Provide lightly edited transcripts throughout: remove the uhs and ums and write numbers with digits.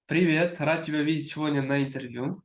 Привет, рад тебя видеть сегодня на интервью.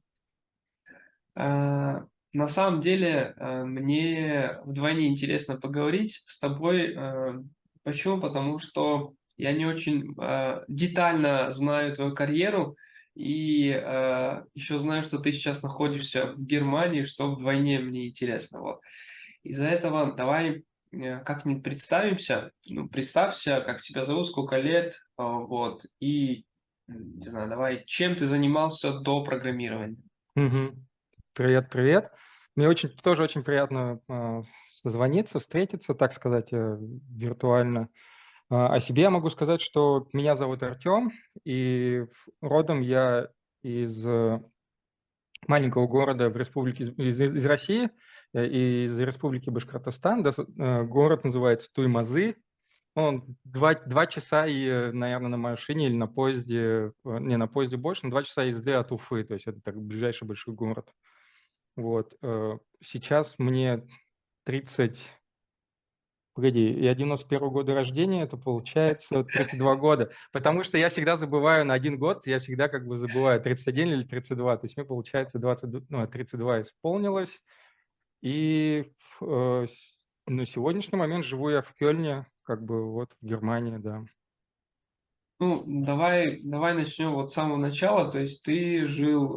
На самом деле, мне вдвойне интересно поговорить с тобой. Почему? Потому что я не очень детально знаю твою карьеру и еще знаю, что ты сейчас находишься в Германии, что вдвойне мне интересно. Вот. Из-за этого давай как-нибудь представимся. Ну, представься, как тебя зовут, сколько лет, вот, и, не знаю, давай, чем ты занимался до программирования? Мгм. Привет, привет. Мне тоже очень приятно созвониться, встретиться, так сказать, виртуально. О себе я могу сказать, что меня зовут Артем, и родом я из маленького города в республике, из России, из республики Башкортостан. Город называется Туймазы. Он два часа, наверное, на машине или на поезде, не, на поезде больше, но 2 часа езды от Уфы, то есть это так ближайший большой город. Вот, сейчас мне 30, погоди, я 91-го года рождения, это получается 32 года. Потому что я всегда забываю на один год, я всегда как бы забываю, 31 или 32. То есть мне, получается, 32 исполнилось. И на сегодняшний момент живу я в Кёльне, как бы вот в Германии, да. Ну, давай начнем вот с самого начала. То есть ты жил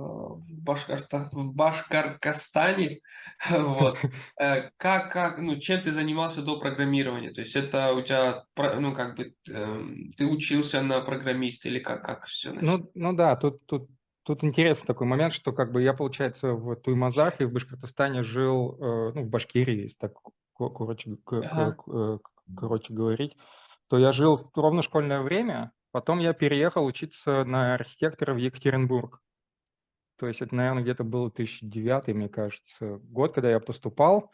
в Башкоркостане, вот. Ну, чем ты занимался до программирования? То есть это у тебя, ну, как бы, ты учился на программиста или как все началось? Ну да, тут интересный такой момент, что как бы я, получается, в Туймазах и в Башкортостане жил, ну, в Башкирии, если так Ага. короче говорить, то я жил ровно школьное время, потом я переехал учиться на архитектора в Екатеринбург. То есть это, наверное, где-то был 2009, мне кажется, год, когда я поступал.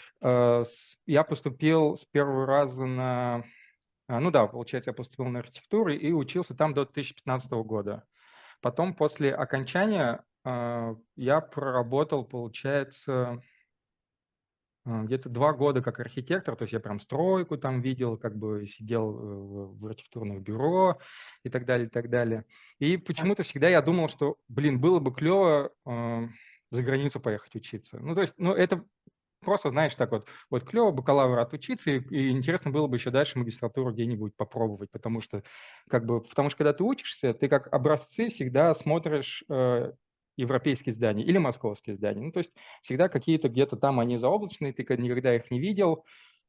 Я поступил с первого раза ну да, получается, я поступил на архитектуру и учился там до 2015 года. Потом после окончания, я проработал, получается, где-то 2 года как архитектор. То есть я прям стройку там видел, как бы сидел в архитектурном бюро и так далее, и так далее. И почему-то всегда я думал, что, блин, было бы клево, за границу поехать учиться. Ну, то есть, ну, это просто, знаешь, так вот клево бакалавра отучиться, и интересно было бы еще дальше магистратуру где-нибудь попробовать, потому что когда ты учишься, ты как образцы всегда смотришь европейские здания или московские здания. Ну, то есть всегда какие-то где-то там они заоблачные, ты никогда их не видел,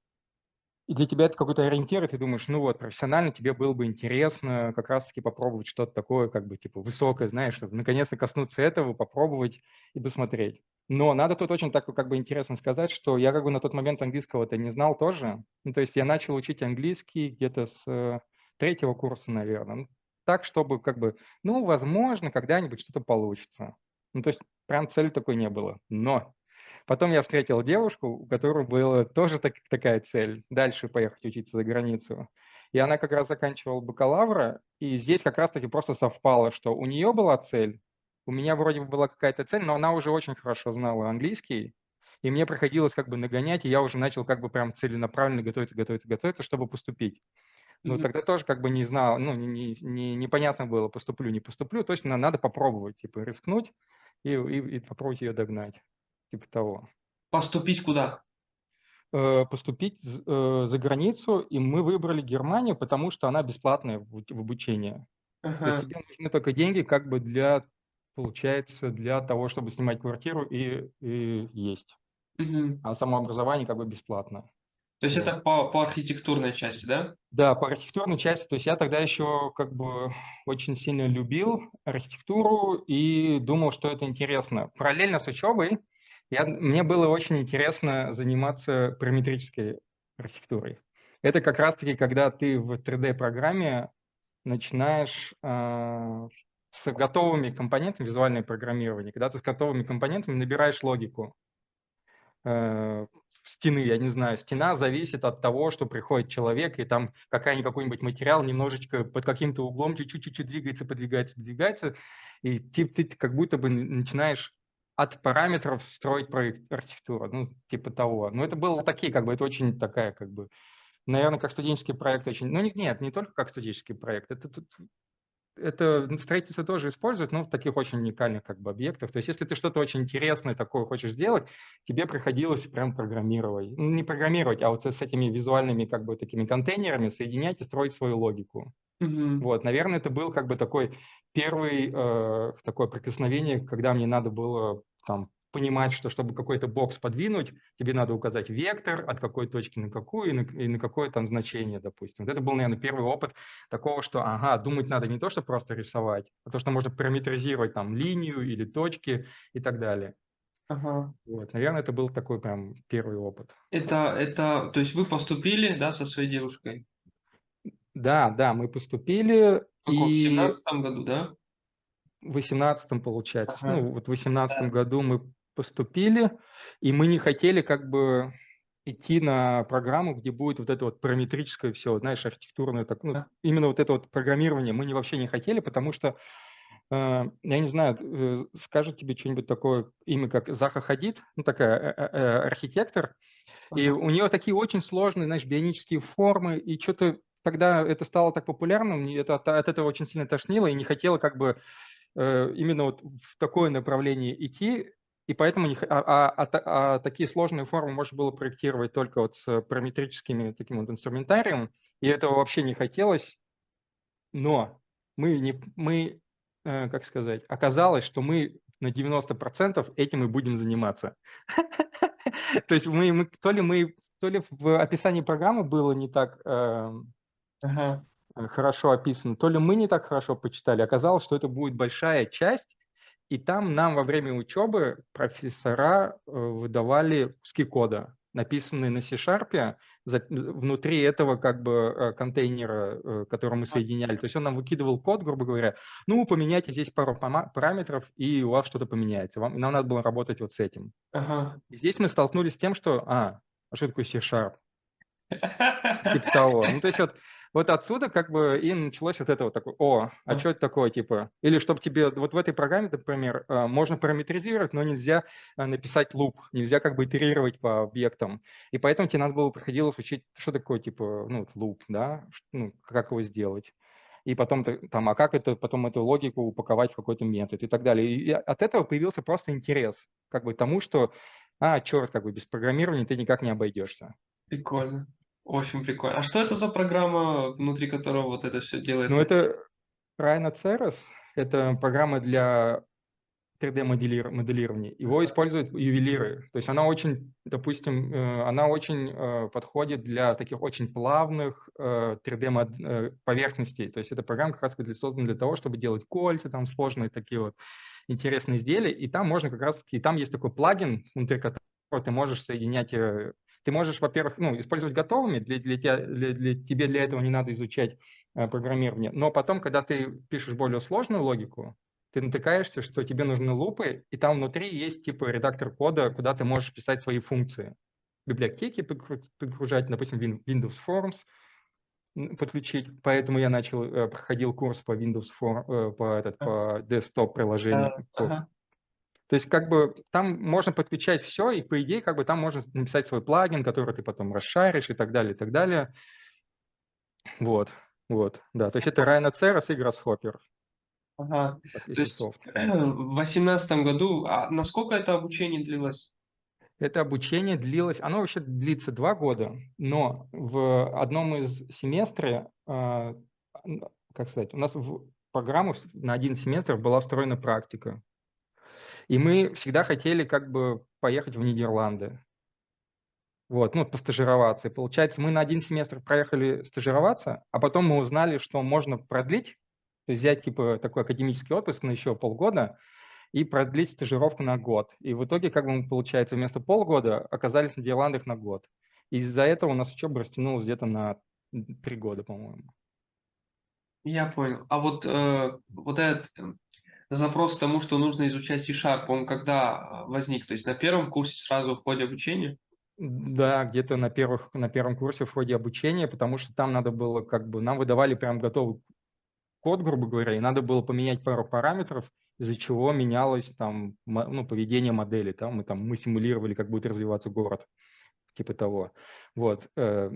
и для тебя это какой-то ориентир, и ты думаешь, ну вот, профессионально тебе было бы интересно как раз-таки попробовать что-то такое, как бы, типа, высокое, знаешь, чтобы наконец-то коснуться этого, попробовать и посмотреть. Но надо тут очень так как бы интересно сказать, что я как бы на тот момент английского-то не знал тоже. Ну, то есть я начал учить английский где-то с 3-го курса, наверное. Ну, так, чтобы как бы, ну, возможно, когда-нибудь что-то получится. Ну, то есть прям цели такой не было. Но потом я встретил девушку, у которой была тоже такая цель – дальше поехать учиться за границу. И она как раз заканчивала бакалавра, и здесь как раз-таки просто совпало, что у нее была цель, у меня вроде бы была какая-то цель, но она уже очень хорошо знала английский, и мне приходилось как бы нагонять, и я уже начал как бы прям целенаправленно готовиться, чтобы поступить. Но Мгм. тогда тоже как бы не знал, ну, непонятно было, поступлю, не поступлю, точно надо попробовать, типа, рискнуть и попробовать ее догнать, типа того. Поступить куда? Поступить за границу, и мы выбрали Германию, потому что она бесплатная в обучении. То есть Ага. тебе нужны только деньги как бы получается, для того, чтобы снимать квартиру и есть. Мгм. А самообразование как бы бесплатно. То есть Вот. это по архитектурной части, да? Да, по архитектурной части, то есть я тогда еще как бы очень сильно любил архитектуру и думал, что это интересно. Параллельно с учебой мне было очень интересно заниматься параметрической архитектурой. Это как раз-таки, когда ты в 3D-программе начинаешь с готовыми компонентами, визуальное программирование, когда ты с готовыми компонентами набираешь логику э, стены, я не знаю, стена зависит от того, что приходит человек, и там какой-нибудь материал немножечко под каким-то углом чуть-чуть двигается, подвигается, и ты как будто бы начинаешь от параметров строить проект архитектуру, ну, типа того. Но это было такие, как бы, это очень такая, как бы, наверное, как студенческий проект очень... Ну, нет, не только как студенческий проект, это тут это в строительстве тоже используют, но в таких очень уникальных как бы объектах. То есть если ты что-то очень интересное такое хочешь сделать, тебе приходилось прям программировать. Ну, не программировать, а вот с этими визуальными как бы такими контейнерами соединять и строить свою логику. Мгм. Вот, наверное, это был как бы такой первый такое прикосновение, когда мне надо было там понимать, что чтобы какой-то бокс подвинуть, тебе надо указать вектор, от какой точки на какую и на какое там значение, допустим. Вот это был, наверное, первый опыт такого, что, ага, думать надо не то, что просто рисовать, а то, что можно параметризировать там линию или точки и так далее. Ага. Вот, наверное, это был такой прям первый опыт. То есть вы поступили, да, со своей девушкой? Да, да, мы поступили, В каком? В и 17-м году, да? в 18 получается. Ага. Ну, вот в 18 Да. году мы поступили, и мы не хотели как бы идти на программу, где будет вот это вот параметрическое все, вот, знаешь, архитектурное, так, ну, Да. именно вот это вот программирование мы вообще не хотели, потому что, я не знаю, скажет тебе что-нибудь такое имя, как Заха Хадид, ну, такая архитектор, и Ага. у нее такие очень сложные, знаешь, бионические формы, и что-то тогда это стало так популярным, мне это от этого очень сильно тошнило, и не хотела как бы именно вот в такое направление идти, и поэтому такие сложные формы можно было проектировать только вот с параметрическими таким вот инструментарием, и этого вообще не хотелось, но как сказать, оказалось, что мы на 90% этим и будем заниматься. То есть то ли в описании программы было не так Ага. хорошо описано, то ли мы не так хорошо почитали. Оказалось, что это будет большая часть, и там нам во время учебы профессора выдавали куски кода, написанные на C-Sharp, внутри этого как бы контейнера, который мы соединяли. То есть он нам выкидывал код, грубо говоря, ну, поменяйте здесь пару параметров, и у вас что-то поменяется. Нам надо было работать вот с этим. Ага. И здесь мы столкнулись с тем, что, а что такое C-Sharp? Типа того. Ну, то есть вот отсюда как бы и началось вот это вот такое, а что это такое, типа? Или чтобы тебе, вот в этой программе, например, можно параметризировать, но нельзя написать луп, нельзя как бы итерировать по объектам. И поэтому тебе надо было, приходилось учить, что такое, типа, ну, луп, да, ну, как его сделать. И потом там, а как это, потом эту логику упаковать в какой-то метод и так далее. И от этого появился просто интерес как бы тому, что, черт, как бы без программирования ты никак не обойдешься. Прикольно. Очень прикольно. А что это за программа, внутри которой вот это все Ну, делается? это Rhinoceros, это программа для 3D-моделирования. Его используют ювелиры. То есть она очень, допустим, она очень подходит для таких очень плавных 3D-поверхностей. То есть эта программа как раз создана для того, чтобы делать кольца, там сложные такие вот интересные изделия. И там можно как раз, и там есть такой плагин, внутри которого ты можешь соединять ты можешь, во-первых, ну, использовать готовыми, тебе для этого не надо изучать программирование, но потом, когда ты пишешь более сложную логику, ты натыкаешься, что тебе нужны лупы, и там внутри есть типа редактор кода, куда ты можешь писать свои функции. Библиотеки подгружать, допустим, Windows Forms подключить. Поэтому я проходил курс по по desktop приложению. Ага. То есть как бы там можно подключать все, и по идее как бы там можно написать свой плагин, который ты потом расшаришь и так далее, и так далее. Вот, вот, да. То есть это Rhinoceros и Grasshopper Ага. от То есть Ubisoft. в 18-м году, а насколько это обучение длилось? Это обучение длилось, оно вообще длится 2 года, но в одном из семестров, как сказать, у нас в программу на один семестр была встроена практика. И мы всегда хотели как бы поехать в Нидерланды. Вот, ну, постажироваться. И получается, мы на один семестр проехали стажироваться, а потом мы узнали, что можно продлить, то есть взять типа такой академический отпуск на еще полгода и продлить стажировку на год. И в итоге, как бы мы, получается, вместо полгода оказались в Нидерландах на год. Из-за этого у нас учеба растянулась где-то на 3 года, по-моему. Я понял. А вот этот запрос к тому, что нужно изучать C-Sharp, он когда возник? То есть на первом курсе сразу в ходе обучения? Да, где-то на первом курсе в ходе обучения, потому что там надо было как бы, нам выдавали прям готовый код, грубо говоря, и надо было поменять пару параметров, из-за чего менялось там, ну, поведение модели. Мы симулировали, как будет развиваться город, типа того. Вот.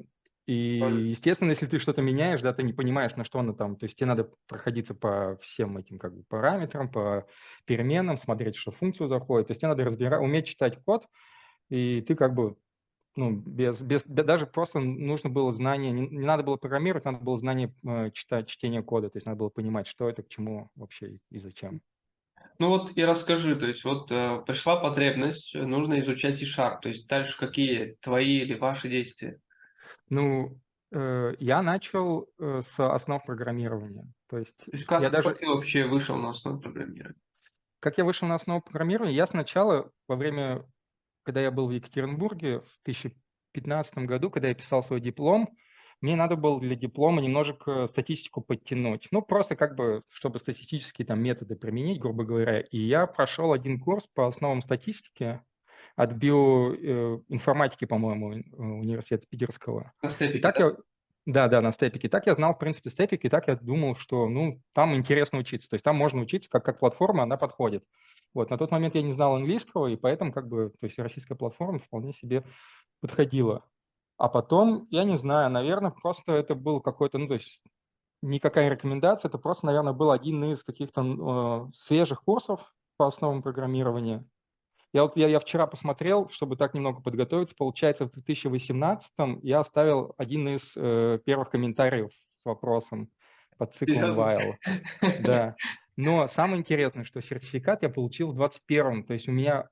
И, естественно, если ты что-то меняешь, да, ты не понимаешь, на что оно там. То есть тебе надо проходиться по всем этим как бы параметрам, по переменам, смотреть, что в функцию заходит. То есть тебе надо уметь читать код, и ты как бы, ну, даже просто нужно было знание, не надо было программировать, надо было знание чтения кода. То есть надо было понимать, что это, к чему вообще и зачем. Ну вот и расскажи, то есть вот пришла потребность, нужно изучать C-Sharp, то есть дальше какие твои или ваши действия? Ну, я начал с основ программирования. То есть То есть я как даже, ты вообще вышел на основу программирования? как я вышел на основу программирования, я сначала во время, когда я был в Екатеринбурге в 2015 году, когда я писал свой диплом, мне надо было для диплома немножко статистику подтянуть. Ну, просто как бы, чтобы статистические там методы применить, грубо говоря. И я прошел один курс по основам статистики от биоинформатики, по-моему, университета Питерского. На И степике, так да? я, да, на степике. Так я знал, в принципе, степик, и так я думал, что, ну, там интересно учиться. То есть там можно учиться, как платформа, она подходит. Вот, на тот момент я не знал английского, и поэтому как бы, то есть российская платформа вполне себе подходила. А потом, я не знаю, наверное, просто это был какой-то, ну, то есть никакая рекомендация, это просто, наверное, был один из каких-то свежих курсов по основам программирования. Я вчера посмотрел, чтобы так немного подготовиться. Получается, в 2018 я оставил один из первых комментариев с вопросом под циклом Серьезно? while. Да. Но самое интересное, что сертификат я получил в 21-м. То есть у меня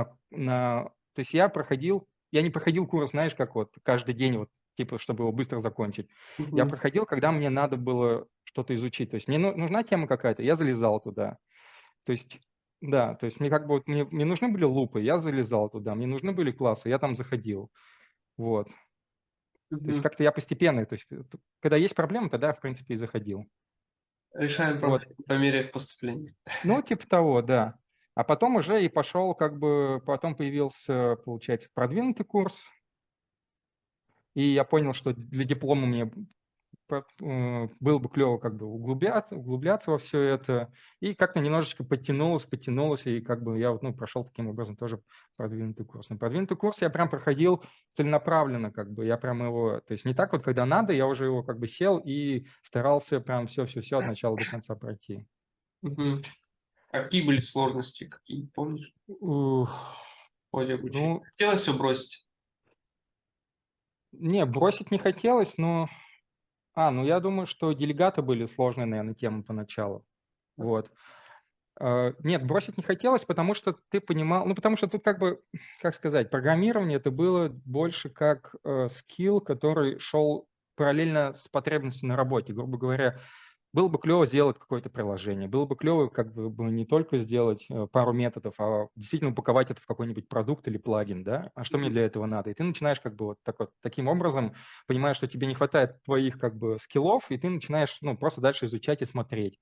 то есть я не проходил курс, знаешь, как вот каждый день, вот, типа, чтобы его быстро закончить. Я Мгм. проходил, когда мне надо было что-то изучить. То есть мне нужна тема какая-то, я залезал туда. То есть, да, то есть мне как бы вот мне нужны были лупы, я залезал туда, мне нужны были классы, я там заходил. Вот. То есть Мгм. как-то я постепенно, то есть когда есть проблемы, тогда я, в принципе, и заходил. Решаем Вот. проблемы по мере их поступления. Ну, типа того, да. А потом уже и пошел, как бы, потом появился, получается, продвинутый курс, и я понял, что для диплома мне было бы клево как бы углубляться во все это, и как-то немножечко подтянулось, и как бы я вот, ну, прошел таким образом тоже продвинутый курс. Но продвинутый курс я прям проходил целенаправленно, как бы, я прям его, то есть не так вот, когда надо, я уже его как бы сел и старался прям все от начала до конца пройти. Мгм. Какие были сложности, какие, помнишь, Ух, в ходе обучения? Ну, Хотелось все бросить? не, бросить не хотелось, но... ну я думаю, что делегаты были сложные, наверное, темы поначалу. Вот. Нет, бросить не хотелось, потому что ты понимал, ну, потому что тут как бы, как сказать, программирование это было больше как скилл, который шел параллельно с потребностью на работе. Грубо говоря, было бы клево сделать какое-то приложение, было бы клево как бы не только сделать пару методов, а действительно упаковать это в какой-нибудь продукт или плагин, да? А что мне Мгм. для этого надо? И ты начинаешь как бы вот таким образом, понимаешь, что тебе не хватает твоих как бы скиллов, и ты начинаешь, ну, просто дальше изучать и смотреть.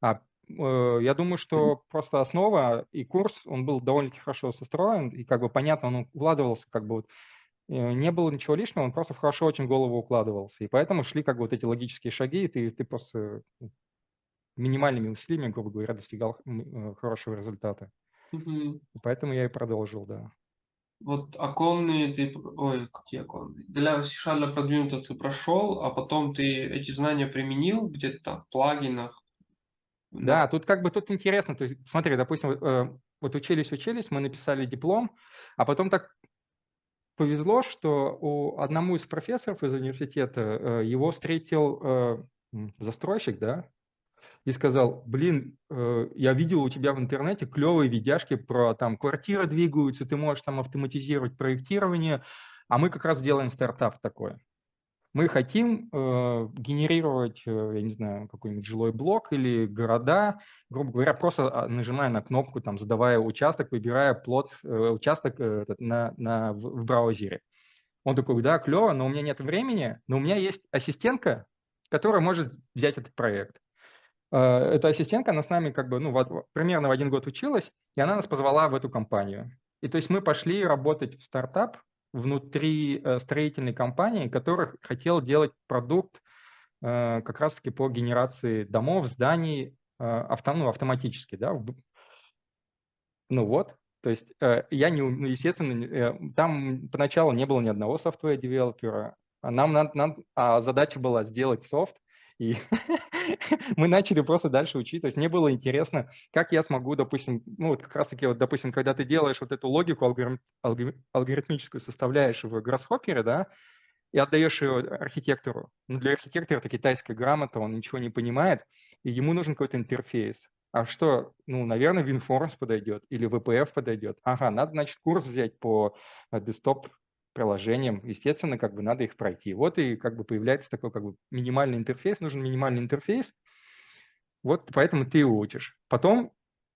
Я думаю, что просто основа и курс, он был довольно-таки хорошо состроен, и как бы понятно, он укладывался как бы вот не было ничего лишнего, он просто хорошо очень в голову укладывался. И поэтому шли как бы вот эти логические шаги, и ты просто минимальными усилиями, грубо говоря, достигал хорошего результата. Мгм. И поэтому я и продолжил, да. Вот оконные ты, ой, какие оконные? Для C# для продвинутых ты прошел, а потом ты эти знания применил где-то там в плагинах. Да, тут как бы тут интересно, то есть смотри, допустим, вот учились, мы написали диплом, а потом так повезло, что у одному из профессоров из университета его встретил застройщик, да, и сказал, блин, я видел у тебя в интернете клевые видяшки про там квартиры двигаются, ты можешь там автоматизировать проектирование, а мы как раз делаем стартап такой. Мы хотим генерировать, я не знаю, какой-нибудь жилой блок или города, грубо говоря, просто нажимая на кнопку, там, задавая участок, выбирая участок в браузере. Он такой, да, клево, но у меня нет времени, но у меня есть ассистентка, которая может взять этот проект. Эта ассистентка, она с нами как бы, ну, примерно в 1 год училась, и она нас позвала в эту компанию. И то есть мы пошли работать в стартап внутри строительной компании, которая хотела делать продукт как раз-таки по генерации домов, зданий автоматически, да. Ну вот, то есть я не, естественно, там поначалу не было ни одного софтвер-девелопера, А задача была сделать софт, и мы начали просто дальше учить. То есть мне было интересно, как я смогу, допустим, ну вот как раз-таки, вот, допустим, когда ты делаешь вот эту логику алгоритмическую составляешь в Grasshopper, да, и отдаешь ее архитектору. Ну, для архитектора это китайская грамота, он ничего не понимает, и ему нужен какой-то интерфейс. А что? Ну, наверное, WinForms подойдет или WPF подойдет. Ага, надо, значит, курс взять по десктоп приложениям. Естественно, как бы надо их пройти. Вот и как бы появляется такой как бы минимальный интерфейс. Нужен минимальный интерфейс. Вот поэтому ты его учишь. Потом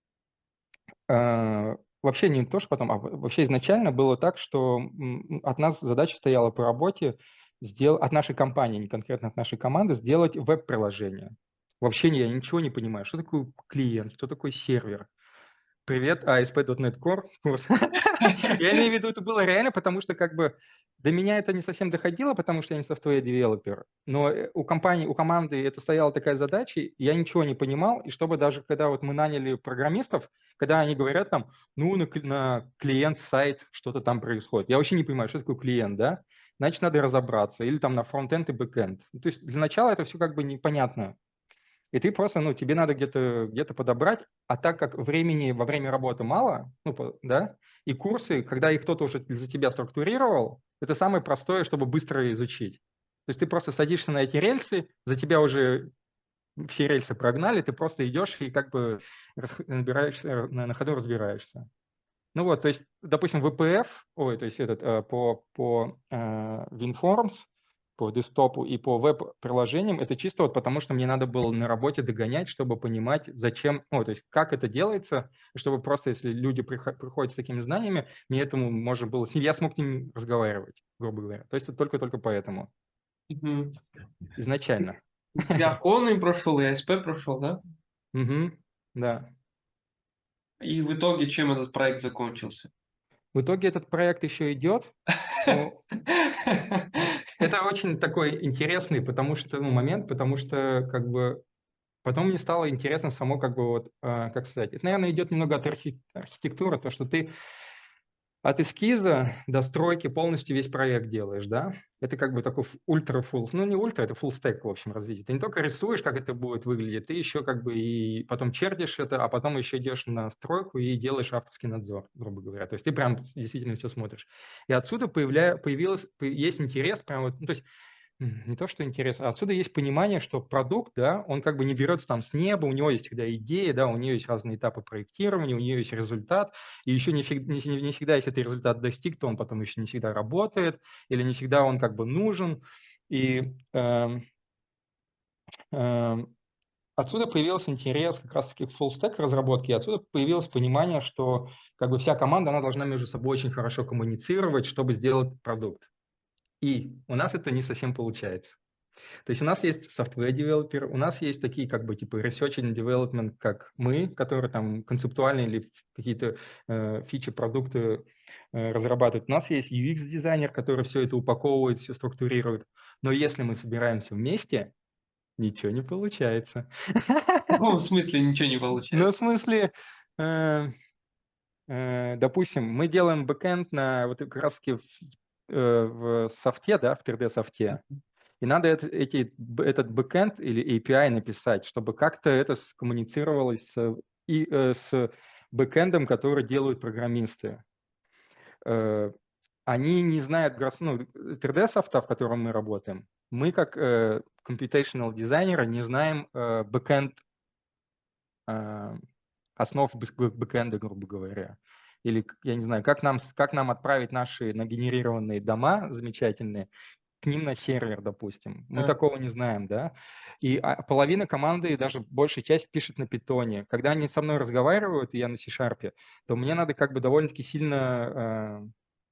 вообще не то, что потом, а вообще изначально было так, что от нас задача стояла по работе от нашей компании, не конкретно от нашей команды, сделать веб-приложение. Вообще я ничего не понимаю, что такое клиент, что такое сервер. Привет, ASP.NET Core курс. Я имею в виду, это было реально, потому что как бы до меня это не совсем доходило, потому что я не software-девелопер. Но у компании, у команды это стояла такая задача, я ничего не понимал, и чтобы даже когда вот мы наняли программистов, когда они говорят там, ну, на клиент-сайт что-то там происходит. Я вообще не понимаю, что такое клиент, да? Значит, надо разобраться. Или там на фронт-энд и бэк-энд. То есть для начала это все как бы непонятно. И ты просто, ну, тебе надо где-то подобрать, а так как времени во время работы мало, ну, да, и курсы, когда их кто-то уже за тебя структурировал, это самое простое, чтобы быстро изучить. То есть ты просто садишься на эти рельсы, за тебя уже все рельсы прогнали, ты просто идешь и как бы набираешься, на ходу разбираешься. Ну вот, то есть, допустим, VPF, то есть по WinForms, по десктопу и по веб-приложениям, это чисто вот потому, что мне надо было на работе догонять, чтобы понимать, зачем, то есть как это делается, чтобы просто, если люди приходят с такими знаниями, мне этому можно было, я смог с ними разговаривать, грубо говоря. То есть это только поэтому, Мгм. изначально. Ты оконный прошел, и АСП прошел, да? Да. И в итоге чем этот проект закончился? В итоге этот проект еще идет, но это очень такой интересный момент, потому что как бы потом мне стало интересно само как бы вот, как сказать, это, наверное, идет немного от архитектуры, то, что ты от эскиза до стройки полностью весь проект делаешь, да? Это как бы такой ультра-фулл, ну не ультра, это full stack, в общем, развитие. Ты не только рисуешь, как это будет выглядеть, ты еще как бы и потом чертишь это, а потом еще идешь на стройку и делаешь авторский надзор, грубо говоря. То есть ты прям действительно все смотришь. И отсюда есть интерес, прям вот, ну, то есть не то, что интересно, отсюда есть понимание, что продукт, да, он как бы не берется там с неба, у него есть всегда идея, да, у нее есть разные этапы проектирования, у нее есть результат, и еще не всегда, если ты результат достиг, то он потом еще не всегда работает, или не всегда он как бы нужен, и отсюда появился интерес как раз-таки к full-stack разработке, и отсюда появилось понимание, что как бы вся команда, она должна между собой очень хорошо коммуницировать, чтобы сделать продукт. И у нас это не совсем получается. То есть у нас есть software developer, у нас есть такие как бы типа research and development, как мы, которые там концептуальные или какие-то фичи, продукты разрабатывают. У нас есть UX-дизайнер, который все это упаковывает, все структурирует. Но если мы собираемся вместе, ничего не получается. В каком смысле ничего не Ну, получается? в смысле, допустим, мы делаем бэкэнд на вот как раз-таки в софте, да, в 3D-софте. И надо этот бэкэнд или API написать, чтобы как-то это скоммуницировалось с бэкэндом, который делают программисты. Они не знают 3D-софта, в котором мы работаем. Мы, как computational дизайнеры, не знаем бэкэнд, основ бэкэнда, грубо говоря. Или, я не знаю, как нам отправить наши нагенерированные дома замечательные к ним на сервер, допустим. Мы такого не знаем, да. И половина команды, даже большая часть пишет на питоне. Когда они со мной разговаривают, и я на C-Sharp, то мне надо как бы довольно-таки сильно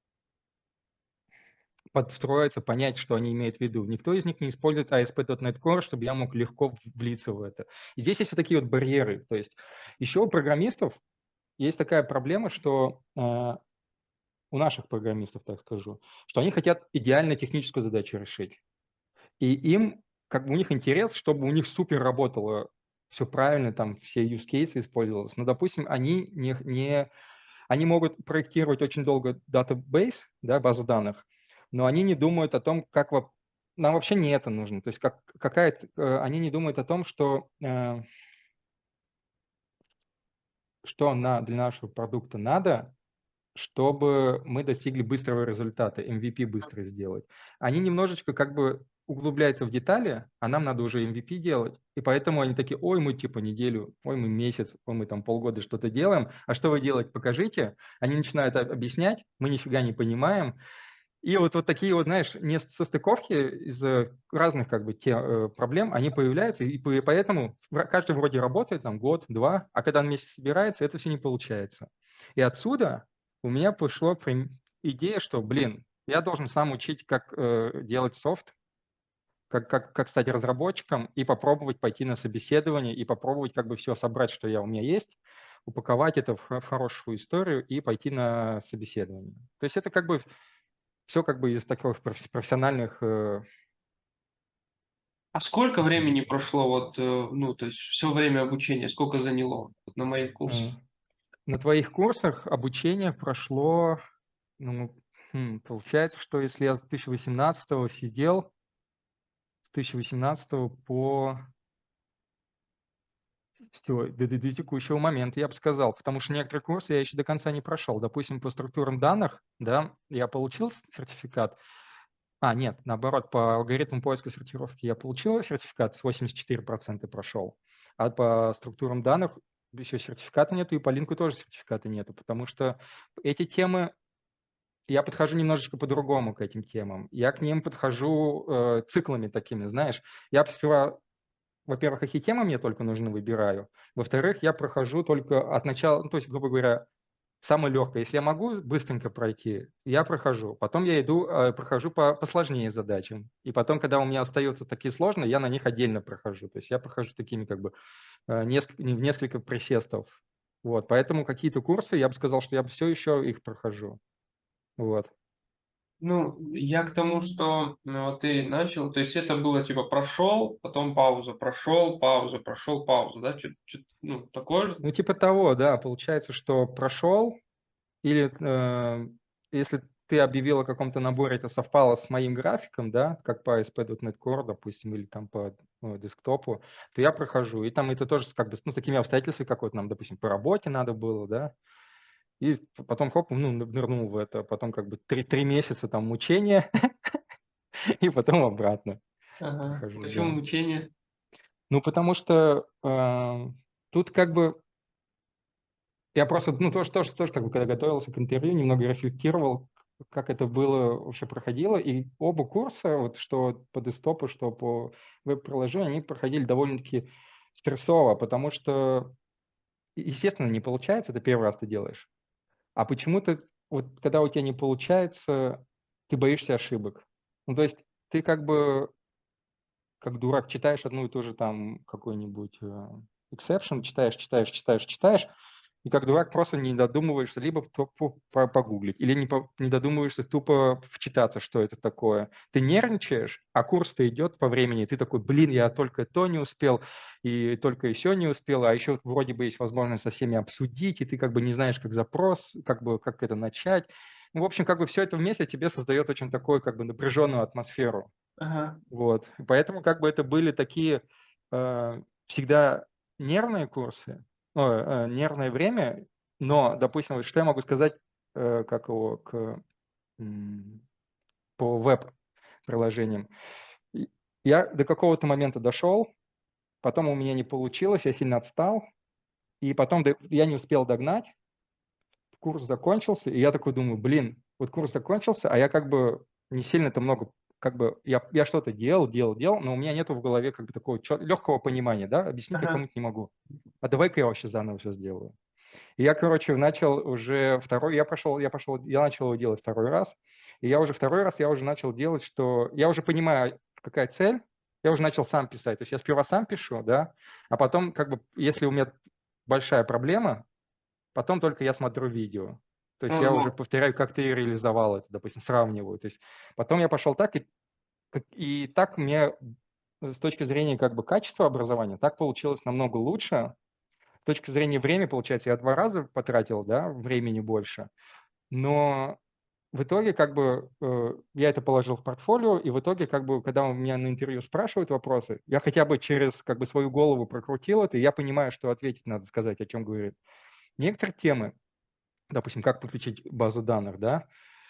подстроиться, понять, что они имеют в виду. Никто из них не использует ASP.NET Core, чтобы я мог легко влиться в это. И здесь есть вот такие вот барьеры. То есть еще у программистов есть такая проблема, что у наших программистов, так скажу, что они хотят идеально техническую задачу решить. И им, как бы у них интерес, чтобы у них супер работало все правильно, там все use cases использовалось. Но, допустим, они могут проектировать очень долго database, да, базу данных, но они не думают о том, как нам вообще не это нужно. То есть они не думают о том, что для нашего продукта надо, чтобы мы достигли быстрого результата, MVP быстро сделать. Они немножечко как бы углубляются в детали, а нам надо уже MVP делать. И поэтому они такие: ой, мы типа неделю, ой, мы месяц, ой, мы там полгода что-то делаем. А что вы делаете, покажите. Они начинают объяснять, мы нифига не понимаем. И вот такие вот, знаешь, несостыковки из разных как бы проблем, они появляются, и поэтому каждый вроде работает там год-два, а когда он вместе собирается, это все не получается. И отсюда у меня пошла идея, что, блин, я должен сам учить, как делать софт, как стать разработчиком, и попробовать пойти на собеседование, и попробовать как бы все собрать, что у меня есть, упаковать это в хорошую историю и пойти на собеседование. То есть это как бы все как бы из таких профессиональных. А сколько времени прошло, вот, ну, то есть все время обучения, сколько заняло вот на моих курсах? На твоих курсах обучение прошло, ну, получается, что если я с 2018 сидел, с 2018 по до текущего момента, я бы сказал, потому что некоторые курсы я еще до конца не прошел. Допустим, по структурам данных, да, я получил сертификат. Нет, наоборот, по алгоритму поиска сортировки я получил сертификат, с 84% прошел, а по структурам данных еще сертификата нету, и по линку тоже сертификата нету, потому что эти темы, я подхожу немножечко по-другому к этим темам. Я к ним подхожу циклами такими, знаешь. Я сперва, во-первых, какие темы мне только нужны, выбираю. Во-вторых, я прохожу только от начала, ну, то есть, грубо говоря, самое легкое. Если я могу быстренько пройти, я прохожу. Потом я прохожу посложнее задачам. И потом, когда у меня остаются такие сложные, я на них отдельно прохожу. То есть я прохожу такими как бы в несколько присестов. Вот. Поэтому какие-то курсы, я бы сказал, что я все еще их прохожу. Вот. Ну, я к тому, что вот ты начал, то есть это было типа прошел, потом пауза, прошел, пауза, да, ну, такое же? Ну, типа того, да. Получается, что прошел, или если ты объявил о каком-то наборе, это совпало с моим графиком, да, как по ASP.NET Core, допустим, или там по десктопу, то я прохожу. И там это тоже как бы, ну, с такими обстоятельствами, как вот нам, допустим, по работе надо было, да, и потом, хоп, ну, нырнул в это, потом как бы 3 месяца там мучения, и потом обратно Ага. прохожу, Почему да. мучение? Ну, потому что тут как бы я просто, ну, тоже как бы, когда готовился к интервью, немного рефлектировал, как это было, вообще проходило. И оба курса, вот что по десктопу, что по веб-приложению, они проходили довольно-таки стрессово, потому что, естественно, не получается, это первый раз ты делаешь. А почему-то, вот когда у тебя не получается, ты боишься ошибок. Ну, то есть ты как бы, как дурак, читаешь одну и ту же там какой-нибудь exception, читаешь, и как дурак просто не додумываешься либо тупо погуглить, или не додумываешься тупо вчитаться, что это такое. Ты нервничаешь, а курс-то идет по времени, и ты такой: блин, я только то не успел, и только еще не успел, а еще вроде бы есть возможность со всеми обсудить, и ты как бы не знаешь, как запрос, как это начать. Ну, в общем, как бы все это вместе тебе создает очень такую как бы напряженную атмосферу. Ага. Вот. И поэтому как бы это были такие всегда нервные курсы, нервное время, но, допустим, вот что я могу сказать как его по веб-приложениям. Я до какого-то момента дошел, потом у меня не получилось, я сильно отстал, и потом я не успел догнать, курс закончился, и я такой думаю: блин, вот курс закончился, а я как бы не сильно-то много, как бы я что-то делал, но у меня нету в голове как бы такого легкого понимания, да, объяснить я Ага. кому-то не могу. А давай-ка я вообще заново все сделаю. И я, короче, начал уже я начал его делать второй раз, и я уже второй раз, я уже начал делать, что я уже понимаю, какая цель, я уже начал сам писать. То есть я сперва сам пишу, да, а потом как бы, если у меня большая проблема, потом только я смотрю видео. То есть я уже Мозгу. повторяю, как ты реализовал это, допустим, сравниваю. То есть потом я пошел так, и так мне с точки зрения как бы качества образования, так получилось намного лучше. С точки зрения времени, получается, я 2 раза потратил, да, времени больше, но в итоге как бы я это положил в портфолио, и в итоге как бы, когда у меня на интервью спрашивают вопросы, я хотя бы через как бы свою голову прокрутил это, и я понимаю, что ответить надо сказать, о чем говорит. Некоторые темы, допустим, как подключить базу данных, да,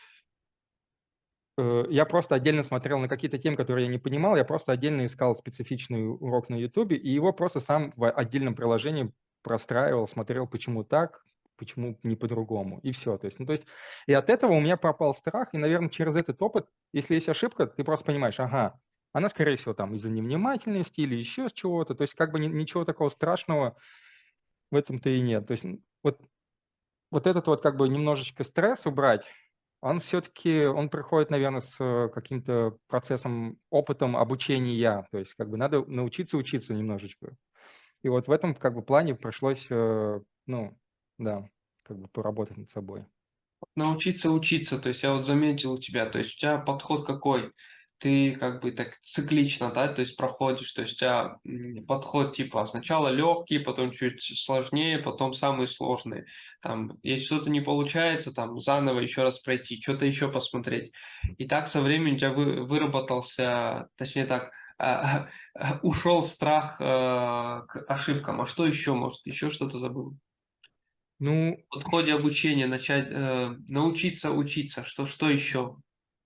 я просто отдельно смотрел на какие-то темы, которые я не понимал, я просто отдельно искал специфичный урок на YouTube, и его просто сам в отдельном приложении простраивал, смотрел, почему так, почему не по-другому, и все. То есть, ну, то есть, и от этого у меня пропал страх, и, наверное, через этот опыт, если есть ошибка, ты просто понимаешь, ага, она, скорее всего, там из-за невнимательности или еще с чего-то, то есть как бы ничего такого страшного в этом-то и нет. То есть вот этот вот как бы немножечко стресс убрать, он все-таки, он приходит, наверное, с каким-то процессом, опытом обучения. То есть как бы надо научиться учиться немножечко. И вот в этом как бы плане пришлось, ну, да, как бы поработать над собой. Научиться учиться, то есть я вот заметил у тебя, то есть у тебя подход какой? Ты как бы так циклично, да, то есть проходишь, то есть у тебя подход типа сначала легкий, потом чуть сложнее, потом самые сложные. Там, если что-то не получается, там заново еще раз пройти, что-то еще посмотреть. И так со временем у тебя выработался, точнее так, ушел страх к ошибкам. А что еще, может, еще что-то забыл? Ну, В ходе обучения начать, научиться учиться, что еще?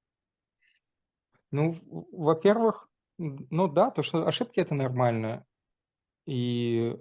ну, во-первых, ну да, то, что ошибки – это нормально. И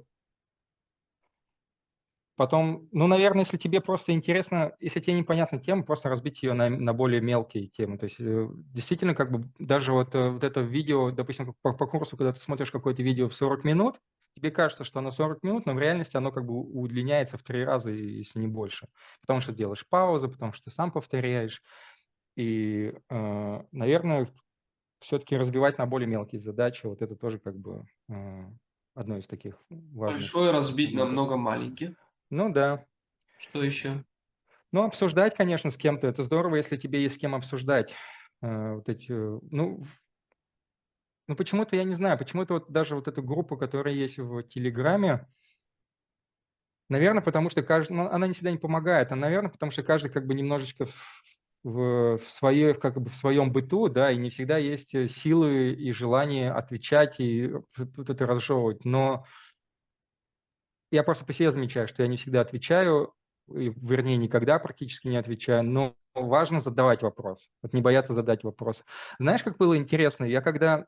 потом, ну, наверное, если тебе просто интересно, если тебе непонятна тема, просто разбить ее на более мелкие темы. То есть действительно, как бы даже вот это видео, допустим, по курсу, когда ты смотришь какое-то видео в 40 минут, тебе кажется, что оно 40 минут, но в реальности оно как бы удлиняется в 3 раза, если не больше. Потому что делаешь паузы, потому что ты сам повторяешь. И, наверное, все-таки разбивать на более мелкие задачи, вот это тоже как бы одно из таких важных Большое разбить на моментов. много маленьких. Ну да. Что еще? Ну, обсуждать, конечно, с кем-то. Это здорово, если тебе есть с кем обсуждать. Вот эти, ну, почему-то, я не знаю, почему-то вот даже вот эта группа, которая есть в Телеграме, наверное, потому что каждый, ну, она не всегда не помогает, а, наверное, потому что каждый как бы немножечко как бы в своем быту, да, и не всегда есть силы и желание отвечать и вот это разжевывать. Но я просто по себе замечаю, что я не всегда отвечаю, вернее, никогда практически не отвечаю, но важно задавать вопрос, вот не бояться задать вопрос. Знаешь, как было интересно? Я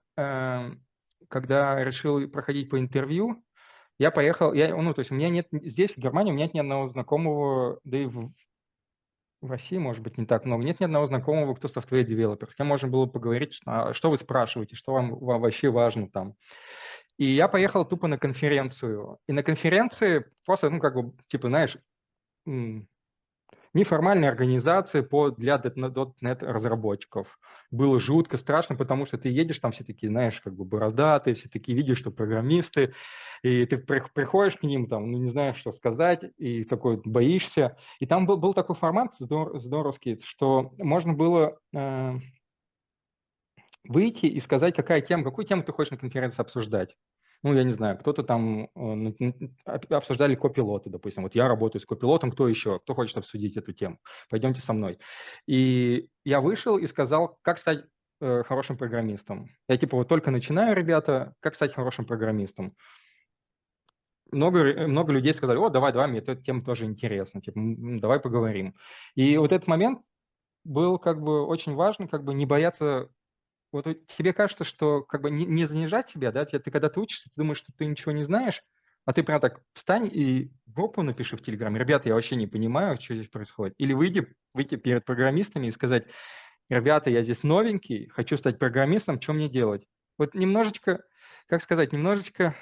когда решил проходить по интервью, я поехал, ну, то есть у меня нет, здесь, в Германии, у меня нет ни одного знакомого, да и в России, может быть, не так много, нет ни одного знакомого, кто software-девелопер, с кем можно было поговорить, что вы спрашиваете, что вам вообще важно там. И я поехал тупо на конференцию. И на конференции просто, ну, как бы, типа, знаешь, неформальная организация для .NET разработчиков. Было жутко страшно, потому что ты едешь, там все такие, знаешь, как бы бородатые, все такие, видишь, что программисты, и ты приходишь к ним, там, ну, не знаешь, что сказать, и такой боишься. И там был такой формат здоровский, что можно было выйти и сказать, какую тему ты хочешь на конференции обсуждать. Ну, я не знаю, кто-то там обсуждали копилоты, допустим. Вот я работаю с копилотом, кто еще? Кто хочет обсудить эту тему? Пойдемте со мной. И я вышел и сказал, как стать хорошим программистом. Я типа вот только начинаю, ребята, как стать хорошим программистом. Много людей сказали, о, давай, мне эта тема тоже интересна, типа, давай поговорим. И вот этот момент был как бы очень важно, как бы не бояться. Вот тебе кажется, что как бы не занижать себя, да, ты когда ты учишься, ты думаешь, что ты ничего не знаешь, а ты прям так встань и группу напиши в Телеграме. Ребята, я вообще не понимаю, что здесь происходит. Или выйти перед программистами и сказать, ребята, я здесь новенький, хочу стать программистом, что мне делать? Вот немножечко, как сказать, немножечко,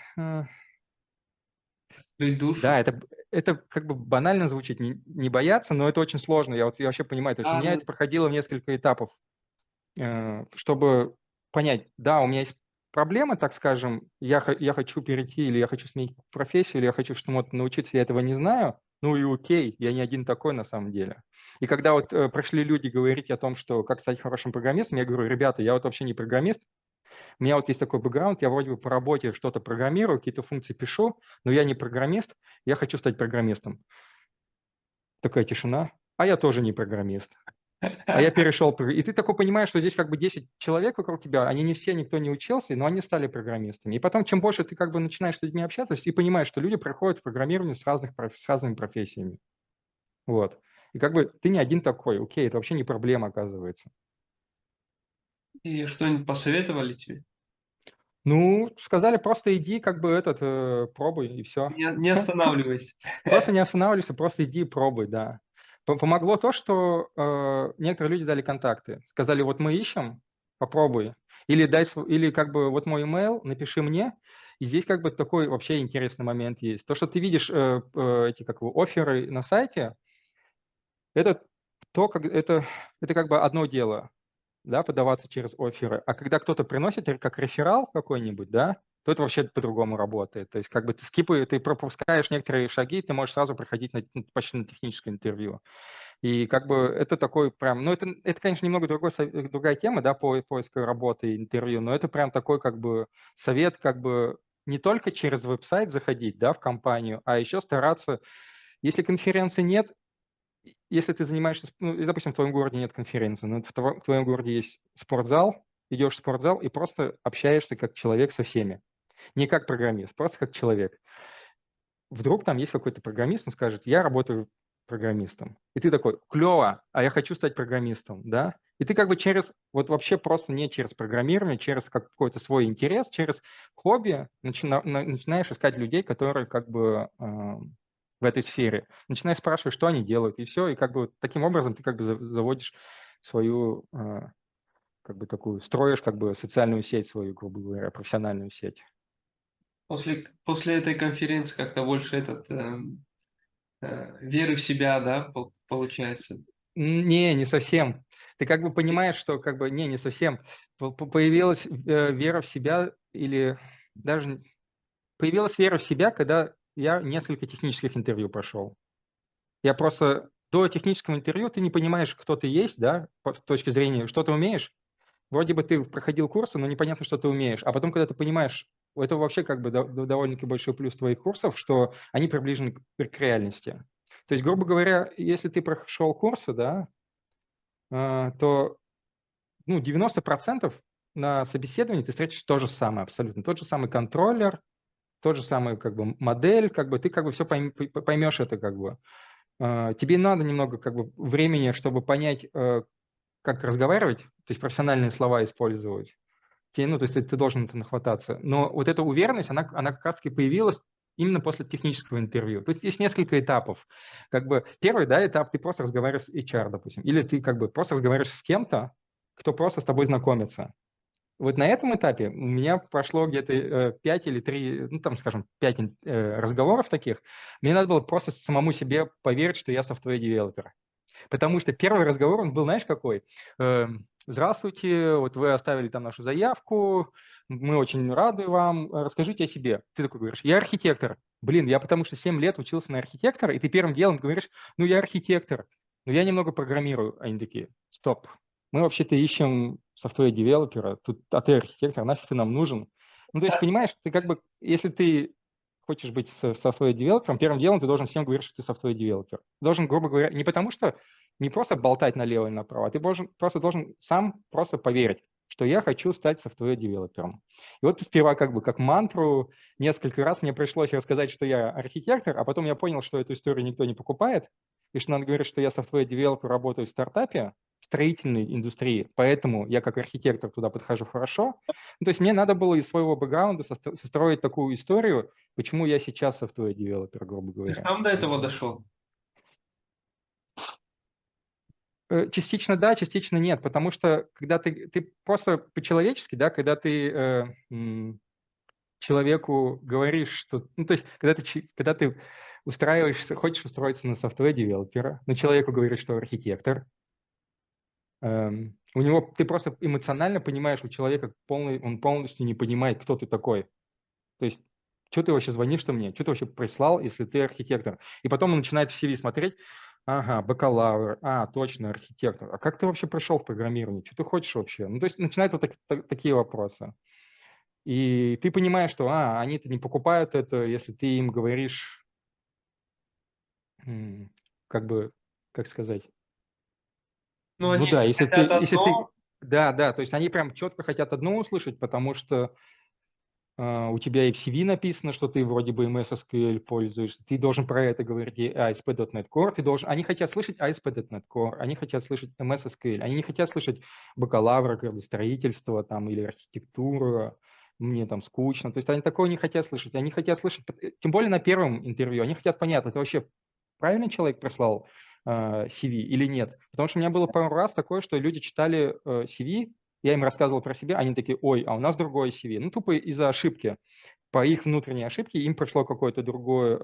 Открыть душу. да, это как бы банально звучит, не бояться, но это очень сложно. Я вообще понимаю, то есть у Да, меня это проходило в несколько этапов. Чтобы понять, да, у меня есть проблемы, так скажем, я хочу перейти, или я хочу сменить профессию, или я хочу чему-то научиться, я этого не знаю, ну и окей, я не один такой на самом деле. И когда вот пришли люди говорить о том, что как стать хорошим программистом, я говорю, ребята, я вот вообще не программист, у меня вот есть такой бэкграунд, я вроде бы по работе что-то программирую, какие-то функции пишу, но я не программист, я хочу стать программистом. Такая тишина, а я тоже не программист. А я перешел, и ты такой понимаешь, что здесь как бы 10 человек вокруг тебя, они не все, никто не учился, но они стали программистами. И потом, чем больше ты как бы начинаешь с людьми общаться, и понимаешь, что люди проходят программирование с разными профессиями. Вот. И как бы ты не один такой, окей, это вообще не проблема, оказывается. И что-нибудь посоветовали тебе? Ну, сказали, просто иди, как бы пробуй, и все. Не останавливайся. Просто не останавливайся, просто иди и пробуй, да. Помогло то, что некоторые люди дали контакты. Сказали, вот мы ищем, попробуй. Или как бы вот мой email, напиши мне. И здесь как бы такой вообще интересный момент есть. То, что ты видишь эти как бы офферы на сайте, это это как бы одно дело, да, подаваться через офферы. А когда кто-то приносит как реферал какой-нибудь, да, то это вообще по-другому работает. То есть как бы ты пропускаешь некоторые шаги, ты можешь сразу проходить почти на техническое интервью. И как бы это такой прям, ну это конечно, немного другая тема, да, по поиску работы и интервью, но это прям такой как бы совет, как бы не только через веб-сайт заходить, да, в компанию, а еще стараться, если конференции нет, если ты занимаешься, ну, и, допустим, в твоем городе нет конференции, но в твоем городе есть спортзал, идешь в спортзал и просто общаешься как человек со всеми. Не как программист, просто как человек. Вдруг там есть какой-то программист, он скажет, я работаю программистом. И ты такой, клево, а я хочу стать программистом, да? И ты как бы вот вообще просто не через программирование, через какой-то свой интерес, через хобби начинаешь искать людей, которые как бы в этой сфере. Начинаешь спрашивать, что они делают, и все, и как бы таким образом ты как бы заводишь свою, как бы такую, строишь как бы социальную сеть свою, грубо говоря, профессиональную сеть. После этой конференции как-то больше веры в себя, да, получается. Не совсем. Ты как бы понимаешь, что как бы не совсем. Появилась вера в себя или даже появилась вера в себя, когда я несколько технических интервью прошел. Я просто до технического интервью ты не понимаешь, кто ты есть, да, с точки зрения, что ты умеешь. Вроде бы ты проходил курсы, но непонятно, что ты умеешь. А потом, когда ты понимаешь, это вообще как бы довольно-таки большой плюс твоих курсов, что они приближены к реальности. То есть, грубо говоря, если ты прошел курсы, да, то ну, 90% на собеседовании ты встретишь то же самое абсолютно. Тот же самый контроллер, тот же самый как бы модель, как бы ты как бы все поймешь это как бы. Тебе надо немного как бы времени, чтобы понять, как разговаривать, то есть профессиональные слова использовать. Ну, то есть ты должен это нахвататься. Но вот эта уверенность, она как раз-таки появилась именно после технического интервью. То есть есть несколько этапов. Как бы первый, да, этап, ты просто разговариваешь с HR, допустим, или ты как бы просто разговариваешь с кем-то, кто просто с тобой знакомится. Вот на этом этапе у меня прошло где-то 5 или 3, ну там, скажем, 5 разговоров таких. Мне надо было просто самому себе поверить, что я software-девелопер. Потому что первый разговор, он был, знаешь, какой? Здравствуйте, вот вы оставили там нашу заявку, мы очень рады вам, расскажите о себе. Ты такой говоришь, я архитектор. Блин, я потому что 7 лет учился на архитектора, и ты первым делом говоришь, ну я архитектор, но я немного программирую. Они такие, стоп, мы вообще-то ищем софтвер-девелопера, а ты архитектор, нафиг ты нам нужен? Ну, то есть, понимаешь, ты как бы, если ты хочешь быть софтвер-девелопером, первым делом ты должен всем говорить, что ты софтвер-девелопер. Должен, грубо говоря, не потому что не просто болтать налево и направо, а ты просто должен сам просто поверить, что я хочу стать софтвер-девелопером. И вот сперва как бы как мантру несколько раз мне пришлось рассказать, что я архитектор, а потом я понял, что эту историю никто не покупает, и что надо говорить, что я софтвер-девелопер, работаю в стартапе, в строительной индустрии, поэтому я как архитектор туда подхожу хорошо. Ну, то есть мне надо было из своего бэкграунда состроить такую историю, почему я сейчас software-девелопер, грубо Ты говоря. сам до этого дошел? Частично да, частично нет, потому что когда ты просто по-человечески, да, когда ты человеку говоришь, что, ну, то есть, когда ты устраиваешься, хочешь устроиться на software-девелопера, но человеку говоришь, что архитектор, у него, ты просто эмоционально понимаешь, у человека он полностью не понимает, кто ты такой. То есть, что ты вообще звонишь-то мне? Что ты вообще прислал, если ты архитектор? И потом он начинает в CV смотреть, ага, бакалавр, точно, архитектор. А как ты вообще пришел в программирование? Что ты хочешь вообще? Ну, то есть начинают вот такие вопросы. И ты понимаешь, что они-то не покупают это, если ты им говоришь, как бы, как сказать, Ну, Ну они да, хотят если ты, одно. да, да, то есть они прям четко хотят одно услышать, потому что у тебя и в CV написано, что ты вроде бы MS SQL пользуешься, ты должен про это говорить и ASP.NET Core, ты должен, они хотят слышать ASP.NET Core, они хотят слышать MS SQL, они не хотят слышать бакалавра, градостроительство там или архитектура, мне там скучно, то есть они такого не хотят слышать, они хотят слышать, тем более на первом интервью, они хотят понять, это вообще правильный человек прислал CV или нет, потому что у меня было пару раз такое, что люди читали CV, я им рассказывал про себя, они такие, ой, а у нас другое CV. Ну, тупо из-за ошибки. По их внутренней ошибке им пришло какое-то другое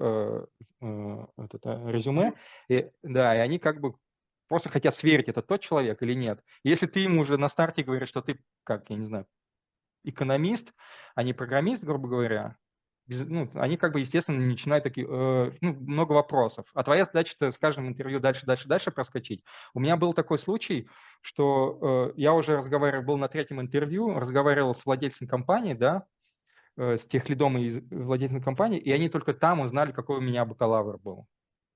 резюме. И, да, и они как бы просто хотят сверить, это тот человек или нет. Если ты им уже на старте говоришь, что ты, как, я не знаю, экономист, а не программист, грубо говоря, ну, они как бы, естественно, начинают такие, ну, много вопросов. А твоя задача-то с каждым интервью дальше, дальше, дальше проскочить. У меня был такой случай, что я уже разговаривал, был на третьем интервью, разговаривал с владельцем компании, да, с техлидом и владельцем компании, и они только там узнали, какой у меня бакалавр был.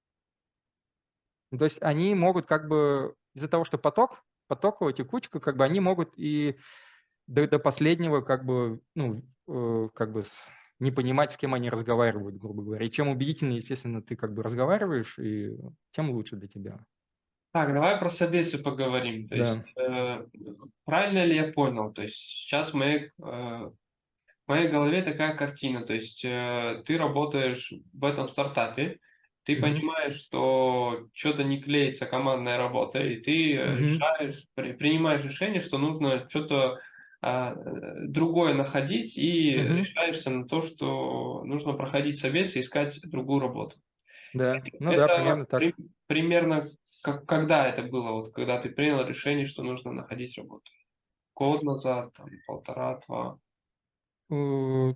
Ну, то есть они могут как бы из-за того, что потоковая текучка, как бы они могут и до последнего как бы, ну, как бы не понимать, с кем они разговаривают, грубо говоря. И чем убедительнее, естественно, ты как бы разговариваешь, и тем лучше для тебя. Так, давай про собесы поговорим. То есть, Да. правильно ли я понял? То есть сейчас в моей голове такая картина. То есть ты работаешь в этом стартапе, ты Мгм. понимаешь, что что-то не клеится командная работа, и ты Мгм. принимаешь решение, что нужно что-то другое находить, и Мгм. решаешься на то, что нужно проходить собес и искать другую работу. Да. Ну да, Это примерно так. примерно когда это было, вот когда ты принял решение, что нужно находить работу? Год назад, там, полтора-два. Э,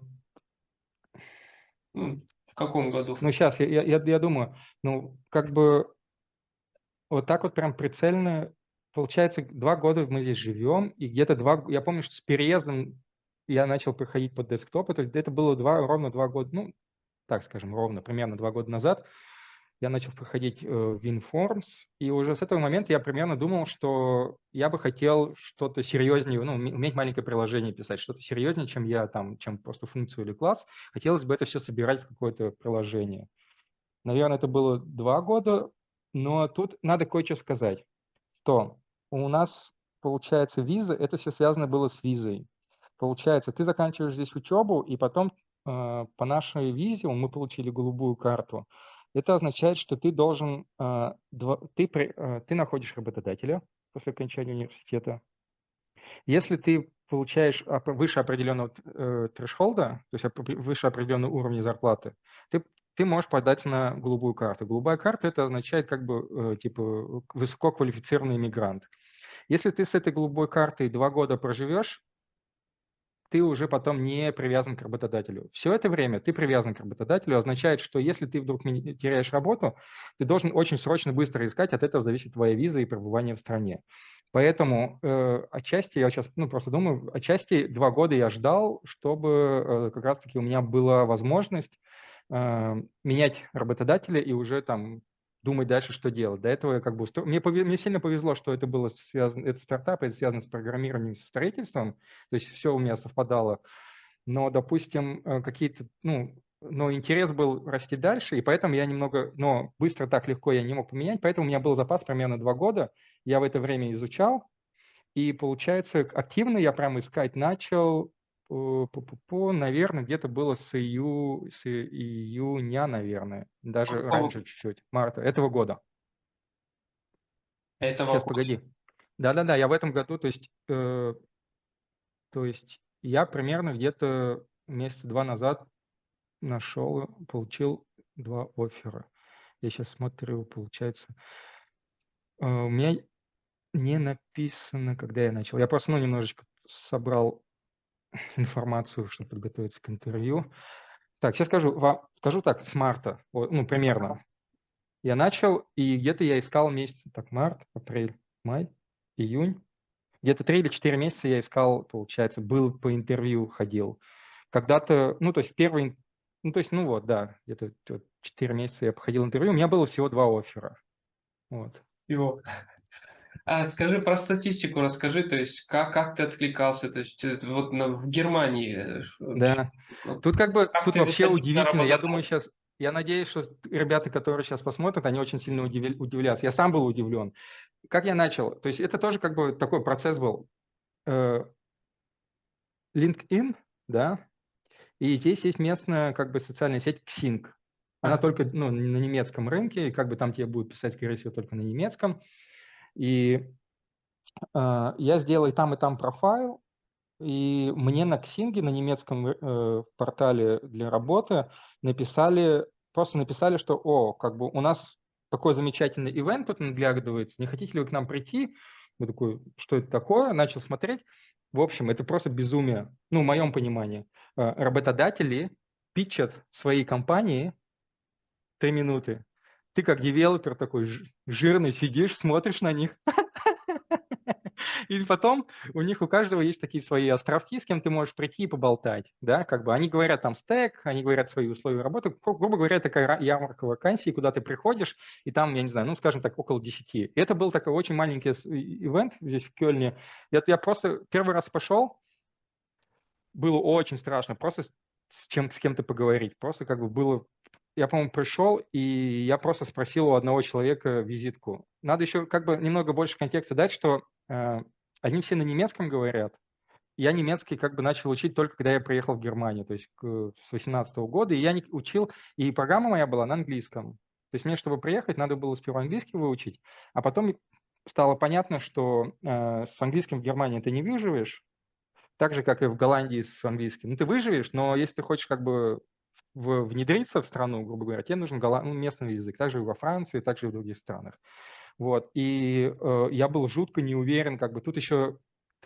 В каком году Ну, хотя бы? сейчас я думаю, ну, как бы вот так вот прям прицельно. Получается, 2 года мы здесь живем, и где-то 2. Я помню, что с переездом я начал проходить под десктопы, то есть это было ровно 2 года, ну, так скажем, ровно, примерно 2 года назад. Я начал проходить WinForms, и уже с этого момента я примерно думал, что я бы хотел что-то серьезнее, ну, уметь маленькое приложение писать, что-то серьезнее, чем я там, чем просто функцию или класс. Хотелось бы это все собирать в какое-то приложение. Наверное, это было 2 года, но тут надо кое-что сказать, что у нас, получается, виза, это все связано было с визой. Получается, ты заканчиваешь здесь учебу, и потом по нашей визе мы получили голубую карту. Это означает, что ты должен, ты находишь работодателя после окончания университета. Если ты получаешь выше определенного трешхолда, то есть выше определенного уровня зарплаты, ты можешь подать на голубую карту. Голубая карта – это означает как бы типа высококвалифицированный иммигрант. Если ты с этой голубой картой 2 года проживешь, ты уже потом не привязан к работодателю. Все это время ты привязан к работодателю, означает, что если ты вдруг теряешь работу, ты должен очень срочно быстро искать, от этого зависит твоя виза и пребывание в стране. Поэтому отчасти, я сейчас просто думаю, отчасти 2 года я ждал, чтобы как раз-таки у меня была возможность менять работодателя и уже там думать дальше, что делать. До этого я как бы мне сильно повезло, что это было связано, это стартап, это связано с программированием, со строительством, то есть все у меня совпадало. Но, допустим, какие-то, но интерес был расти дальше, и поэтому я немного, но быстро так легко я не мог поменять, поэтому у меня был запас примерно 2 года, я в это время изучал, и получается, активно я прям искать начал, наверное, где-то было с июня, наверное, даже Какого раньше чуть-чуть, марта этого года. этого Сейчас, года? погоди. Да-да-да, я в этом году, то есть я примерно где-то месяца 2 назад получил 2 оффера. Я сейчас смотрю, получается. У меня не написано, когда я начал. Я просто, немножечко собрал информацию, чтобы подготовиться к интервью. Так, сейчас скажу так, с марта, примерно. Я начал, и где-то я искал месяц, так, март, апрель, май, июнь. Где-то 3 или 4 месяца я искал, получается, был по интервью, ходил. Когда-то, то есть первый, да, где-то 4 месяца я походил интервью, у меня было всего 2 оффера. Вот. Всего. А скажи про статистику, расскажи, то есть как ты откликался, то есть вот в Германии, Да. вот как Тут ты вообще выходил на удивительно. Я думаю, работодателя? сейчас, я надеюсь, что ребята, которые сейчас посмотрят, они очень сильно удивлятся. Я сам был удивлен. Как я начал? То есть это тоже как бы такой процесс был. Э, LinkedIn, да, и здесь есть местная как бы социальная сеть Xing. Она Ага. только ну, на немецком рынке, и как бы там тебе будут писать, скорее всего, только на немецком. И я сделал и там профайл, и мне на Ксинге, на немецком портале для работы просто написали, что, как бы у нас такой замечательный ивент тут наглядывается, не хотите ли вы к нам прийти? Я такой, что это такое? Начал смотреть. В общем, это просто безумие, ну, в моем понимании. Работодатели питчат свои компании 3 минуты. Ты как девелопер такой жирный сидишь, смотришь на них, и потом у них у каждого есть такие свои островки, с кем ты можешь прийти и поболтать, да, как бы они говорят там стек, они говорят свои условия работы, грубо говоря, такая ярмарка вакансий, куда ты приходишь, и там, я не знаю, ну, скажем так, около 10. Это был такой очень маленький ивент здесь в Кёльне. Я просто первый раз пошел, было очень страшно, просто с кем-то поговорить, просто как бы было. Я, по-моему, пришел, и я просто спросил у одного человека визитку. Надо еще как бы немного больше контекста дать, что они все на немецком говорят. Я немецкий как бы начал учить только когда я приехал в Германию, то есть с 18 года, и я не учил, и программа моя была на английском. То есть мне, чтобы приехать, надо было сперва английский выучить, а потом стало понятно, что с английским в Германии ты не выживешь, так же, как и в Голландии с английским. Ну, ты выживешь, но если ты хочешь как бы внедриться в страну, грубо говоря, тебе нужен местный язык. Также и во Франции, также и в других странах. Вот. И я был жутко не уверен, как бы тут еще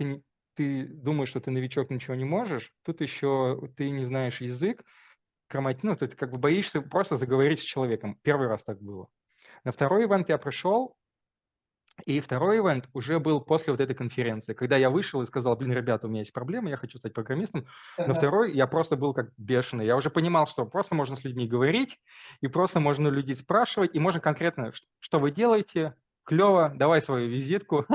ты думаешь, что ты новичок, ничего не можешь, тут еще ты не знаешь язык, ну, ты как бы боишься просто заговорить с человеком. Первый раз так было. На второй ивент я пришел, и второй ивент уже был после вот этой конференции, когда я вышел и сказал, блин, ребята, у меня есть проблема, я хочу стать программистом. На Ага. второй я просто был как бешеный. Я уже понимал, что просто можно с людьми говорить, и просто можно у людей спрашивать, и можно конкретно, что вы делаете, клево, давай свою визитку,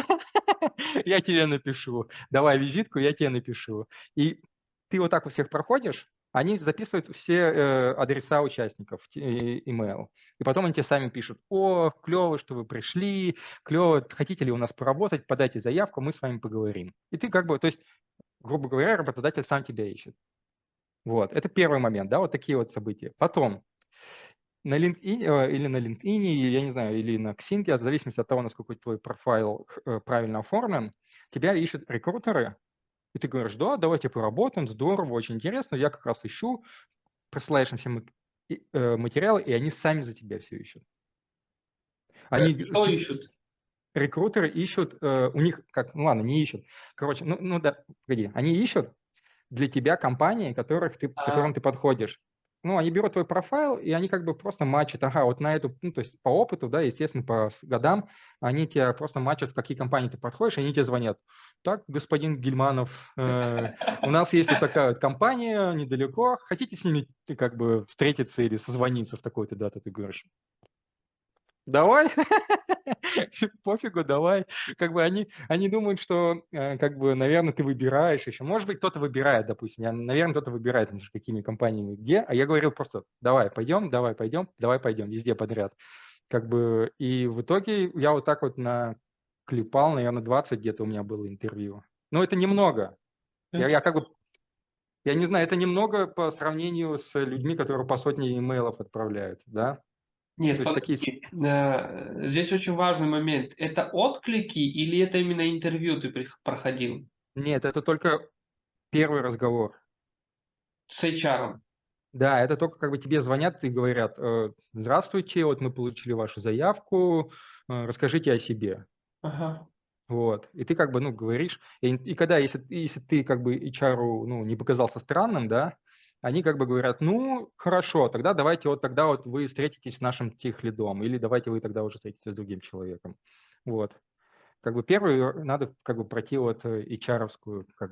я тебе напишу. Давай визитку, я тебе напишу. И ты вот так у всех проходишь, они записывают все адреса участников, email. И потом они тебе сами пишут, клево, что вы пришли, клево, хотите ли у нас поработать, подайте заявку, мы с вами поговорим. И ты как бы, то есть, грубо говоря, работодатель сам тебя ищет. Вот, это первый момент, да, вот такие вот события. Потом, на LinkedIn или на LinkedIn, я не знаю, или на Xing, в зависимости от того, насколько твой профайл правильно оформлен, тебя ищут рекрутеры, и ты говоришь, да, давайте поработаем, здорово, очень интересно, я как раз ищу, присылаешь им все материалы, и они сами за тебя все ищут. Они, Что ищут? рекрутеры ищут, у них, как, ну ладно, не ищут, короче, ну да, погоди, они ищут для тебя компании, которым ты подходишь. Ну, они берут твой профайл, и они как бы просто матчат, ага, вот на эту, ну, то есть по опыту, да, естественно, по годам, они тебя просто матчат, в какие компании ты подходишь, и они тебе звонят. Так, господин Гельманов, у нас есть вот такая вот компания недалеко, хотите с ними как бы встретиться или созвониться в такой-то дату? Ты говоришь, давай, пофигу, давай. Как бы они думают, что, как бы, наверное, ты выбираешь еще. Может быть, кто-то выбирает, допустим. Наверное, кто-то выбирает, между какими компаниями, где. А я говорил просто, давай, пойдем, давай, пойдем, давай, пойдем, везде подряд. Как бы, и в итоге я вот так вот наклепал, наверное, 20 где-то у меня было интервью. Но это немного. Я как бы, я не знаю, это немного по сравнению с людьми, которые по сотне имейлов отправляют, да. То Нет, есть такие. подожди. Здесь очень важный момент. Это отклики или это именно интервью ты проходил Нет, это только первый разговор. с HR? Да, это только как бы тебе звонят и говорят, здравствуйте, вот мы получили вашу заявку, расскажите о себе. Ага. Вот. И ты как бы, ну, говоришь, и когда, если ты как бы HR, ну, не показался странным, да, они как бы говорят, ну, хорошо, тогда вот вы встретитесь с нашим техлидом, или давайте вы тогда уже встретитесь с другим человеком. Вот. Как бы первый надо как бы пройти вот HR-овскую как бы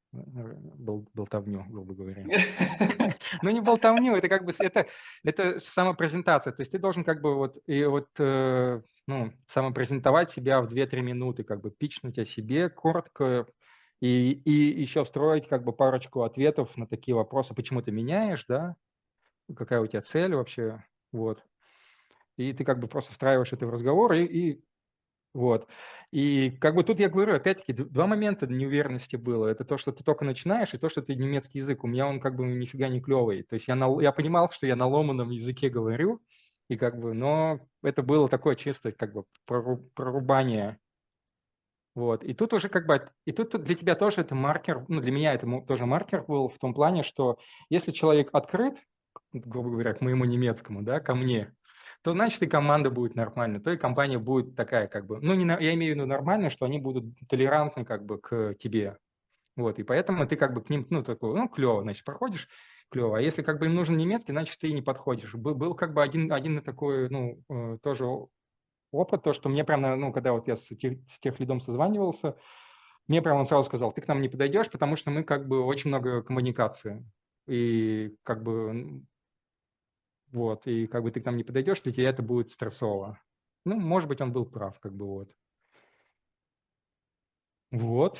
болтовню, грубо говоря. Ну, не болтовню, это как бы это самопрезентация. То есть ты должен как бы ну, самопрезентовать себя в 2-3 минуты, как бы питчнуть о себе коротко и еще встроить как бы парочку ответов на такие вопросы. Почему ты меняешь, да? Какая у тебя цель вообще? Вот. И ты как бы просто встраиваешь это в разговор вот. И как бы тут я говорю, опять-таки, два момента неуверенности было. Это то, что ты только начинаешь, и то, что ты немецкий язык. У меня он как бы нифига не клевый. То есть я понимал, что я на ломаном языке говорю, и как бы, но это было такое чисто как бы прорубание. Вот. И тут уже как бы, и тут для тебя тоже это маркер, ну для меня это тоже маркер был в том плане, что если человек открыт, грубо говоря, к моему немецкому, да, ко мне, то значит и команда будет нормальная, то и компания будет такая как бы, ну не, я имею в виду нормально, что они будут толерантны как бы к тебе. Вот, и поэтому ты как бы к ним, ну такой, ну клево, значит, проходишь, клево. А если как бы им нужен немецкий, значит, ты не подходишь. Был как бы один такой, ну, тоже опыт, то, что мне прям, ну, когда вот я с тех лидом созванивался, мне прям он сразу сказал, ты к нам не подойдешь, потому что мы как бы очень много коммуникации. И как бы вот, и как бы ты к нам не подойдешь, для тебя это будет стрессово. Ну, может быть, он был прав, как бы вот. Вот,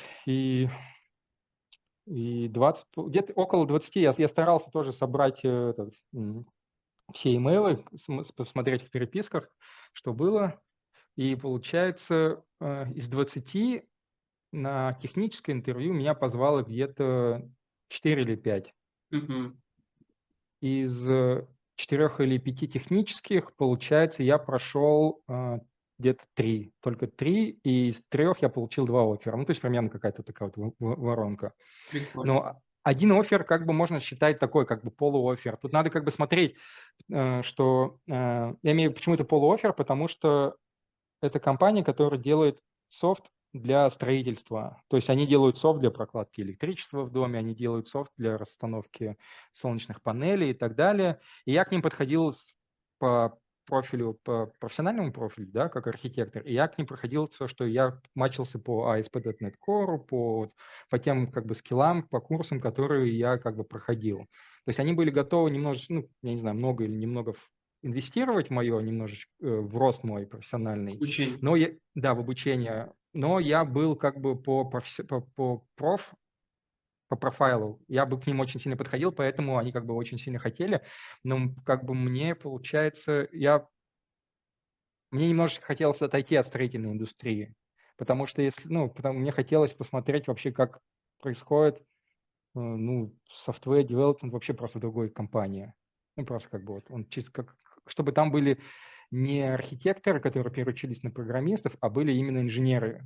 и 20, где-то около 20 я старался тоже собрать все имейлы, посмотреть в переписках, что было. И получается, из 20 на техническое интервью меня позвало где-то 4 или 5. Мгм. Из 4 или 5 технических, получается, я прошел где-то 3, только 3, и из 3 я получил 2 оффера. Ну, то есть примерно какая-то такая вот воронка. Прикольно. Но один оффер как бы можно считать такой как бы полуоффер. Тут надо как бы смотреть, что я имею почему это полуоффер, потому что это компания, которая делает софт для строительства. То есть они делают софт для прокладки электричества в доме, они делают софт для расстановки солнечных панелей и так далее. И я к ним подходил по профилю, по профессиональному профилю, да, как архитектор, и я к ним проходил все, что я мачился по ASP.NET Core, по тем как бы скиллам, по курсам, которые я как бы проходил. То есть они были готовы немножечко, ну, я не знаю, много или немного инвестировать в мое немножечко, в рост мой профессиональный, Учение. но да, в обучение, но я был как бы по профайлу, я бы к ним очень сильно подходил, поэтому они как бы очень сильно хотели, но как бы мне, получается, мне немножечко хотелось отойти от строительной индустрии, потому что если, ну, потому мне хотелось посмотреть вообще, как происходит, ну, software development вообще просто в другой компании. Ну, просто как бы вот он чисто как, чтобы там были не архитекторы, которые переучились на программистов, а были именно инженеры,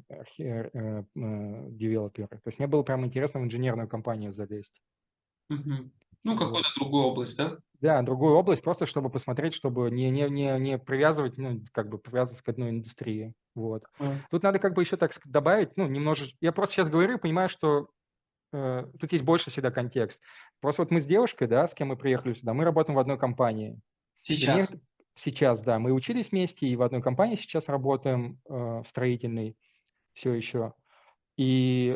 девелоперы. То есть мне было прям интересно в инженерную компанию залезть. Мгм. Ну, Вот. какую-то другую область, да? Да, другую область, просто чтобы посмотреть, чтобы не привязывать, ну, как бы привязываться к одной индустрии. Вот. А. Тут надо как бы еще так добавить, ну, немножечко, я просто сейчас говорю и понимаю, что тут есть больше всегда контекст. Просто вот мы с девушкой, да, с кем мы приехали сюда, мы работаем в одной компании. И Сейчас. мне сейчас, да, мы учились вместе и в одной компании сейчас работаем, в строительной все еще. И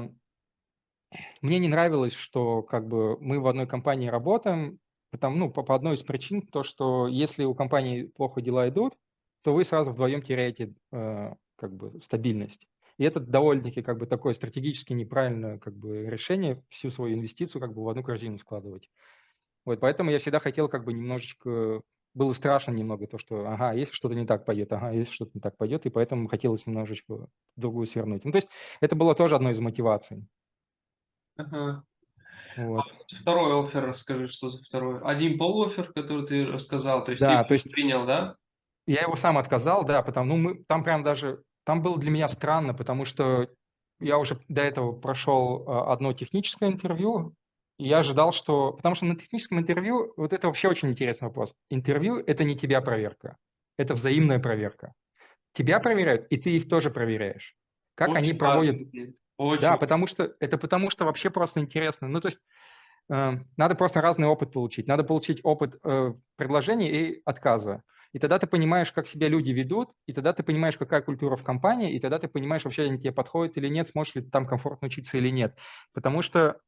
мне не нравилось, что как бы мы в одной компании работаем, потому, ну, по одной из причин, то, что если у компании плохо дела идут, то вы сразу вдвоем теряете как бы стабильность. И это довольно-таки как бы такое стратегически неправильное как бы решение всю свою инвестицию как бы в одну корзину складывать. Вот поэтому я всегда хотел как бы немножечко, было страшно немного то, что ага, если что-то не так пойдет, ага, если что-то не так пойдет, и поэтому хотелось немножечко в другую свернуть. Ну, то есть это было тоже одной из мотиваций. Ага. А Вот. вот второй оффер, расскажи, что за второй. Один полуоффер, который ты рассказал, то есть ты его Да, то не есть принял, да? я его сам отказал, да, потому, ну, там прям даже, там было для меня странно, потому что я уже до этого прошел одно техническое интервью, и я ожидал, что, потому что на техническом интервью, вот это вообще очень интересный вопрос. Интервью– это не тебя проверка, это взаимная проверка. Тебя проверяют, и ты их тоже проверяешь. Как они Очень важный проводят, момент. да, Очень. потому что вообще просто интересно. Ну, то есть надо просто разный опыт получить. Надо получить опыт предложения и отказа. И тогда ты понимаешь, как себя люди ведут, и тогда ты понимаешь, какая культура в компании, и тогда ты понимаешь, вообще они тебе подходят или нет, сможешь ли ты там комфортно учиться или нет. Потому что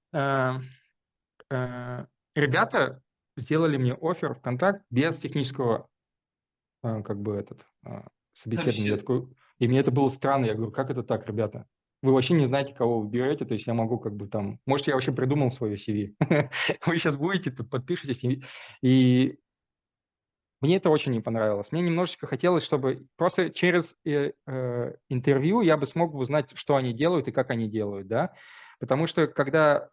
ребята сделали мне оффер в контракт без технического как бы собеседования. Я такой, и мне это было странно. Я говорю, как это так, ребята? Вы вообще не знаете, кого вы берете, то есть я могу как бы там... Может, я вообще придумал свое CV. Вы сейчас будете, тут подпишетесь. И мне это очень не понравилось. Мне немножечко хотелось, чтобы просто через интервью я бы смог узнать, что они делают и как они делают, да. Потому что когда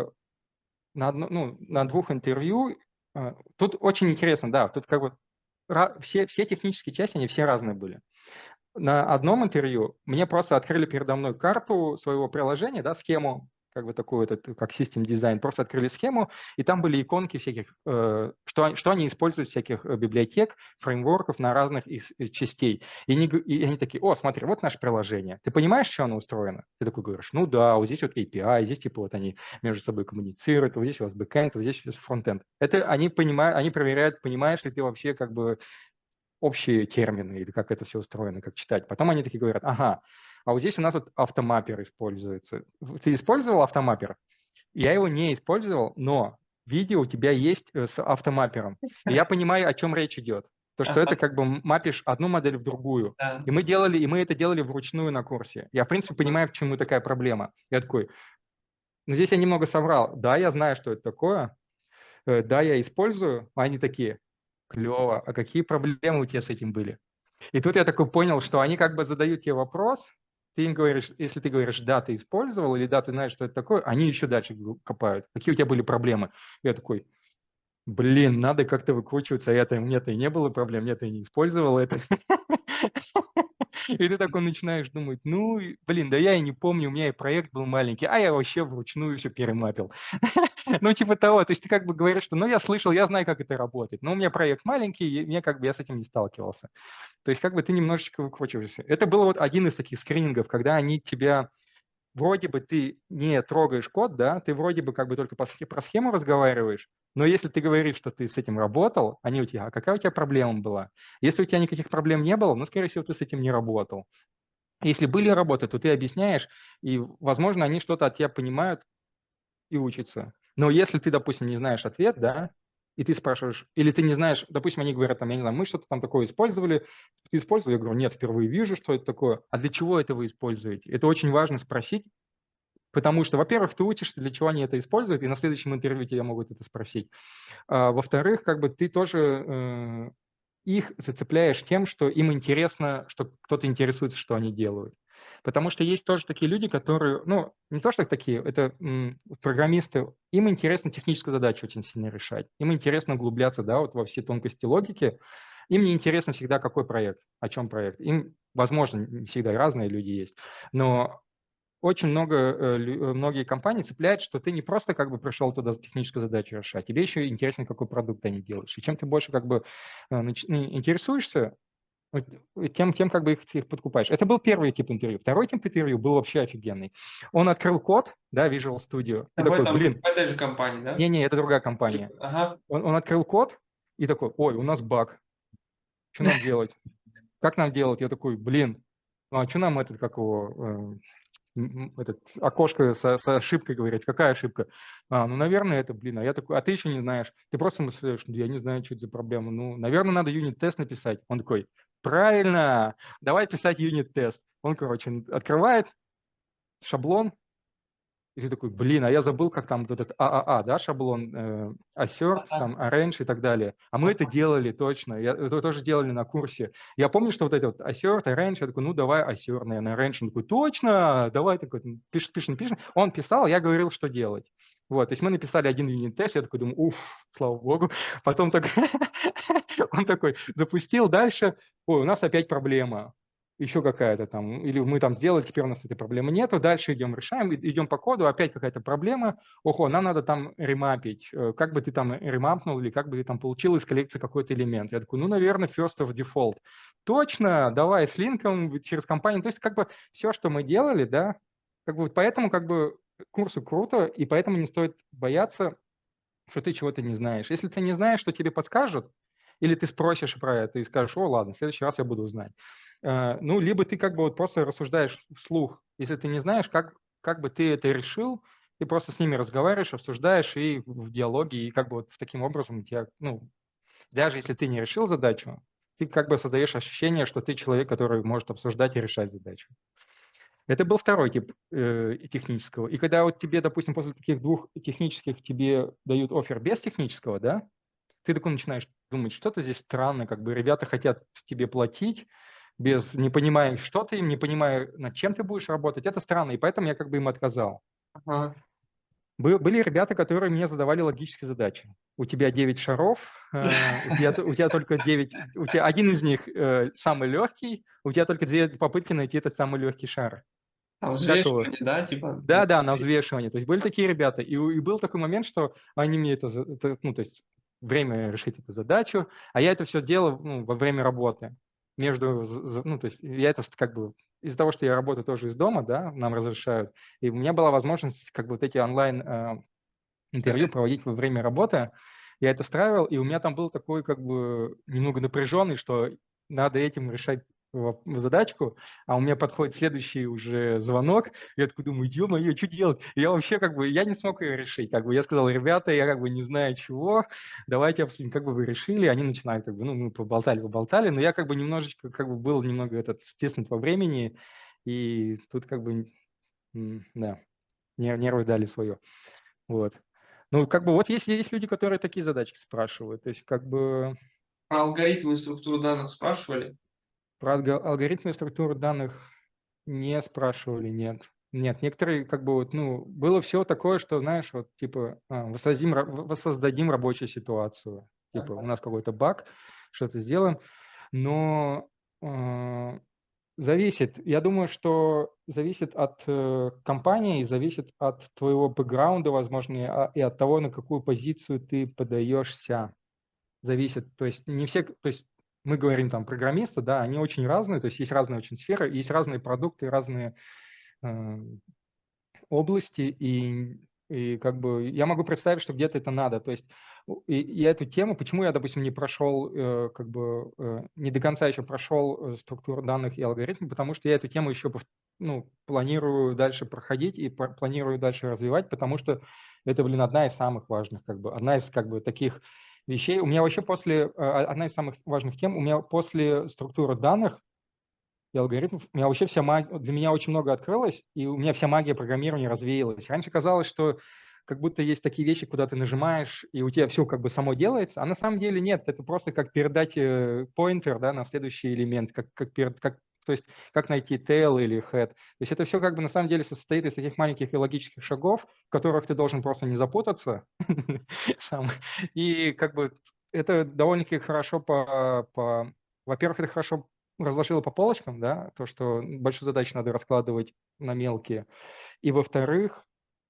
на двух интервью, тут очень интересно, да, тут как бы все технические части, они все разные были. На одном интервью мне просто открыли передо мной карту своего приложения, да, схему, как бы такую, как систем дизайн, просто открыли схему, и там были иконки всяких, что они используют, всяких библиотек, фреймворков на разных частей. И они такие, о, смотри, вот наше приложение. Ты понимаешь, что оно устроено? Ты такой говоришь, ну да, вот здесь вот API, здесь типа вот они между собой коммуницируют, вот здесь у вас бэкэнд, вот здесь фронтенд. Это они понимают, они проверяют, понимаешь ли ты вообще как бы общие термины или как это все устроено, как читать. Потом они такие говорят, ага, а вот здесь у нас вот автомаппер используется. Ты использовал автомаппер? Я его не использовал, но видео у тебя есть с автомаппером. И я понимаю, о чем речь идет. То, что это Ага, как бы мапишь одну модель в другую. да. И мы это делали вручную на курсе. Я, в принципе, понимаю, почему такая проблема. Я такой, ну здесь я немного соврал. Да, я знаю, что это такое. Да, я использую. А они такие, клево. А какие проблемы у тебя с этим были? И тут я такой понял, что они как бы задают тебе вопрос, ты им говоришь, если ты говоришь, да, ты использовал, или да, ты знаешь, что это такое, они еще дальше копают. Какие у тебя были проблемы? Я такой, блин, надо как-то выкручиваться, у меня-то и не было проблем, я-то и не использовал это. И ты такой начинаешь думать, ну, блин, да я и не помню, у меня и проект был маленький, а я вообще вручную все перемапил. Ну, типа того, то есть ты как бы говоришь, что, ну, я слышал, я знаю, как это работает, но у меня проект маленький, и мне как бы я с этим не сталкивался. То есть как бы ты немножечко выкручиваешься. Это был вот один из таких скринингов, когда они тебя, вроде бы ты не трогаешь код, да, ты вроде бы как бы только про схему разговариваешь, но если ты говоришь, что ты с этим работал, они у тебя, а какая у тебя проблема была? Если у тебя никаких проблем не было, ну, скорее всего, ты с этим не работал. Если были работы, то ты объясняешь, и, возможно, они что-то от тебя понимают, и учится. Но если ты, допустим, не знаешь ответ, да, и ты спрашиваешь, или ты не знаешь, допустим, они говорят, там, я не знаю, мы что-то там такое использовали, ты использовал? Я говорю, нет, впервые вижу, что это такое. А для чего это вы используете? Это очень важно спросить, потому что, во-первых, ты учишься, для чего они это используют, и на следующем интервью тебя могут это спросить. А, во-вторых, как бы ты тоже их зацепляешь тем, что им интересно, что кто-то интересуется, что они делают. Потому что есть тоже такие люди, которые, ну, не то, что такие, это программисты, им интересно техническую задачу очень сильно решать. Им интересно углубляться, да, вот во все тонкости логики. Им не интересно всегда, какой проект, о чем проект. Им, возможно, не всегда разные люди есть, но очень многие компании цепляют, что ты не просто как бы пришел туда техническую задачу решать, тебе еще интересно, какой продукт они делают. И чем ты больше как бы интересуешься, вот, тем как бы их подкупаешь. Это был первый тип интервью. Второй тип интервью был вообще офигенный. Он открыл код, да, Visual Studio, и В такой, блин, этой же компании, да? не-не, это другая компания. Ага. Он открыл код и такой, ой, у нас баг, что нам делать? Как нам делать? Я такой, блин, ну а что нам этот, как его, этот окошко с ошибкой говорить. Какая ошибка? Ну, наверное, это, блин, а я такой, а ты еще не знаешь. Ты просто мыслишь, я не знаю, что это за проблема. Ну, наверное, надо юнит-тест написать. Он такой, правильно, давай писать юнит-тест. Он, короче, открывает шаблон, и ты такой, блин, а я забыл, как там вот этот ААА, да, шаблон, assert, Ага. там, arrange и так далее. А мы это делали точно, это тоже делали на курсе. Я помню, что вот это вот assert, arrange, я такой, ну, давай assert, наверное, arrange. Он такой, точно, давай, такой, пишем. Он писал, я говорил, что делать. Вот, то есть мы написали один юнит-тест, я такой думаю, уф, слава богу. Потом так, он такой запустил дальше, ой, у нас опять проблема еще какая-то там, или мы там сделали, теперь у нас этой проблемы нету, дальше идем, решаем, идем по коду, опять какая-то проблема, ого, нам надо там ремапить, как бы ты там ремапнул, или как бы ты там получил из коллекции какой-то элемент. Я такой, ну, наверное, first of default. Точно, давай с линком через компанию, то есть как бы все, что мы делали, да, как бы поэтому как бы курсу круто, и поэтому не стоит бояться, что ты чего-то не знаешь. Если ты не знаешь, что тебе подскажут, или ты спросишь про это и скажешь: о, ладно, в следующий раз я буду знать. Ну, либо ты как бы вот просто рассуждаешь вслух. Если ты не знаешь, как бы ты это решил, ты просто с ними разговариваешь, обсуждаешь и в диалоге, и как бы вот таким образом у тебя, ну, даже если ты не решил задачу, ты как бы создаешь ощущение, что ты человек, который может обсуждать и решать задачу. Это был второй тип технического. И когда вот тебе, допустим, после таких двух технических тебе дают оффер без технического, да, ты такой начинаешь думать, что-то здесь странно, как бы ребята хотят тебе платить, не понимая, что ты им, не понимая, над чем ты будешь работать. Это странно, и поэтому я как бы им отказал. Ага. Были ребята, которые мне задавали логические задачи. У тебя 9 шаров, у тебя только 9, у тебя один из них самый легкий, у тебя только 2 попытки найти этот самый легкий шар. Там Как его? взвешивание, да, типа? Да, на взвешивание. То есть были такие ребята. И был такой момент, что они мне ну, то есть время решить эту задачу, а я это все делал во время работы. Ну, то есть я это как бы из-за того, что я работаю тоже из дома, да, нам разрешают, и у меня была возможность как бы вот эти онлайн интервью проводить во время работы. Я это встраивал, и у меня там был такой как бы немного напряженный, что надо этим решать задачку, а у меня подходит следующий уже звонок, я такой думаю, ё-моё, что делать? И я вообще как бы, я не смог ее решить, как бы я сказал: ребята, я как бы не знаю чего, давайте обсудим, как бы вы решили, они начинают как бы, ну, мы поболтали, но я как бы немножечко, как бы был немного стиснут по времени, и тут как бы, да, нервы дали свое, вот. Ну, как бы вот есть люди, которые такие задачки спрашивают. То есть как бы Про алгоритмы и структуру данных спрашивали? про алгоритмы и структуру данных не спрашивали, нет. Нет, некоторые как бы вот, ну, было все такое, что, знаешь, вот типа воссоздадим рабочую ситуацию. Типа у Ага. нас какой-то баг, что-то сделаем. Но э, зависит. Я думаю, что зависит от компании, зависит от твоего бэкграунда, возможно, и от того, на какую позицию ты подаешься. Зависит. То есть не все, то есть мы говорим там программисты, да, они очень разные, то есть разные очень сферы, есть разные продукты, разные э, области, и как бы я могу представить, что где-то это надо. То есть и эту тему, почему я, допустим, не прошел, как бы не до конца еще прошел структуру данных и алгоритмы, потому что я эту тему еще ну, планирую дальше проходить и планирую дальше развивать, потому что это, блин, одна из самых важных, как бы, одна из как бы таких вещей. У меня вообще одна из самых важных тем, у меня после структуры данных и алгоритмов, у меня вообще для меня очень много открылось, и у меня вся магия программирования развеялась. Раньше казалось, что как будто есть такие вещи, куда ты нажимаешь, и у тебя все как бы само делается, а на самом деле нет, это просто как передать поинтер, да, на следующий элемент, то есть как найти tail или head. То есть это все как бы на самом деле состоит из таких маленьких и логических шагов, в которых ты должен просто не запутаться сам. И как бы это довольно-таки хорошо во-первых, это хорошо разложила по полочкам, да, то, что большую задачу надо раскладывать на мелкие. И, во-вторых,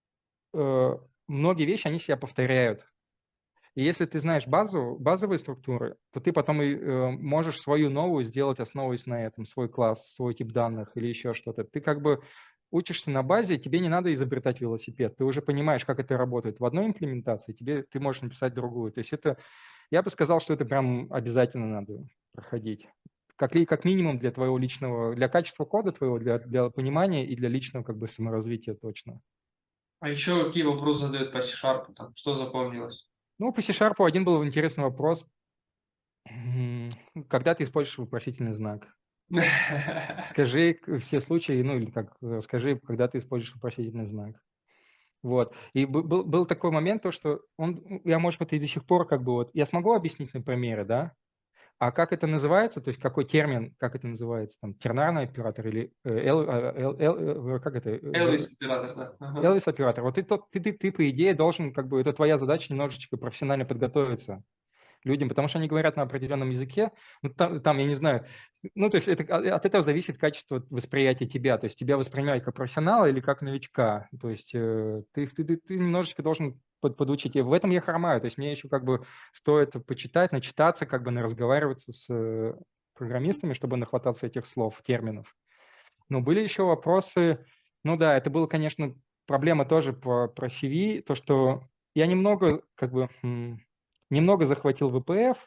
многие вещи, они себя повторяют. И если ты знаешь базовые структуры, то ты потом и можешь свою новую сделать, основываясь на этом, свой класс, свой тип данных или еще что-то. Ты как бы учишься на базе, тебе не надо изобретать велосипед. Ты уже понимаешь, как это работает в одной имплементации, ты можешь написать другую. То есть это, я бы сказал, что это прям обязательно надо проходить. Как минимум для твоего личного, для качества кода твоего, для понимания и для личного как бы саморазвития точно. А еще какие вопросы задают по C-Sharp? Там, что запомнилось? Ну, по C-Sharp один был интересный вопрос. Когда ты используешь вопросительный знак? Скажи все случаи, ну или как, скажи, когда ты используешь вопросительный знак. Вот. И был такой момент, то, что я, может быть, и до сих пор как бы вот, я смогу объяснить на примере, да, а как это называется, то есть какой термин, как это называется, там, тернарный оператор или как это, Элвис оператор, да. Ага. Элвис оператор. Вот ты, по идее, должен, как бы, это твоя задача немножечко профессионально подготовиться людям, потому что они говорят на определенном языке, ну, там, я не знаю, ну, то есть от этого зависит качество восприятия тебя, то есть тебя воспринимают как профессионала или как новичка, то есть ты немножечко должен подучить, и в этом я хромаю, то есть мне еще как бы стоит почитать, начитаться, как бы разговариваться с программистами, чтобы нахвататься этих слов, терминов. Но были еще вопросы, ну да, это было, конечно, проблема тоже про CV, то, что я немного, как бы, немного захватил ВПФ,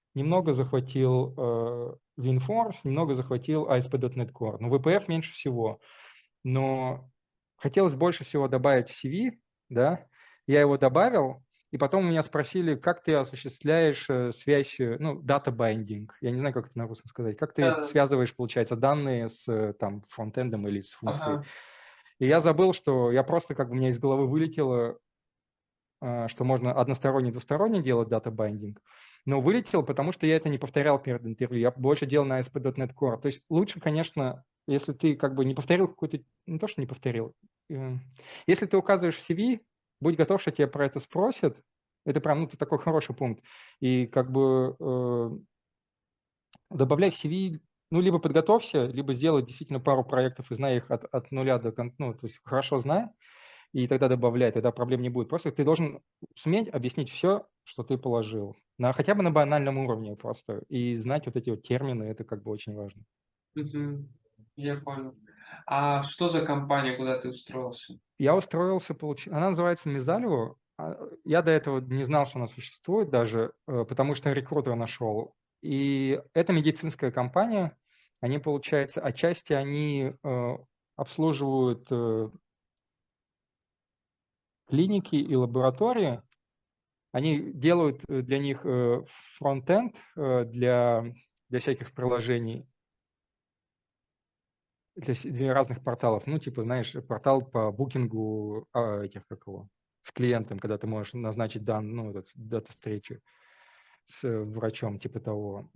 немного захватил WinForce, немного захватил ASP.NET Core. Ну, WPF меньше всего. Но хотелось больше всего добавить в CV, да, я его добавил, и потом меня спросили, как ты осуществляешь связь, ну, data binding, я не знаю, как это на русском сказать, как ты Да. связываешь, получается, данные с там фронтендом или с функцией. Ага. И я забыл, что я просто, как бы, у меня из головы вылетело, что можно односторонний, двусторонний делать data binding, но вылетел, потому что я это не повторял перед интервью, я больше делал на ASP.NET Core. То есть лучше, конечно, если ты как бы не повторил какой-то, не то, что не повторил, если ты указываешь в CV, будь готов, что тебя про это спросят, это прям, ну, это такой хороший пункт. И как бы добавляй в CV, ну, либо подготовься, либо сделай действительно пару проектов и знай их от нуля до конца, ну, то есть хорошо знай, и тогда добавляй, тогда проблем не будет. Просто ты должен суметь объяснить все, что ты положил, хотя бы на банальном уровне просто, и знать вот эти вот термины, это как бы очень важно. Мгм. Я понял. А что за компания, куда ты устроился? Я устроился, она называется Мизалио. Я до этого не знал, что она существует даже, потому что рекрутер нашел. И это медицинская компания. Они, получается, отчасти они обслуживают клиники и лаборатории. Они делают для них фронтенд для всяких приложений, для разных порталов. Ну, типа, знаешь, портал по букингу этих, как его, с клиентом, когда ты можешь назначить ну, дату встречи с врачом, типа того.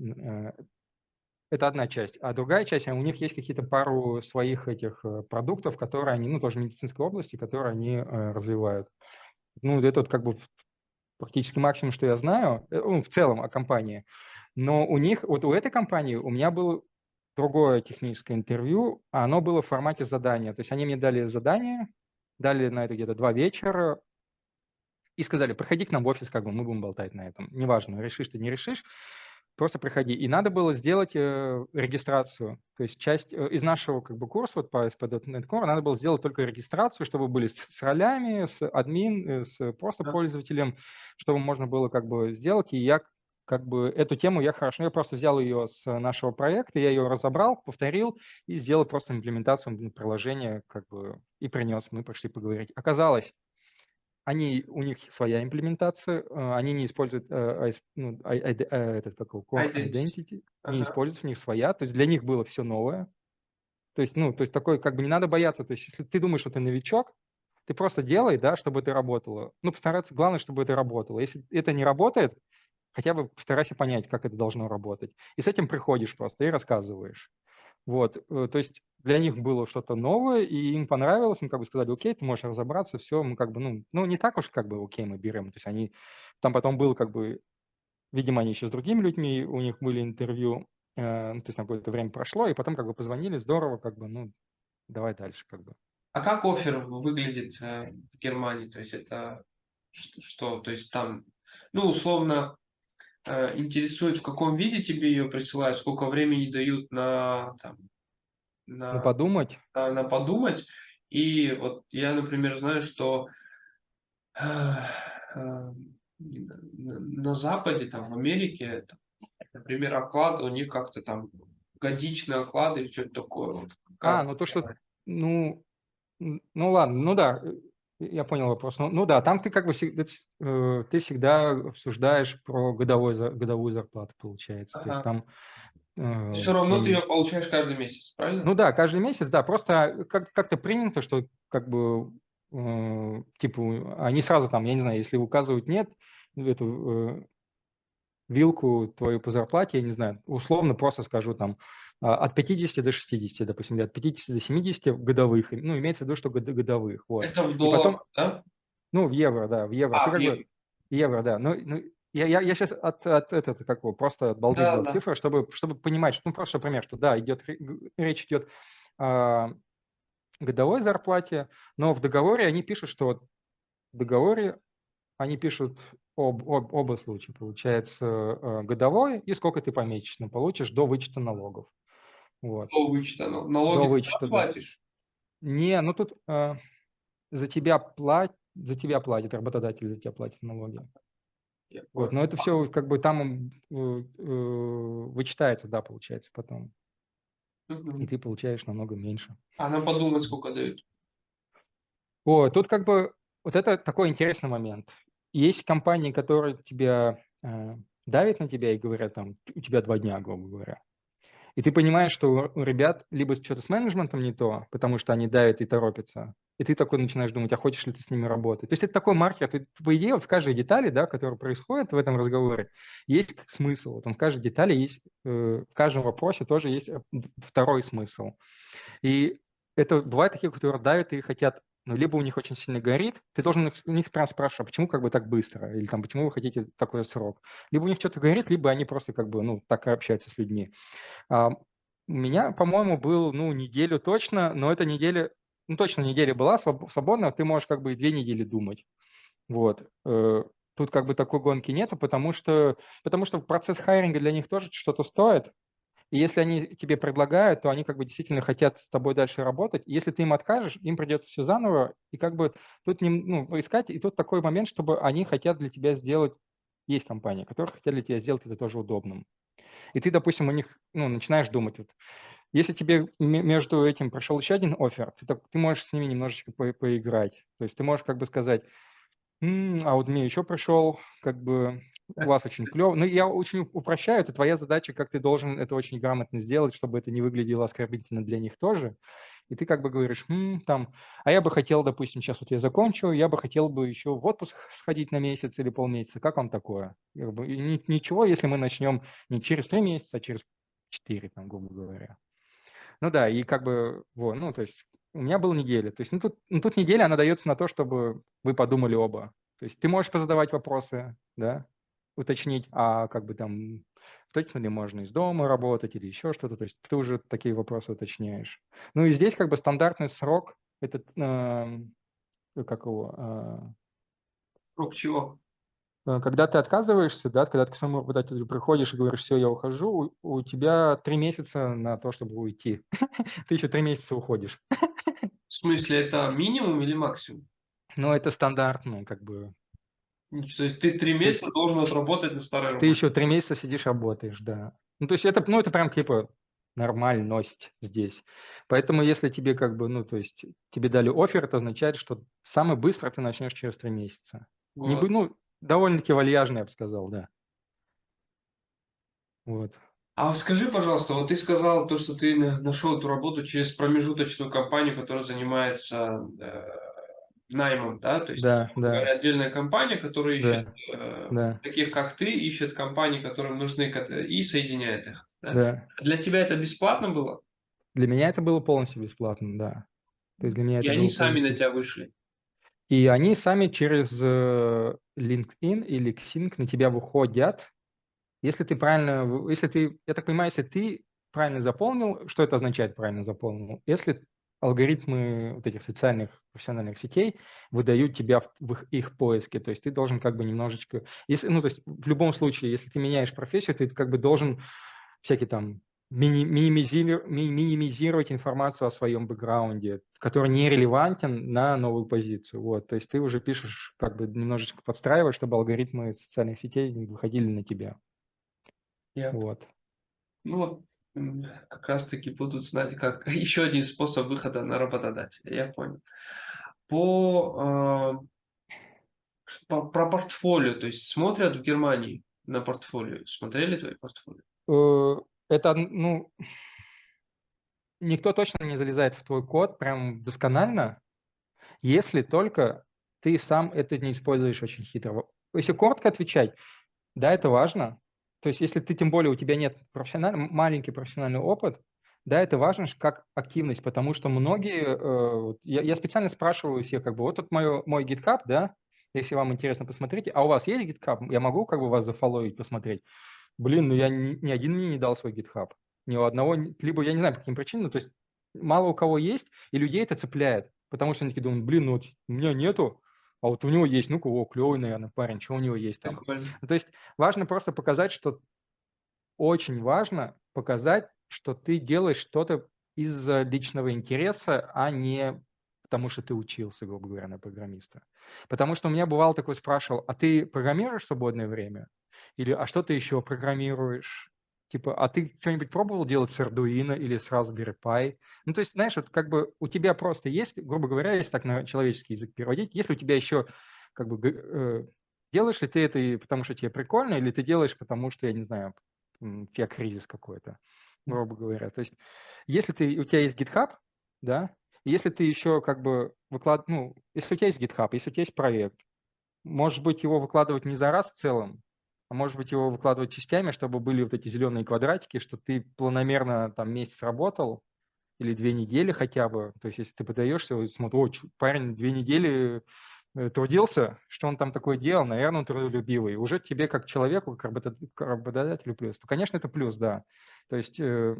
Это одна часть. А другая часть, у них есть какие-то пару своих этих продуктов, которые они, ну, тоже в медицинской области, которые они развивают. Ну, это вот как бы практически максимум, что я знаю, в целом о компании. Но у них, вот у этой компании у меня было другое техническое интервью, а оно было в формате задания. То есть они мне дали задание, дали на это где-то 2 вечера и сказали, приходи к нам в офис, как бы мы будем болтать на этом. Неважно, решишь ты, не решишь, просто приходи. И надо было сделать регистрацию. То есть часть из нашего как бы курса вот по ASP.NET Core надо было сделать только регистрацию, чтобы были с ролями, с админ, с просто Да. пользователем, чтобы можно было как бы сделать. И я как бы эту тему я хорошо, я просто взял ее с нашего проекта, я ее разобрал, повторил и сделал просто имплементацию приложения как бы и принес. Мы пошли поговорить. Оказалось, у них своя имплементация, они не используют этот, как его, Core Identity. Identity, не Ага. используют, у них своя, то есть для них было все новое. То есть, ну, то есть такой, как бы не надо бояться, то есть если ты думаешь, что ты новичок, ты просто делай, да, чтобы это работало. Ну, постараться, главное, чтобы это работало. Если это не работает, хотя бы постарайся понять, как это должно работать. И с этим приходишь просто и рассказываешь. Вот, то есть для них было что-то новое, и им понравилось, им как бы сказали, окей, ты можешь разобраться, все, мы как бы, ну, не так уж как бы, окей, мы берем. То есть они, там потом был как бы, видимо, они еще с другими людьми, у них были интервью, ну, то есть там какое-то время прошло, и потом как бы позвонили, здорово, как бы, ну, давай дальше, как бы. А как оффер выглядит в Германии? То есть это что? То есть там, ну, условно, интересует, в каком виде тебе ее присылают, сколько времени дают на, там, Ну, на, подумать, на подумать. И вот я, например, знаю, что на Западе, там, в Америке, там, например, оклады у них как-то там годичные оклады или что-то такое. Вот, как? ну, то, что, ну, ну ладно, ну да, я понял вопрос. Ну да, там ты как бы всегда, ты всегда обсуждаешь про годовую зарплату, получается. То есть Ага. там Все равно ты и ее получаешь каждый месяц, ну правильно? да, каждый месяц, да, просто как-то принято, что как бы типа они сразу там, я не знаю, если указывают нет, эту вилку твою по зарплате, я не знаю, условно просто скажу там от 50 до 60, допустим, или от 50 до 70 годовых, ну, имеется в виду, что годовых, вот. Это в И потом, долларах, да? ну, в евро, да, в евро. Ты А, как бы, евро, да. Ну я сейчас от этого, как бы, просто от балды да, взял да. цифры, чтобы понимать, что, ну, просто пример, что да, речь идет о годовой зарплате, но в договоре они пишут, что вот в договоре они пишут оба случая. Получается годовой и сколько ты помесячно получишь до вычета налогов. Вот. До вычета. До Налоги ты вычета, сам да. платишь? Не, ну тут за тебя платит работодатель, за тебя платит налоги. Я Вот, понял. но это все как бы там вычитается, да, получается потом, и Мгм. ты получаешь намного меньше. А нам подумать, сколько дают. Тут как бы вот это такой интересный момент. Есть компании, которые тебя давят на тебя и говорят там, у тебя 2 дня, грубо говоря. И ты понимаешь, что у ребят либо что-то с менеджментом не то, потому что они давят и торопятся, и ты такой начинаешь думать, а хочешь ли ты с ними работать. То есть это такой маркер. По идее, вот в каждой детали, да, которая происходит в этом разговоре, есть смысл. Вот он в каждой детали есть, в каждом вопросе тоже есть второй смысл. И это бывает такие, которые давят и хотят, ну, либо у них очень сильно горит, ты должен у них прям спрашивать, а почему как бы так быстро, или там, почему вы хотите такой срок. Либо у них что-то горит, либо они просто как бы, ну, так и общаются с людьми. У меня, по-моему, был, ну, неделю точно, но эта неделя, ну, точно неделя была свободна, ты можешь как бы и 2 недели думать. Вот. Тут как бы такой гонки нету, потому что процесс хайринга для них тоже что-то стоит. И если они тебе предлагают, то они как бы действительно хотят с тобой дальше работать. И если ты им откажешь, им придется все заново. И как бы тут ну, искать, и тут такой момент, чтобы они хотят для тебя сделать, есть компании, которые хотят для тебя сделать это тоже удобным. И ты, допустим, у них, ну, начинаешь думать, вот, если тебе между этим прошел еще один оффер, ты можешь с ними немножечко поиграть. То есть ты можешь как бы сказать, а вот мне еще пришел, как бы у вас очень клево. Ну, я очень упрощаю, это твоя задача, как ты должен это очень грамотно сделать, чтобы это не выглядело оскорбительно для них тоже. И ты как бы говоришь, там, а я бы хотел, допустим, сейчас вот я закончу, я бы хотел бы еще в отпуск сходить на месяц или полмесяца. Как вам такое? Как бы, и ничего, если мы начнем не через 3 месяца, а через 4, там, грубо говоря. Ну да, и как бы, вот, ну, то есть у меня была неделя. То есть, тут неделя, она дается на то, чтобы вы подумали оба. То есть ты можешь позадавать вопросы, да, уточнить, а как бы там, точно ли можно из дома работать или еще что-то. То есть ты уже такие вопросы уточняешь. Ну и здесь как бы стандартный срок, это, как его, Срок чего? когда ты отказываешься, да, когда ты к своему работодателю приходишь и говоришь, все, я ухожу, у тебя 3 месяца на то, чтобы уйти. Ты еще 3 месяца уходишь. В смысле, это минимум или максимум? Но это стандартно, как бы. То есть ты 3 месяца Ты, должен отработать на старой ты работе. еще 3 месяца сидишь, работаешь, да. Ну, то есть это, ну, это прям типа нормальность здесь. Поэтому если тебе как бы, ну, то есть тебе дали оффер, это означает, что самый быстро ты начнешь через 3 месяца. Вот. Ну, довольно-таки вальяжно, я бы сказал, да. Вот. А вот скажи, пожалуйста, вот ты сказал то, что ты нашел эту работу через промежуточную компанию, которая занимается наймом, да? То есть, Да, условно да, говоря, отдельная компания, которая ищет да, да, таких, как ты, ищет компании, которым нужны, и соединяет их, да? да. Для тебя это бесплатно было? Для меня это было полностью бесплатно, да. То есть для меня И это они было сами на полностью. тебя вышли? И они сами через LinkedIn или Xing на тебя выходят. Если ты правильно, если ты, я так понимаю, если ты правильно заполнил, что это означает правильно заполнил? Если алгоритмы вот этих социальных профессиональных сетей выдают тебя в их поиске, то есть ты должен как бы немножечко, если, ну то есть в любом случае, если ты меняешь профессию, ты как бы должен всякие там минимизировать информацию о своем бэкграунде, который не релевантен на новую позицию. Вот, то есть ты уже пишешь, как бы немножечко подстраиваешь, чтобы алгоритмы социальных сетей выходили на тебя. Я Вот. Ну, вот, как раз-таки будут знать, как еще один способ выхода на работодателя. Я понял. По, про портфолио, то есть смотрят в Германии на портфолио. Смотрели твои портфолио? Э, Это, ну, никто точно не залезает в твой код прям досконально, если только ты сам это не используешь очень хитро. Если коротко отвечать, да, это важно. То есть если ты, тем более, у тебя нет маленький профессиональный опыт, да, это важно как активность, потому что многие, вот я специально спрашиваю всех, как бы, вот тут мой GitHub, да, если вам интересно, посмотрите, а у вас есть GitHub? Я могу как бы вас зафолловить, посмотреть? Блин, ну я ни один мне не дал свой GitHub. Ни у одного, либо я не знаю по каким причинам, то есть мало у кого есть, и людей это цепляет, потому что они такие думают, блин, ну вот у меня нету, а вот у него есть, ну-ка, о, клевый, наверное, парень, что у него есть там. Прикольно. Ну, то есть важно просто показать, что очень важно показать, что ты делаешь что-то из-за личного интереса, а не потому что ты учился, грубо говоря, на программиста. Потому что у меня бывало такое, спрашивал, а ты программируешь в свободное время? Или а что ты еще программируешь? Типа, а ты что-нибудь пробовал делать с Arduino или с Raspberry Pi? Ну, то есть, знаешь, вот как бы у тебя просто есть, грубо говоря, если так на человеческий язык переводить, если у тебя еще как бы делаешь ли ты это потому что тебе прикольно, или ты делаешь потому что, я не знаю, у тебя кризис какой-то, грубо говоря. То есть, если у тебя есть GitHub, да, и если ты еще как бы ну, если у тебя есть GitHub, если у тебя есть проект, может быть, его выкладывать не за раз в целом, а может быть, его выкладывать частями, чтобы были вот эти зеленые квадратики, что ты планомерно там месяц работал или 2 недели хотя бы. То есть, если ты подаешься, вот смотришь, парень 2 недели трудился, что он там такое делал, наверное, он трудолюбивый. Уже тебе как человеку, как работодателю плюс. То, конечно, это плюс, да. То есть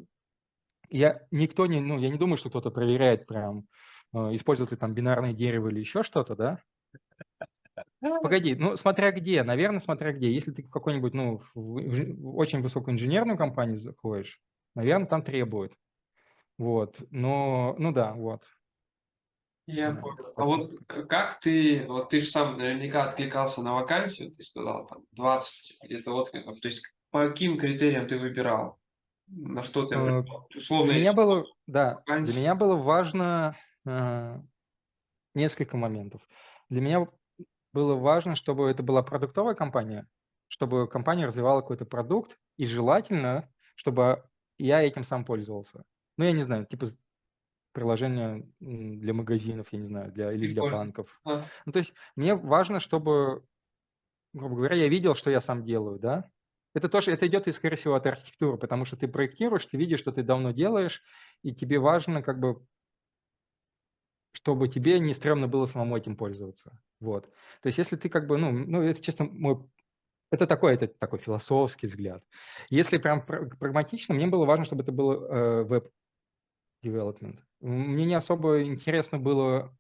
я не думаю, что кто-то проверяет прям, использует ли там бинарное дерево или еще что-то, да. Погоди, ну смотря где, наверное, смотря где. Если ты в какой-нибудь, ну, в очень высокую инженерную компанию заходишь, наверное, там требуют. Вот, но, ну да, вот. Я Да, понял. А так. вот как ты, вот ты же сам наверняка откликался на вакансию, ты сказал там 20 где-то откликов, то есть по каким критериям ты выбирал, на что ты Э, обращал? Для Условно, меня если было, да, для вакансию. меня было важно несколько моментов. Для меня было важно, чтобы это была продуктовая компания, чтобы компания развивала какой-то продукт, и желательно, чтобы я этим сам пользовался. Ну, я не знаю, типа приложение для магазинов, я не знаю, или для Прикольно. банков. А, Ну, то есть мне важно, чтобы, грубо говоря, я видел, что я сам делаю, да. Это тоже, это идет, скорее всего, от архитектуры, потому что ты проектируешь, ты видишь, что ты давно делаешь, и тебе важно, как бы, чтобы тебе не стрёмно было самому этим пользоваться. Вот. То есть если ты как бы, ну это чисто это такой философский взгляд. Если прям прагматично, мне было важно, чтобы это было веб-девелопмент. Мне не особо интересно было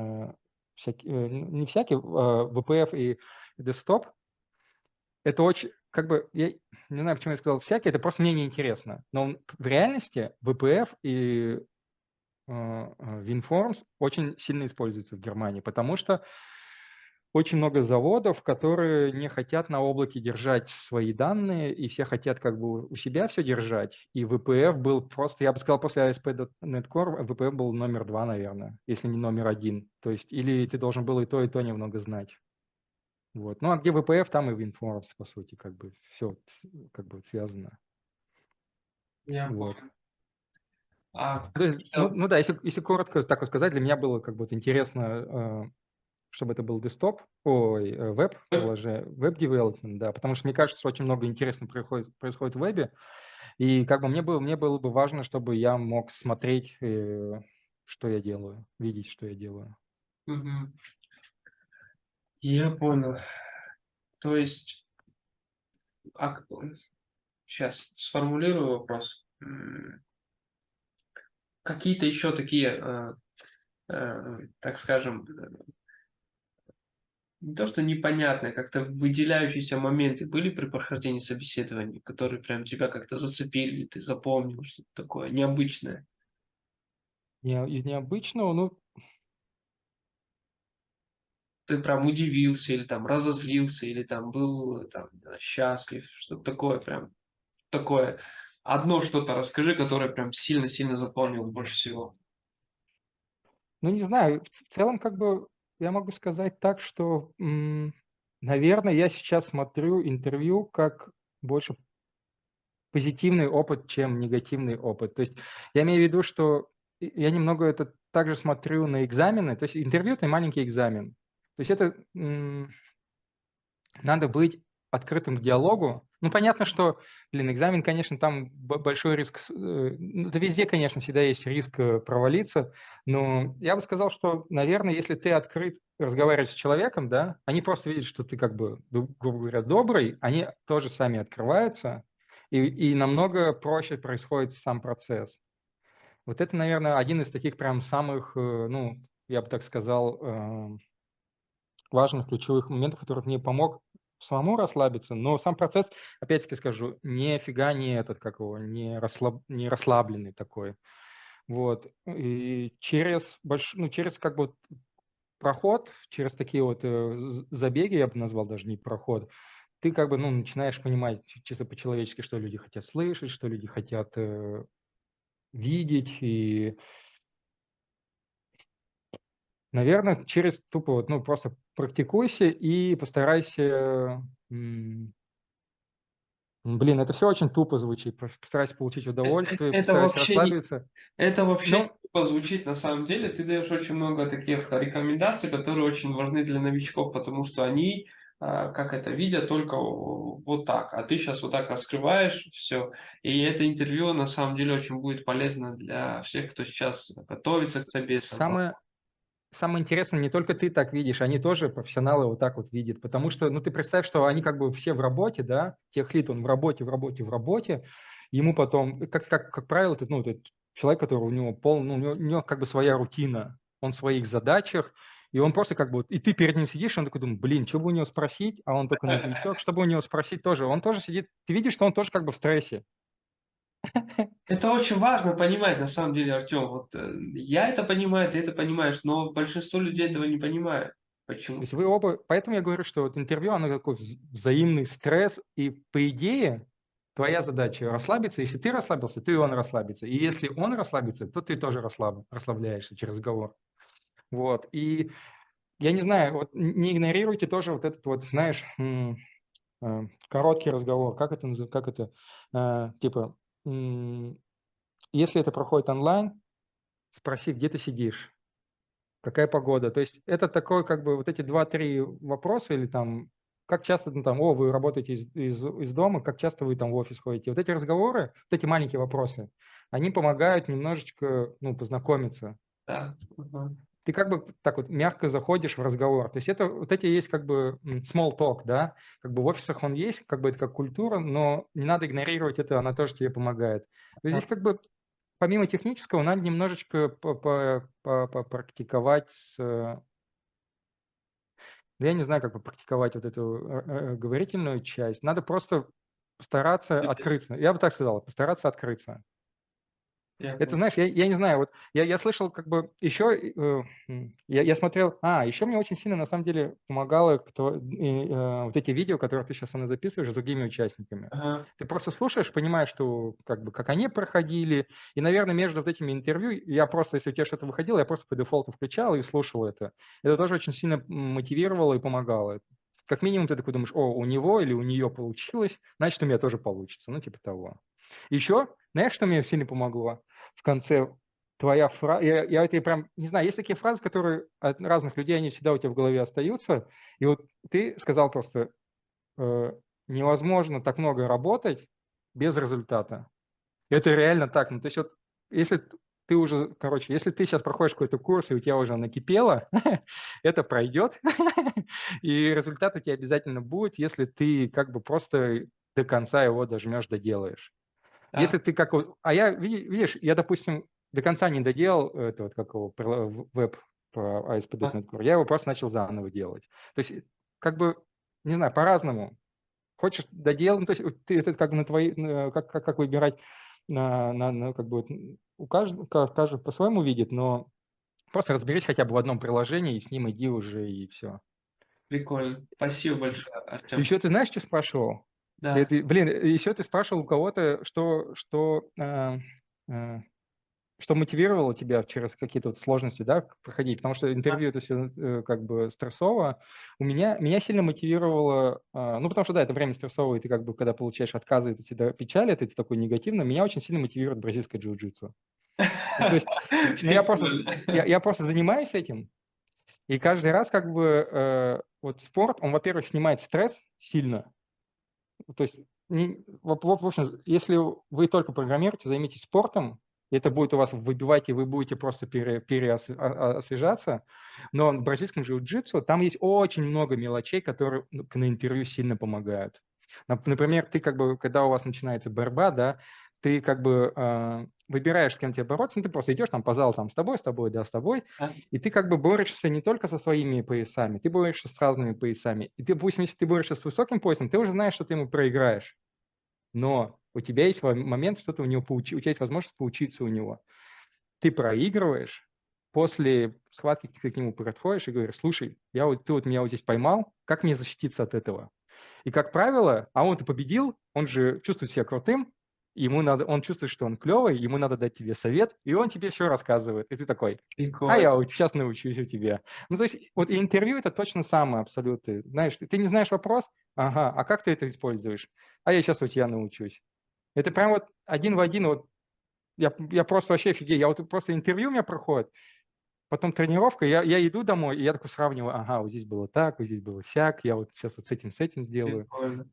не всякий, VPF и десктоп. Это очень, как бы, я не знаю, почему я сказал всякий, это просто мне неинтересно. Но в реальности VPF и WinForms очень сильно используется в Германии, потому что очень много заводов, которые не хотят на облаке держать свои данные, и все хотят как бы у себя все держать. И VPF был просто, я бы сказал, после ASP.NET Core VPF был номер 2, наверное, если не номер 1. То есть или ты должен был и то немного знать. Вот. Ну а где VPF, там и WinForms, по сути, как бы все как бы связано. я Вот. понял. А То есть, ну, какие-то ну да, если коротко так вот сказать, для меня было как бы вот интересно, чтобы это был десктоп, веб-девелопмент, да, потому что мне кажется, что очень много интересного происходит в вебе, и как бы мне было бы важно, чтобы я мог смотреть, что я делаю, видеть, что я делаю. Мгм. Я понял. То есть, сейчас сформулирую вопрос. Какие-то еще такие, так скажем, не то что непонятные, как-то выделяющиеся моменты были при прохождении собеседования, которые прям тебя как-то зацепили, ты запомнил что-то такое необычное? Из необычного, ну, Ты прям удивился или там разозлился, или там был там, не знаю, счастлив, что-то такое прям, такое. Одно что-то расскажи, которое прям сильно-сильно запомнил больше всего. не знаю, в целом как бы я могу сказать так, что, наверное, я сейчас смотрю интервью как больше позитивный опыт, чем негативный опыт. То есть я имею в виду, что я немного это также смотрю на экзамены. То есть интервью – это маленький экзамен. То есть это надо быть открытым к диалогу. Ну, понятно, что, экзамен, конечно, там большой риск. Ну, да везде, конечно, всегда есть риск провалиться. Но я бы сказал, что, наверное, если ты открыт разговаривать с человеком, да, они просто видят, что ты как бы, грубо говоря, добрый, они тоже сами открываются, и намного проще происходит сам процесс. Вот это, наверное, один из таких прям самых, ну, я бы так сказал, важных ключевых моментов, который мне помог самому расслабиться, но сам процесс, опять-таки скажу, нифига не этот, как его, не расслабленный такой. Вот. И через как бы проход, через такие вот забеги, я бы назвал, даже не проход, ты как бы, начинаешь понимать чисто по-человечески, что люди хотят слышать, что люди хотят видеть. И, наверное, через тупо вот, просто практикуйся и постарайся. Блин, это все очень тупо звучит. Постарайся получить удовольствие, Это постарайся вообще не расслабиться. Это вообще не Ну, тупо звучит на самом деле. Ты даешь очень много таких рекомендаций, которые очень важны для новичков, потому что они, как это, видят только вот так, а ты сейчас вот так раскрываешь все. И это интервью на самом деле очень будет полезно для всех, кто сейчас готовится к собеседованию. самое, самое интересное, не только ты так видишь, они тоже, профессионалы, вот так вот видят. Потому что, ты представь, что они как бы все в работе, да, техлид, он в работе, в работе, в работе, ему потом, как правило, это человек, который у него у него как бы своя рутина, он в своих задачах, и он просто как бы, и ты перед ним сидишь, и он такой думает, блин, что бы у него спросить, а он только новичок, чтобы у него спросить тоже, он тоже сидит, ты видишь, что он тоже как бы в стрессе. Это очень важно понимать, на самом деле, Артем. Вот я это понимаю, ты это понимаешь, но большинство людей этого не понимает. То Почему? есть вы оба, поэтому я говорю, что вот интервью, оно такой взаимный стресс, и по идее твоя задача расслабиться. Если ты расслабился, то и он расслабится. И если он расслабится, то ты тоже расслабляешься через разговор. Вот. И я не знаю, вот не игнорируйте тоже вот этот вот, знаешь, короткий разговор. Как это, типа, если это проходит онлайн, спроси, где ты сидишь. Какая погода? То есть это такой, как бы, вот эти два-три вопроса или там, как часто, там, вы работаете из дома, как часто вы там в офис ходите? Вот эти разговоры, вот эти маленькие вопросы, они помогают немножечко, познакомиться. Да. Ага. Ты как бы так вот мягко заходишь в разговор. То есть это вот эти есть как бы small talk, да, как бы в офисах он есть, как бы это как культура, но не надо игнорировать это, она тоже тебе помогает. То есть здесь как бы помимо технического надо немножечко попрактиковать да я не знаю, как попрактиковать вот эту говорительную часть. Надо просто постараться открыться. Я бы так сказал, постараться открыться. Я Это, понял. знаешь, я не знаю, вот я слышал как бы еще, я смотрел, еще мне очень сильно на самом деле помогало вот эти видео, которые ты сейчас записываешь с другими участниками. Ага. Ты просто слушаешь, понимаешь, что как бы как они проходили, и, наверное, между вот этими интервью я просто, если у тебя что-то выходило, я просто по дефолту включал и слушал это. Это тоже очень сильно мотивировало и помогало. Как минимум ты такой думаешь, у него или у нее получилось, значит, у меня тоже получится, типа того. Еще, знаешь, что мне сильно помогло? В конце твоя фраза, я это прям, не знаю, есть такие фразы, которые от разных людей, они всегда у тебя в голове остаются, и вот ты сказал просто, невозможно так много работать без результата. Это реально так. То есть вот если ты уже, если ты сейчас проходишь какой-то курс, и у тебя уже накипело, это пройдет, и результат у тебя обязательно будет, если ты как бы просто до конца его дожмешь, доделаешь. Если Да. ты как а я, видишь, я, допустим, до конца не доделал это вот какого веб по А, ASP.NET Core, я его просто начал заново делать. То есть как бы, не знаю, по-разному. Хочешь доделать, то есть ты это как бы на твои, как выбирать, как бы у каждый по-своему видит, но просто разберись хотя бы в одном приложении и с ним иди уже и все. Прикольно. Спасибо большое, Артем. Еще ты знаешь, что спрашивал? Да. Еще ты спрашивал у кого-то, э, что мотивировало тебя через какие-то вот сложности, да, проходить? Потому что А, интервью это все как бы стрессово. Меня сильно мотивировало, потому что да, это время стрессовое, и ты как бы, когда получаешь отказы, это всегда печалит, это такой негативно. Меня очень сильно мотивирует бразильское джиу-джитсу. То есть, Прикольно. я просто занимаюсь этим, и каждый раз как бы вот спорт, он, во-первых, снимает стресс сильно. То есть, в общем, если вы только программируете, займитесь спортом, и это будет у вас выбивать, и вы будете просто переосвежаться. Но в бразильском джиу-джитсу там есть очень много мелочей, которые на интервью сильно помогают. Например, ты как бы, когда у вас начинается борьба, да, ты как бы выбираешь, с кем тебе бороться, ты просто идешь там по залу там, с тобой, да, с тобой, А, и ты как бы борешься не только со своими поясами, ты борешься с разными поясами. И ты, допустим, если ты борешься с высоким поясом, ты уже знаешь, что ты ему проиграешь. Но у тебя есть момент что-то у него у тебя есть возможность поучиться у него. ты проигрываешь, после схватки ты к нему подходишь и говоришь: слушай, ты вот меня вот здесь поймал, как мне защититься от этого? И, как правило, он-то победил, он же чувствует себя крутым, он чувствует, что он клевый, ему надо дать тебе совет, и он тебе все рассказывает. И ты такой: а Прикольно. я вот сейчас научусь у тебя. Ну, то есть вот и интервью – это точно самое абсолютно. Знаешь, ты не знаешь вопрос, ага, а как ты это используешь? А я сейчас у тебя научусь. Это прям вот один в один, вот я просто вообще офигею. Я вот просто интервью у меня проходит, потом тренировка, я иду домой, и я такой сравниваю: ага, вот здесь было так, вот здесь было сяк, я вот сейчас вот с этим сделаю. Прикольно.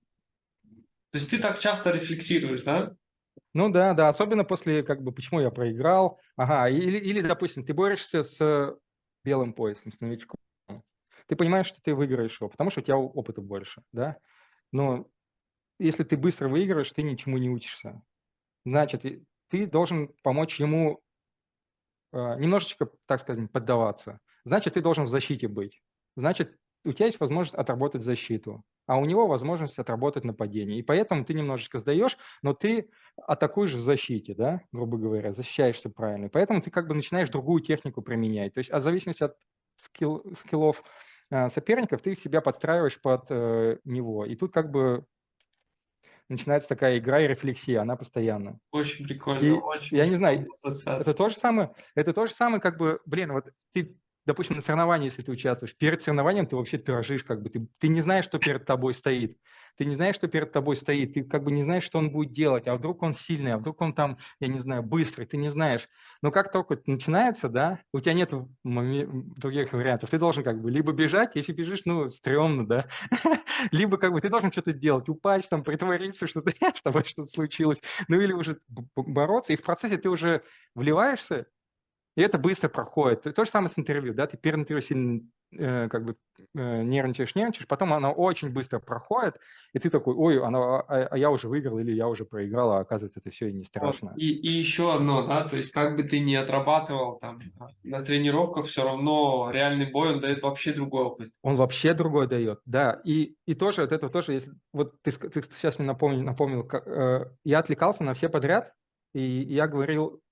То есть ты так часто рефлексируешь, да? Ну да, да, особенно после, как бы, почему я проиграл. Ага, или, допустим, ты борешься с белым поясом, с новичком. Ты понимаешь, что ты выиграешь его, потому что у тебя опыта больше, да? Но если ты быстро выигрываешь, ты ничему не учишься. Значит, ты должен помочь ему немножечко, так сказать, поддаваться. Значит, ты должен в защите быть. Значит, у тебя есть возможность отработать защиту, а у него возможность отработать нападение. И поэтому ты немножечко сдаешь, но ты атакуешь в защите, да, грубо говоря, защищаешься правильно. И поэтому ты как бы начинаешь другую технику применять. То есть, от зависимости от скиллов соперников, ты себя подстраиваешь под него. И тут как бы начинается такая игра и рефлексия, она постоянно. Очень прикольно, И очень я не прикольная знаю, ассоциация. это то же самое, как бы, блин, вот ты, допустим, на соревновании, если ты участвуешь, перед соревнованием ты вообще пирожишь, как бы, ты не знаешь, что перед тобой стоит. Ты не знаешь, что перед тобой стоит, ты как бы не знаешь, что он будет делать, а вдруг он сильный, а вдруг он там, я не знаю, быстрый, ты не знаешь. Но как только это начинается, да, у тебя нет других вариантов. Ты должен как бы либо бежать, если бежишь, ну, стрёмно, да, либо как бы ты должен что-то делать, упасть, там, притвориться, что-то, чтобы что-то случилось, ну или уже бороться, и в процессе ты уже вливаешься, и это быстро проходит. То же самое с интервью, да, ты перед интервью сильно как бы нервничаешь, потом оно очень быстро проходит, и ты такой: ой, а я уже выиграл или я уже проиграл, а оказывается, это все и не Вот. страшно. И еще одно, да, то есть как бы ты ни отрабатывал там на тренировках, все равно реальный бой, он дает вообще другой опыт. Он вообще другой дает, да. И тоже от этого тоже, если вот ты сейчас мне напомнил, я отвлекался на все подряд, и я говорил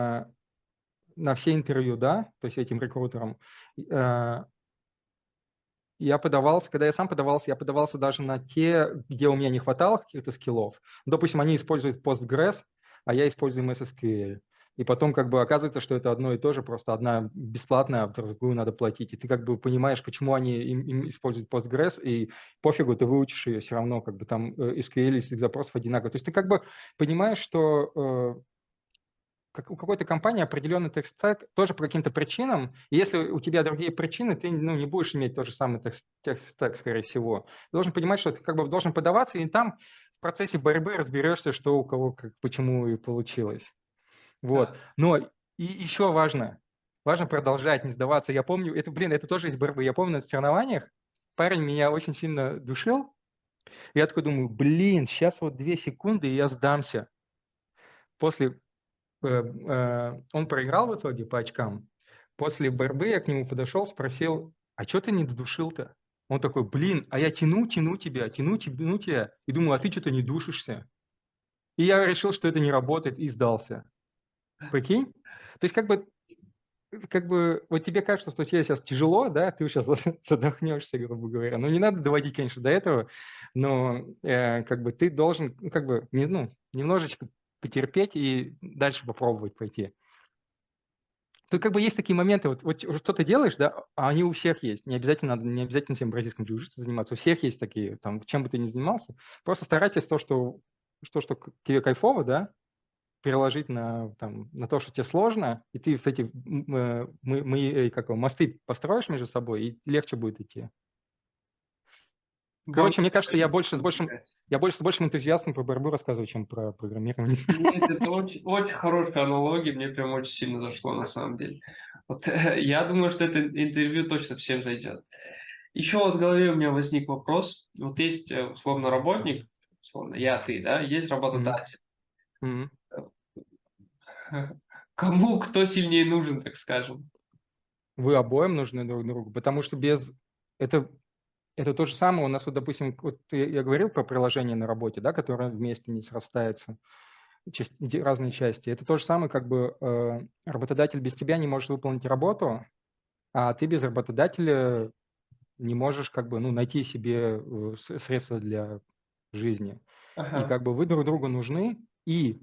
на все интервью, да, то есть этим рекрутерам. Э, Я подавался, когда я сам подавался, я подавался даже на те, где у меня не хватало каких-то скиллов. Допустим, они используют Postgres, а я использую MySQL. И потом как бы оказывается, что это одно и то же, просто одна бесплатная, а другую надо платить. И ты как бы понимаешь, почему они им используют Postgres, и пофигу, ты выучишь ее все равно, как бы там SQL из запросов одинаково. То есть ты как бы понимаешь, что как у какой-то компании определенный тех-стек тоже по каким-то причинам. И если у тебя другие причины, ты не будешь иметь тот же самый тех-стек, скорее всего. Ты должен понимать, что ты как бы должен подаваться, и там в процессе борьбы разберешься, что у кого, почему и получилось. Вот. Да. Но и еще важно продолжать, не сдаваться. Я помню, это тоже из борьбы. Я помню на соревнованиях парень меня очень сильно душил. Я такой думаю: блин, сейчас вот 2 секунды, и я сдамся. После Он проиграл в итоге по очкам. После борьбы я к нему подошел, спросил: а что ты не додушил-то? Он такой: блин, а я тяну тебя, тяну тебя, и думаю, а ты что-то не душишься. И я решил, что это не работает, и сдался. Прикинь? То есть как бы вот тебе кажется, что тебе сейчас тяжело, да, ты сейчас задохнешься, грубо говоря. Ну, не надо доводить, конечно, до этого, но как бы ты должен, ну, как бы, немножечко потерпеть и дальше попробовать пойти. Тут как бы есть такие моменты, вот что ты делаешь, да, а они у всех есть. Не обязательно всем бразильским jiu заниматься. У всех есть такие, там, чем бы ты ни занимался. Просто старайтесь что тебе кайфово, да, переложить на то, что тебе сложно, и ты эти мосты построишь между собой, и легче будет идти. Короче, мне кажется, я больше с большим энтузиазмом про борьбу рассказываю, чем про программирование. Нет, это очень, очень хорошая аналогия, мне прям очень сильно зашло на самом деле. Вот, я думаю, что это интервью точно всем зайдет. Еще вот в голове у меня возник вопрос. Вот есть условно работник, условно я, ты, да, есть Мгм. работодатель. Мгм. Кому кто сильнее нужен, так скажем? Вы обоим нужны друг другу, потому что без... Это Это то же самое у нас, вот, допустим, вот я говорил про приложение на работе, да, которое вместе не срастается. разные части. Это то же самое, как бы работодатель без тебя не может выполнить работу, а ты без работодателя не можешь как бы, ну, найти себе средства для жизни. И Ага, как бы вы друг другу нужны, и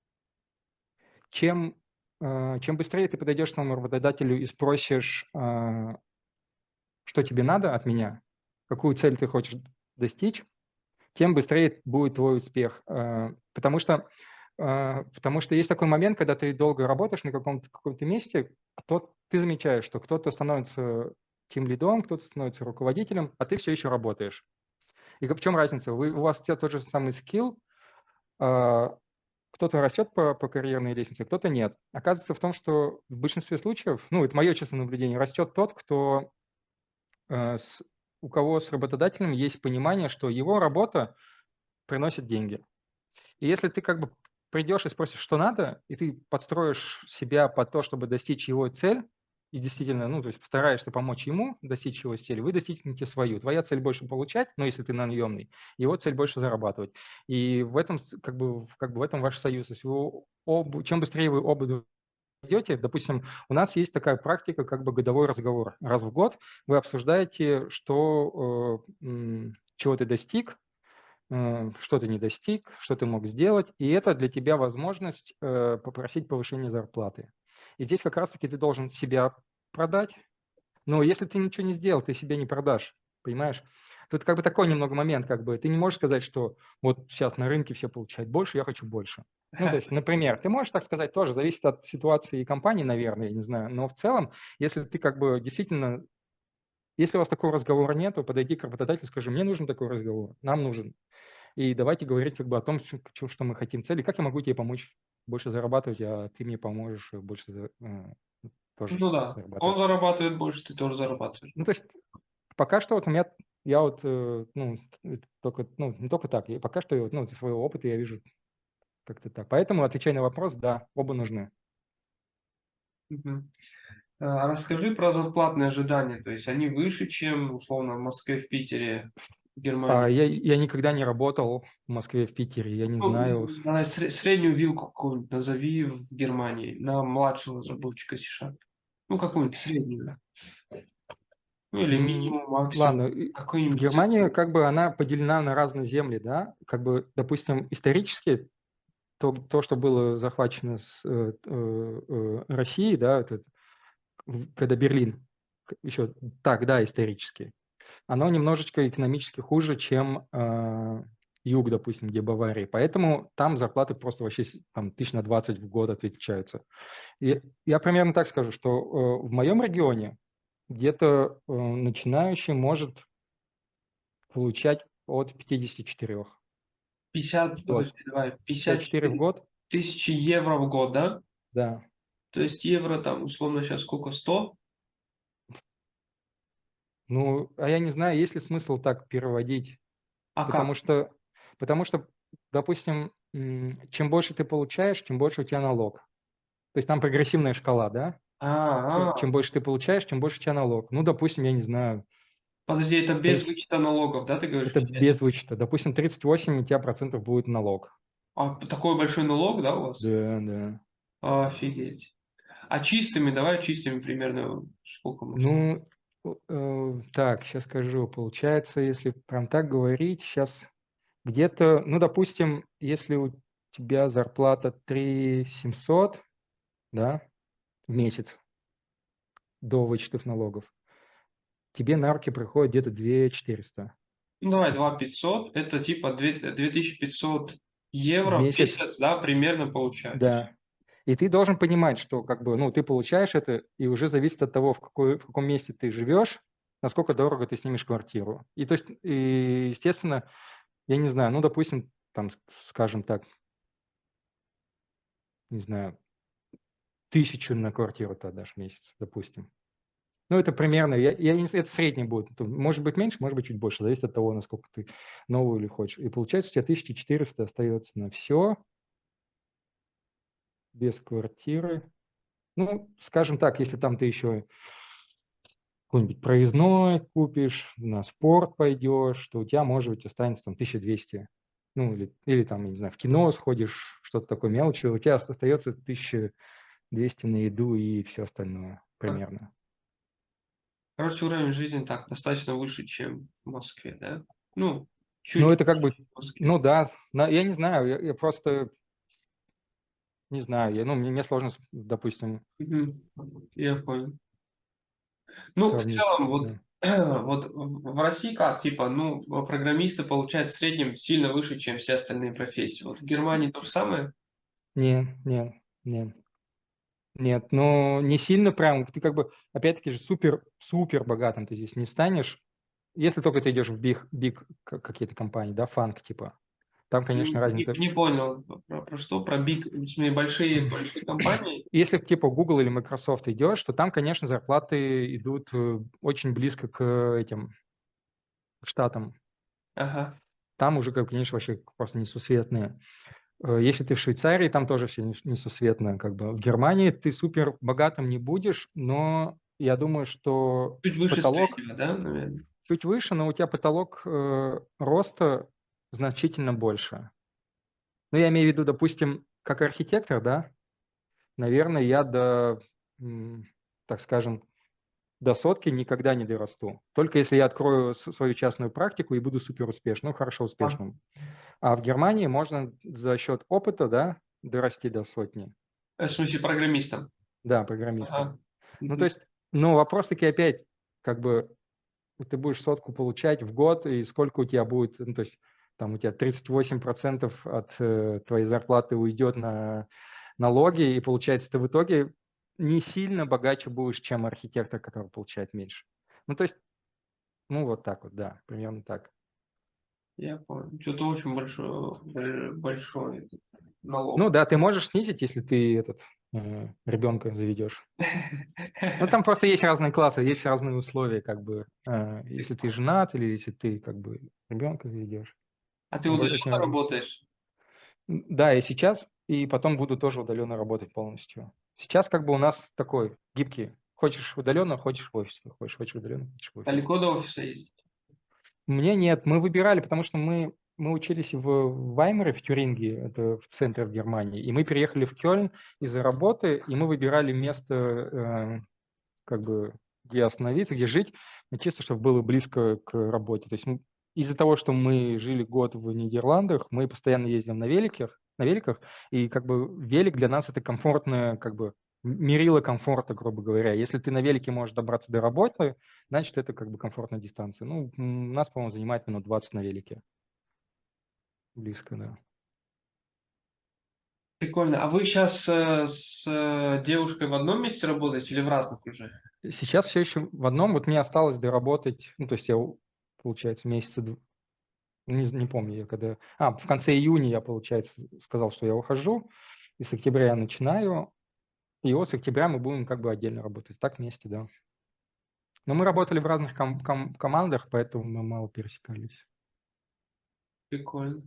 чем, чем быстрее ты подойдешь к своему работодателю и спросишь, что тебе надо от меня, какую цель ты хочешь достичь, тем быстрее будет твой успех. Потому что есть такой момент, когда ты долго работаешь на каком-то месте, ты замечаешь, что кто-то становится тимлидом, кто-то становится руководителем, а ты все еще работаешь. И в чем разница? У вас тот же самый скилл, а, кто-то растет по карьерной лестнице, кто-то нет. Оказывается в том, что в большинстве случаев, ну, это мое честное наблюдение, растет тот, э, с- у кого с работодателем есть понимание, что его работа приносит деньги. И если ты как бы придешь и спросишь, что надо, и ты подстроишь себя под то, чтобы достичь его цель, и действительно, ну, то есть постараешься помочь ему достичь его цели, вы достигнете свою. Твоя цель больше получать, но если ты наемный, его цель больше зарабатывать. И в этом как бы в этом ваш союз. Если чем быстрее вы оба идете, допустим, у нас есть такая практика, как бы годовой разговор. Раз в год вы обсуждаете, чего ты достиг, что ты не достиг, что ты мог сделать, и это для тебя возможность попросить повышения зарплаты. И здесь как раз-таки ты должен себя продать, но если ты ничего не сделал, ты себя не продашь, понимаешь? Тут как бы такой немного момент, как бы ты не можешь сказать, что вот сейчас на рынке все получают больше, я хочу больше. Ну, то есть, например, ты можешь так сказать тоже, зависит от ситуации и компании, наверное, я не знаю, но в целом, если ты как бы действительно, если у вас такого разговора нет, то подойди к работодателю, скажи, мне нужен такой разговор, нам нужен. И давайте говорить как бы о том, что мы хотим цели, как я могу тебе помочь больше зарабатывать, а ты мне поможешь больше тоже ну да. Он зарабатывать. зарабатывает больше, ты тоже зарабатываешь. Ну, то есть пока что вот я вот, ну, только, ну, не только так, пока что, ну, из своего опыта я вижу как-то так. Поэтому, отвечая на вопрос, да, оба нужны. Мгм. А расскажи про зарплатные ожидания. То есть они выше, чем, условно, в Москве, в Питере, в Германии. Я никогда не работал в Москве, в Питере, я не Ну, знаю. давай среднюю вилку какую-нибудь назови в Германии на младшего разработчика C#. Ну, какую-нибудь среднюю. Ну, или минимум, Ладно, максимум. Какую-нибудь Германия цифру. как бы она поделена на разные земли, да, как бы, допустим, исторически что было захвачено Россией, да, когда Берлин, еще так, да, исторически, оно немножечко экономически хуже, чем юг, допустим, где Бавария. Поэтому там зарплаты просто вообще там, 1000 на 20 в год отличаются. И я примерно так скажу, что в моем регионе где-то начинающий может получать от 54 50, в год. подожди, давай, 54 в 54 год, тысячи евро в год, да? да. То есть евро там, условно, сейчас сколько, 100? Ну, а я не знаю, есть ли смысл так переводить, А как? потому что, потому что, допустим, чем больше ты получаешь, тем больше у тебя налог. То есть там прогрессивная шкала, да? А, Чем больше ты получаешь, тем больше у тебя налог. Ну, допустим, я не знаю, подожди, это без 30, вычета налогов, да, ты говоришь, это без вычета. Допустим, 38 у тебя процентов будет налог. А такой большой налог, да, у вас? Да, да. Офигеть. А чистыми, давай чистыми примерно сколько может? Ну, так, сейчас скажу. Получается, если прям так говорить, сейчас где-то, ну, допустим, если у тебя зарплата 3700, да, в месяц до вычетов налогов, тебе на руки приходит где-то 2400 Ну, давай 2500, это типа 2500 в евро в месяц, месяц, да, примерно получаешь. да. И ты должен понимать, что как бы, ну, ты получаешь это, и уже зависит от того, в каком месте ты живешь, насколько дорого ты снимешь квартиру. И то есть, естественно, я не знаю, ну, допустим, там, скажем так, не знаю, 1000 на квартиру ты отдашь в месяц, допустим. Ну, это примерно, это средний будет. Может быть меньше, может быть чуть больше, зависит от того, насколько ты новую или хочешь. И получается, у тебя 1400 остается на все, без квартиры. Ну, скажем так, если там ты еще какой-нибудь проездной купишь, на спорт пойдешь, то у тебя, может быть, останется там 1200. ну, или там, я не знаю, в кино сходишь, что-то такое мелочи, у тебя остается 1200 на еду и все остальное А, примерно. короче, уровень жизни так достаточно выше, чем в Москве, да? Ну, Ну, чуть это как бы, выше в Москве. ну да, я не знаю, я просто не знаю, мне сложно, допустим, Мгм. Я понял. Ну, в сравнить. целом, вот, Да. вот в России как, типа, ну, программисты получают в среднем сильно выше, чем все остальные профессии. Вот в Германии то же самое? Не, не, не. Нет, ну не сильно прям. Ты как бы, опять-таки же, супер богатым ты здесь не станешь, если только ты идешь в биг какие-то компании, да, фанк типа. Там, конечно, разница. Не понял, про что? Про big, в смысле, большие компании? Если типа в Google или Microsoft идешь, то там, конечно, зарплаты идут очень близко к этим штатам. Ага. Там уже, как, конечно, вообще просто несусветные. Если ты в Швейцарии, там тоже все несусветно. Как бы. В Германии ты супер богатым не будешь, но я думаю, что Чуть выше потолок среднего, да, наверное? чуть выше, но у тебя потолок роста значительно больше. Ну, я имею в виду, допустим, как архитектор, да, наверное, я так скажем, до сотки никогда не дорасту. Только если я открою свою частную практику и буду супер успешным, ну, хорошо А, успешным. А в Германии можно за счет опыта, да, дорасти до сотни. в смысле, программистом? Да, программистом. Ага. Ну, то Мгм. есть, ну, вопрос таки опять, как бы, ты будешь сотку получать в год, и сколько у тебя будет, ну, то есть, там у тебя 38% от твоей зарплаты уйдет на налоги, и получается, ты в итоге не сильно богаче будешь, чем архитектор, который получает меньше. Ну, то есть, ну, вот так вот, да, примерно так. Я понял. Что-то очень большой Ну, налог. да, ты можешь снизить, если ты ребенка заведешь. Ну, там просто есть разные классы, есть разные условия, как бы, если ты женат или если ты, как бы, ребенка заведешь. А ты Там очень удаленно разные. работаешь? Да, и сейчас, и потом буду тоже удаленно работать полностью. Сейчас как бы у нас такой гибкий. Хочешь удаленно, хочешь в офис. Хочешь удаленно, хочешь в офис. Далеко до офиса ездить? Мне нет, мы выбирали, потому что мы учились в Ваймере, в Тюрингии, это в центре в Германии, и мы переехали в Кёльн из-за работы, и мы выбирали место, как бы, где остановиться, где жить, чисто чтобы было близко к работе. То есть из-за того, что мы жили год в Нидерландах, мы постоянно ездим на великах, и как бы велик для нас это комфортное, как бы мерило комфорта, грубо говоря. Если ты на велике можешь добраться до работы, значит, это как бы комфортная дистанция. Ну, у нас, по-моему, занимает минут 20 на велике. Близко, да. Прикольно. А вы сейчас с девушкой в одном месте работаете или в разных уже? Сейчас все еще в одном, вот мне осталось доработать, ну, то есть я, получается, месяца не помню, я когда... в конце июня я, получается, сказал, что я ухожу, и с октября я начинаю, и вот с октября мы будем как бы отдельно работать. Так вместе, да. Но мы работали в разных командах, поэтому мы мало пересекались. Прикольно.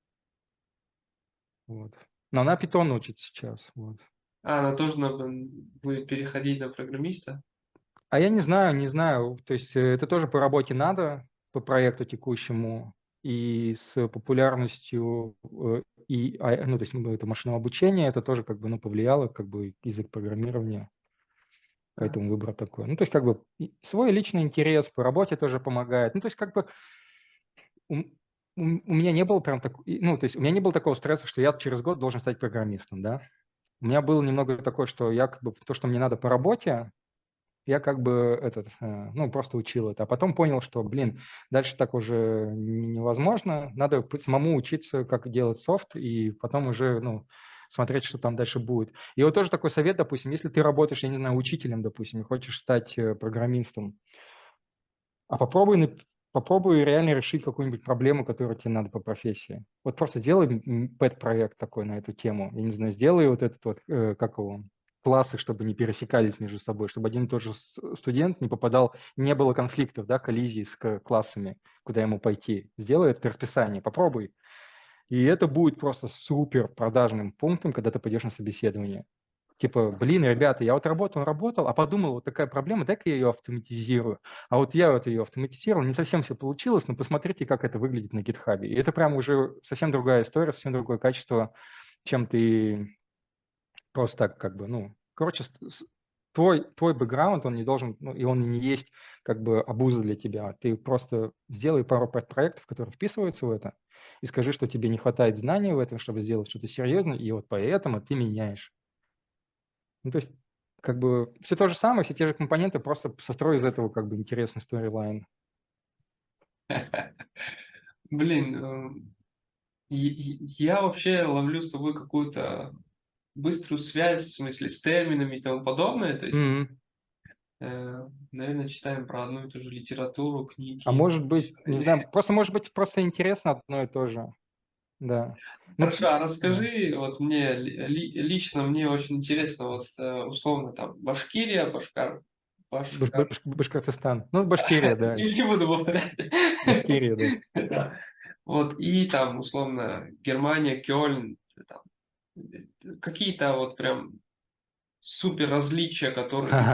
Вот. Но она питон учит сейчас. Вот. А, она тоже будет переходить на программиста? А я не знаю. То есть это тоже по работе надо, по проекту текущему, и с популярностью ну, то есть это машинного обучения, это тоже как бы, ну, повлияло, как бы язык программирования. А, Поэтому выбор такой. Ну, то есть как бы свой личный интерес по работе тоже помогает. Ну, то есть как бы у, у меня не было прям ну, то есть у меня не было такого стресса, что я через год должен стать программистом, да. У меня было немного такое, что я как бы то, что мне надо по работе, я как бы ну, просто учил это. А потом понял, что, блин, дальше так уже невозможно. Надо самому учиться, как делать софт, и потом уже, ну, смотреть, что там дальше будет. И вот тоже такой совет, допустим, если ты работаешь, я не знаю, учителем, допустим, и хочешь стать программистом, а попробуй реально решить какую-нибудь проблему, которую тебе надо по профессии. Вот просто сделай пэт-проект такой на эту тему. Я не знаю, сделай вот этот вот, как его, классы, чтобы не пересекались между собой, чтобы один и тот же студент не попадал, не было конфликтов, да, коллизий с классами, куда ему пойти. Сделай это расписание, попробуй. И это будет просто супер продажным пунктом, когда ты пойдешь на собеседование. Типа, блин, ребята, я вот работал, а подумал, вот такая проблема, дай-ка я ее автоматизирую. А вот я вот ее автоматизировал, не совсем все получилось, но посмотрите, как это выглядит на GitHub. И это прям уже совсем другая история, совсем другое качество, чем ты просто так как бы, ну, короче, твой бэкграунд, он не должен, ну, и он не есть как бы обуза для тебя. Ты просто сделай пару проектов, которые вписываются в это, и скажи, что тебе не хватает знаний в этом, чтобы сделать что-то серьезное, и вот поэтому ты меняешь. Ну, то есть, как бы, все то же самое, все те же компоненты, просто сострой из этого как бы интересный сторилайн. Блин, я вообще ловлю с тобой какую-то быструю связь, в смысле, с терминами и тому подобное. То есть, Мгм. наверное, читаем про одну и ту же литературу, А книги. может быть, не знаю, просто может быть просто интересно одно и то же. Да. Ну, Хорошо, а да. расскажи, вот мне лично мне очень интересно, вот условно там Башкирия, Башкар, Башкортостан. Ну, Башкирия, да. не буду повторять. Башкирия, да. Да. Вот, и там, условно, Германия, Кёльн, там, какие-то вот прям супер различия, которые ты...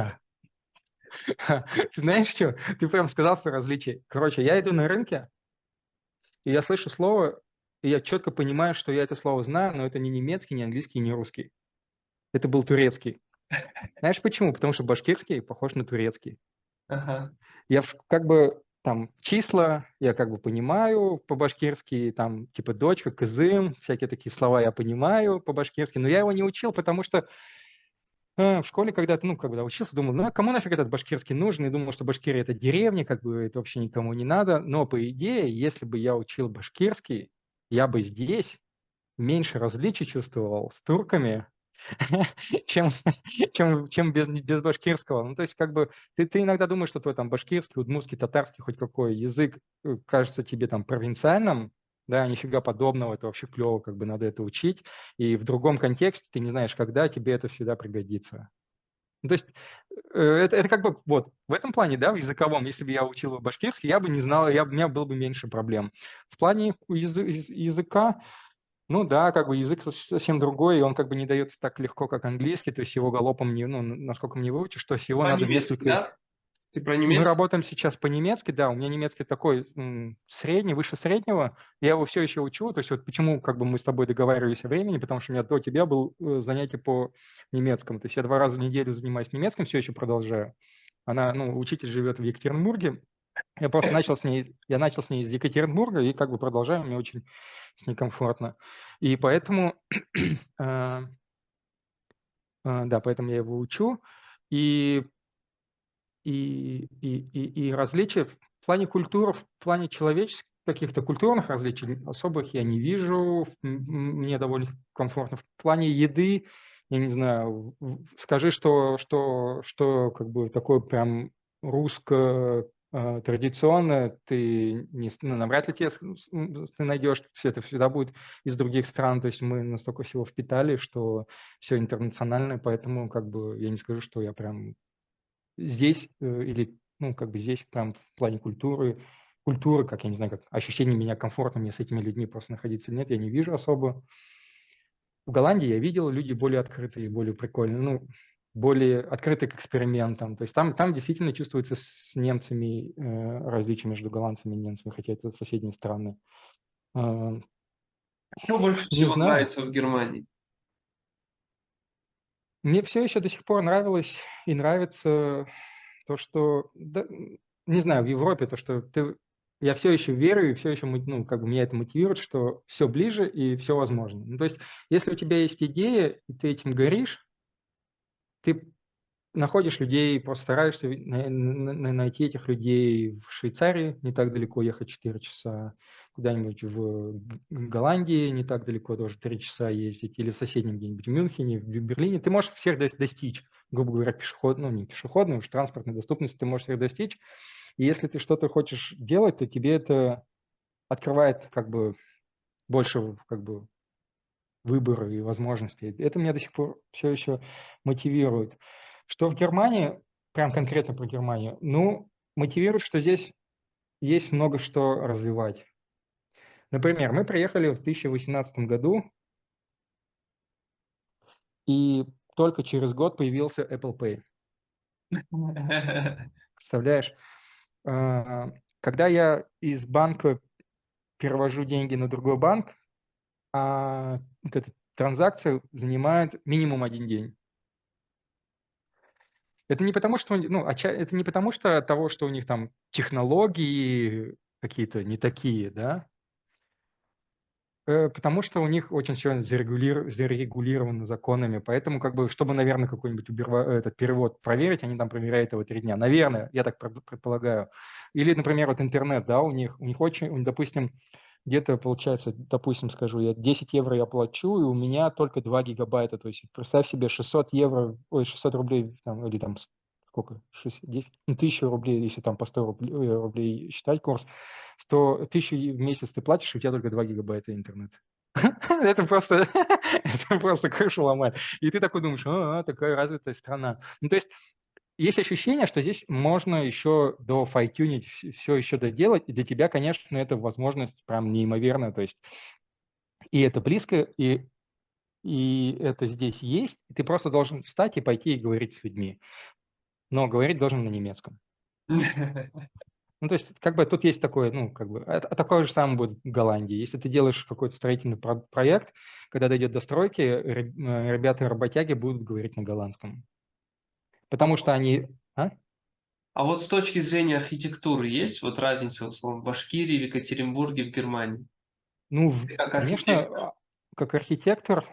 Ты знаешь что? Ты прям сказал про различия. Короче, я иду на рынке, и я слышу слово, и я четко понимаю, что я это слово знаю, но это не немецкий, не английский, не русский. Это был турецкий. Знаешь почему? Потому что башкирский похож на турецкий. Ага. Я как бы там числа, я как бы понимаю по-башкирски, там типа дочка, кызым, всякие такие слова я понимаю по-башкирски, но я его не учил, потому что в школе когда-то, ну, когда учился, думал, ну, а кому нафиг этот башкирский нужен? И думал, что Башкирия – это деревня, как бы это вообще никому не надо. Но, по идее, если бы я учил башкирский, я бы здесь меньше различий чувствовал с турками, чем, чем без башкирского. Ну, то есть, как бы, ты иногда думаешь, что твой там башкирский, удмуртский, татарский, хоть какой язык кажется тебе там провинциальным, да, нифига подобного, это вообще клево, как бы надо это учить. И в другом контексте ты не знаешь, когда тебе это всегда пригодится. Ну, то есть это как бы вот в этом плане, да, в языковом, если бы я учил башкирский, я бы не знал, у меня было бы меньше проблем. В плане языка, ну да, как бы язык совсем другой, и он как бы не дается так легко, как английский, то есть его галопом не, ну, насколько мне выучишь, то есть его надо По-немецки, несколько... да? Ты про Мы немецкий? работаем сейчас по-немецки, да, у меня немецкий такой средний, выше среднего, я его все еще учу, то есть вот почему как бы мы с тобой договаривались о времени, потому что у меня до тебя был занятие по немецкому, то есть я 2 раза в неделю занимаюсь немецким, все еще продолжаю. Она, ну, учитель живет в Екатеринбурге, я просто начал с ней из Екатеринбурга и как бы продолжаю, мне очень с ней комфортно. И поэтому, да, поэтому я его учу. И и различия в плане культур, в плане человеческих каких-то культурных различий особых я не вижу. Мне довольно комфортно. В плане еды, я не знаю, скажи, что как бы такое прям русско традиционное, ты не, ну, навряд ли ты найдешь, все это всегда будет из других стран, то есть мы настолько всего впитали, что все интернациональное, поэтому как бы я не скажу, что я прям здесь или, ну, как бы здесь прям в плане культуры, как, я не знаю, как ощущение меня комфортно мне с этими людьми просто находиться или нет, я не вижу особо. В Голландии я видел, люди более открытые, более прикольные, ну, более открыты к экспериментам. То есть там действительно чувствуется с немцами различие между голландцами и немцами, хотя это соседние страны. Э, Что больше Не всего знаю. нравится в Германии? Мне все еще до сих пор нравилось и нравится то, что, да, не знаю, в Европе то, что я все еще верю и все еще, ну, как бы меня это мотивирует, что все ближе и все возможно. Ну, то есть, если у тебя есть идея, и ты этим горишь, ты находишь людей, просто стараешься найти этих людей в Швейцарии, не так далеко ехать 4 часа, куда-нибудь в Голландии, не так далеко тоже 3 часа ездить, или в соседнем где-нибудь в Мюнхене, в Берлине. Ты можешь всех достичь, грубо говоря, ну не пешеходной, уж транспортной доступности ты можешь всех достичь. И если ты что-то хочешь делать, то тебе это открывает как бы больше как бы выбора и возможностей. Это меня до сих пор все еще мотивирует. Что в Германии, прям конкретно про Германию, ну, мотивирует, что здесь есть много что развивать. Например, мы приехали в 2018 году, и только через год появился Apple Pay. Представляешь? Когда я из банка перевожу деньги на другой банк, вот эта транзакция занимает минимум 1 день. Это не потому, что, это не потому, что от того, что у них там технологии какие-то не такие, да, потому что у них очень все зарегулировано законами, поэтому как бы, чтобы, наверное, какой-нибудь этот перевод проверить, они там проверяют его 3 дня. Наверное, я так предполагаю. Или, например, вот интернет, да, у них очень, допустим, где-то получается, допустим, скажу, я 10 евро я плачу, и у меня только 2 гигабайта. То есть представь себе 600 евро, 600 рублей, там, или там сколько, 10, 1000 рублей, если там по 100 рублей считать курс, 100 тысяч в месяц ты платишь, и у тебя только 2 гигабайта интернета. Это просто крышу ломает. И ты такой думаешь, такая развитая страна. Ну, то есть ощущение, что здесь можно еще дофайтюнить, все еще доделать, и для тебя, конечно, это возможность прям неимоверная. То есть и это близко, и это здесь есть, и ты просто должен встать и пойти и говорить с людьми. Но говорить должен на немецком. Ну, то есть, как бы тут есть такое, такое же самое будет в Голландии. Если ты делаешь какой-то строительный проект, когда дойдет до стройки, ребята-работяги будут говорить на голландском. Потому что они... А вот с точки зрения архитектуры есть вот разница, условно, в Башкирии, в Екатеринбурге, в Германии? Ну, Как архитектор. конечно, как архитектор,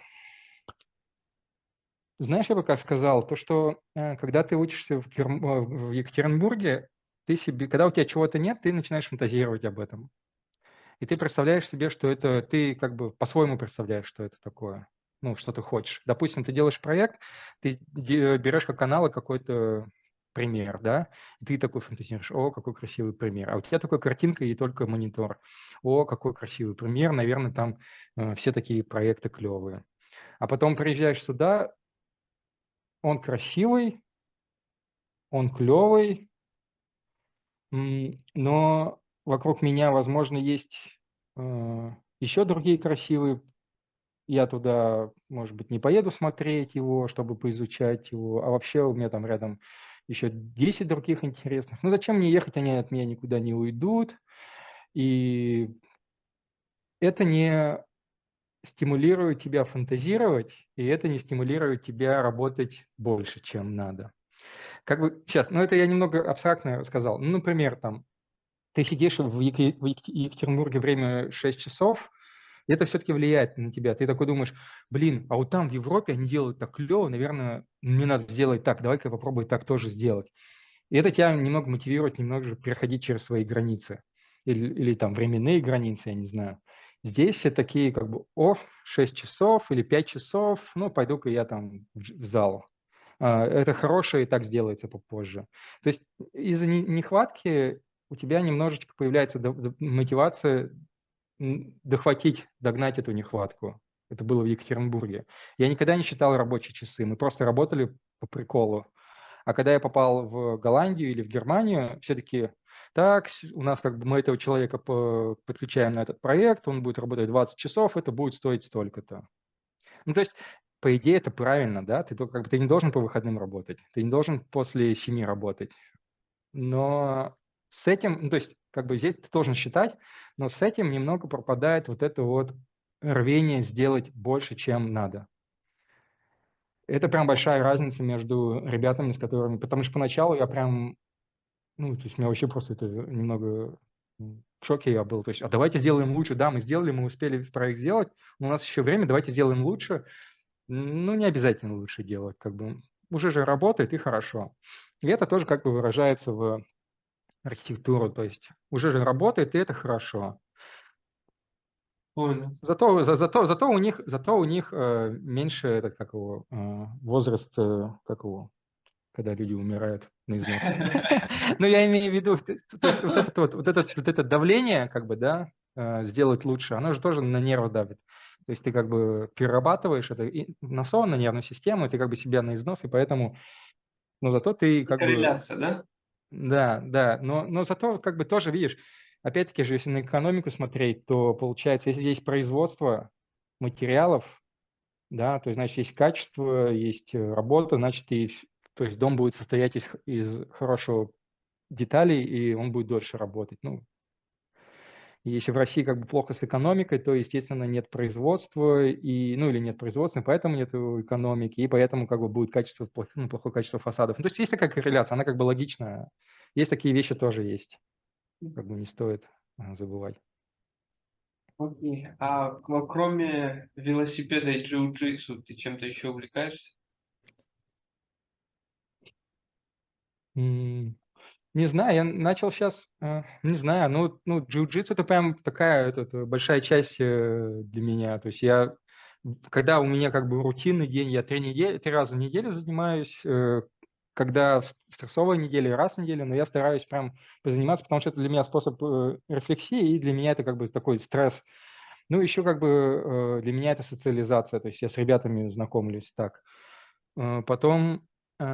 знаешь, я бы как сказал, то, что когда ты учишься в Екатеринбурге, когда у тебя чего-то нет, ты начинаешь фантазировать об этом. И ты представляешь себе, что это, ты как бы по-своему представляешь, что это такое, что ты хочешь. Допустим, ты делаешь проект, ты берешь как аналог какой-то пример, да, и ты такой фантазируешь, какой красивый пример. А у тебя такой картинка и только монитор. Какой красивый пример, наверное, там все такие проекты клевые. А потом приезжаешь сюда, он красивый, он клевый, но вокруг меня, возможно, есть еще другие красивые. Я туда, может быть, не поеду смотреть его, чтобы поизучать его, а вообще у меня там рядом еще 10 других интересных. Ну зачем мне ехать, они от меня никуда не уйдут. И это не стимулирует тебя фантазировать, и это не стимулирует тебя работать больше, чем надо. Как бы сейчас, это я немного абстрактно сказал. Ну, например, там, ты сидишь в Екатеринбурге время 6 часов, и это все-таки влияет на тебя. Ты такой думаешь, блин, а вот там в Европе они делают так клево, наверное, мне надо сделать так, давай-ка я попробую так тоже сделать. И это тебя немного мотивирует немного же переходить через свои границы. Или там временные границы, я не знаю. Здесь все такие как бы, 6 часов или 5 часов, пойду-ка я там в зал. Это хорошее и так сделается попозже. То есть из-за нехватки у тебя немножечко появляется мотивация дохватить, догнать эту нехватку. Это было в Екатеринбурге. Я никогда не считал рабочие часы, мы просто работали по приколу. А когда я попал в Голландию или в Германию, все-таки так, у нас как бы мы этого человека подключаем на этот проект, он будет работать 20 часов, это будет стоить столько-то. То есть, по идее, это правильно, да? Ты не должен по выходным работать, ты не должен после 7 работать. Но с этим, то есть, как бы здесь ты должен считать, но с этим немного пропадает вот это вот рвение сделать больше, чем надо. Это прям большая разница между ребятами, с которыми... Потому что поначалу я прям... то есть у меня вообще просто это немного в шоке я был. То есть, давайте сделаем лучше. Да, мы сделали, мы успели проект сделать, но у нас еще время, давайте сделаем лучше. Не обязательно лучше делать, как бы. Уже же работает, и хорошо. И это тоже как бы выражается в архитектуру, то есть уже же работает, и это хорошо. Понял. Зато у них меньше этот, возраст, когда люди умирают на износ. Но я имею в виду, то есть вот это давление, как бы, да, сделать лучше, оно же тоже на нервы давит. То есть ты как бы перерабатываешь это на нервную систему, и ты как бы себя на износ, и поэтому, но зато ты как бы, Корреляция, да? да, но зато как бы тоже видишь, опять-таки же, если на экономику смотреть, то получается, если здесь производство материалов, да, то есть, значит, есть качество, есть работа, значит, то есть дом будет состоять из хорошего деталей, и он будет дольше работать. Ну, и если в России как бы плохо с экономикой, то, естественно, нет производства, ну или нет производства, и поэтому нет экономики, и поэтому как бы будет качество, плохое качество фасадов. Ну, то есть есть такая корреляция, она как бы логичная. Есть такие вещи тоже есть, как бы не стоит забывать. Окей. А кроме велосипеда и джиу-джитсу, ты чем-то еще увлекаешься? Не знаю, я начал сейчас, не знаю, ну джиу-джитсу это прям такая большая часть для меня. То есть когда у меня как бы рутинный день, я 3 раза в неделю занимаюсь, когда стрессовая неделя, раз в неделю, но я стараюсь прям позаниматься, потому что это для меня способ рефлексии, и для меня это как бы такой стресс. Ну, еще как бы для меня это социализация, то есть я с ребятами знакомлюсь так. Потом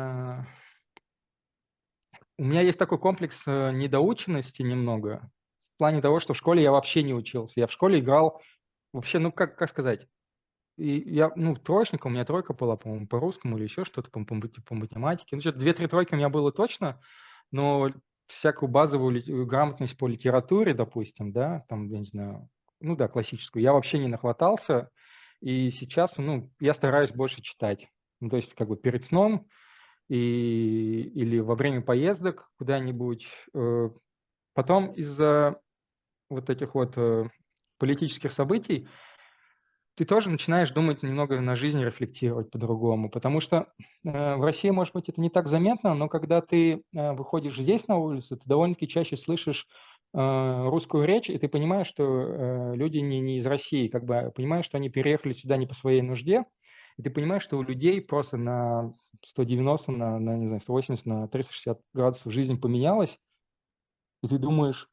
у меня есть такой комплекс недоученности немного, в плане того, что в школе я вообще не учился. Я в школе играл вообще, ну как сказать, троечник, у меня тройка была, по-моему, по русскому или еще что-то, по математике. Ну, что-то 2-3 тройки у меня было точно, но всякую базовую грамотность по литературе, допустим, да, там, я не знаю, ну да, классическую, я вообще не нахватался, и сейчас, ну, я стараюсь больше читать. Ну, то есть, как бы перед сном или во время поездок куда-нибудь. Потом из-за вот этих вот политических событий ты тоже начинаешь думать немного на жизнь, рефлектировать по-другому, потому что в России, может быть, это не так заметно, но когда ты выходишь здесь на улицу, ты довольно-таки чаще слышишь русскую речь, и ты понимаешь, что люди не из России, как бы понимаешь, что они переехали сюда не по своей нужде, и ты понимаешь, что у людей просто на 190, не знаю, 180, на 360 градусов жизнь поменялась, и ты думаешь,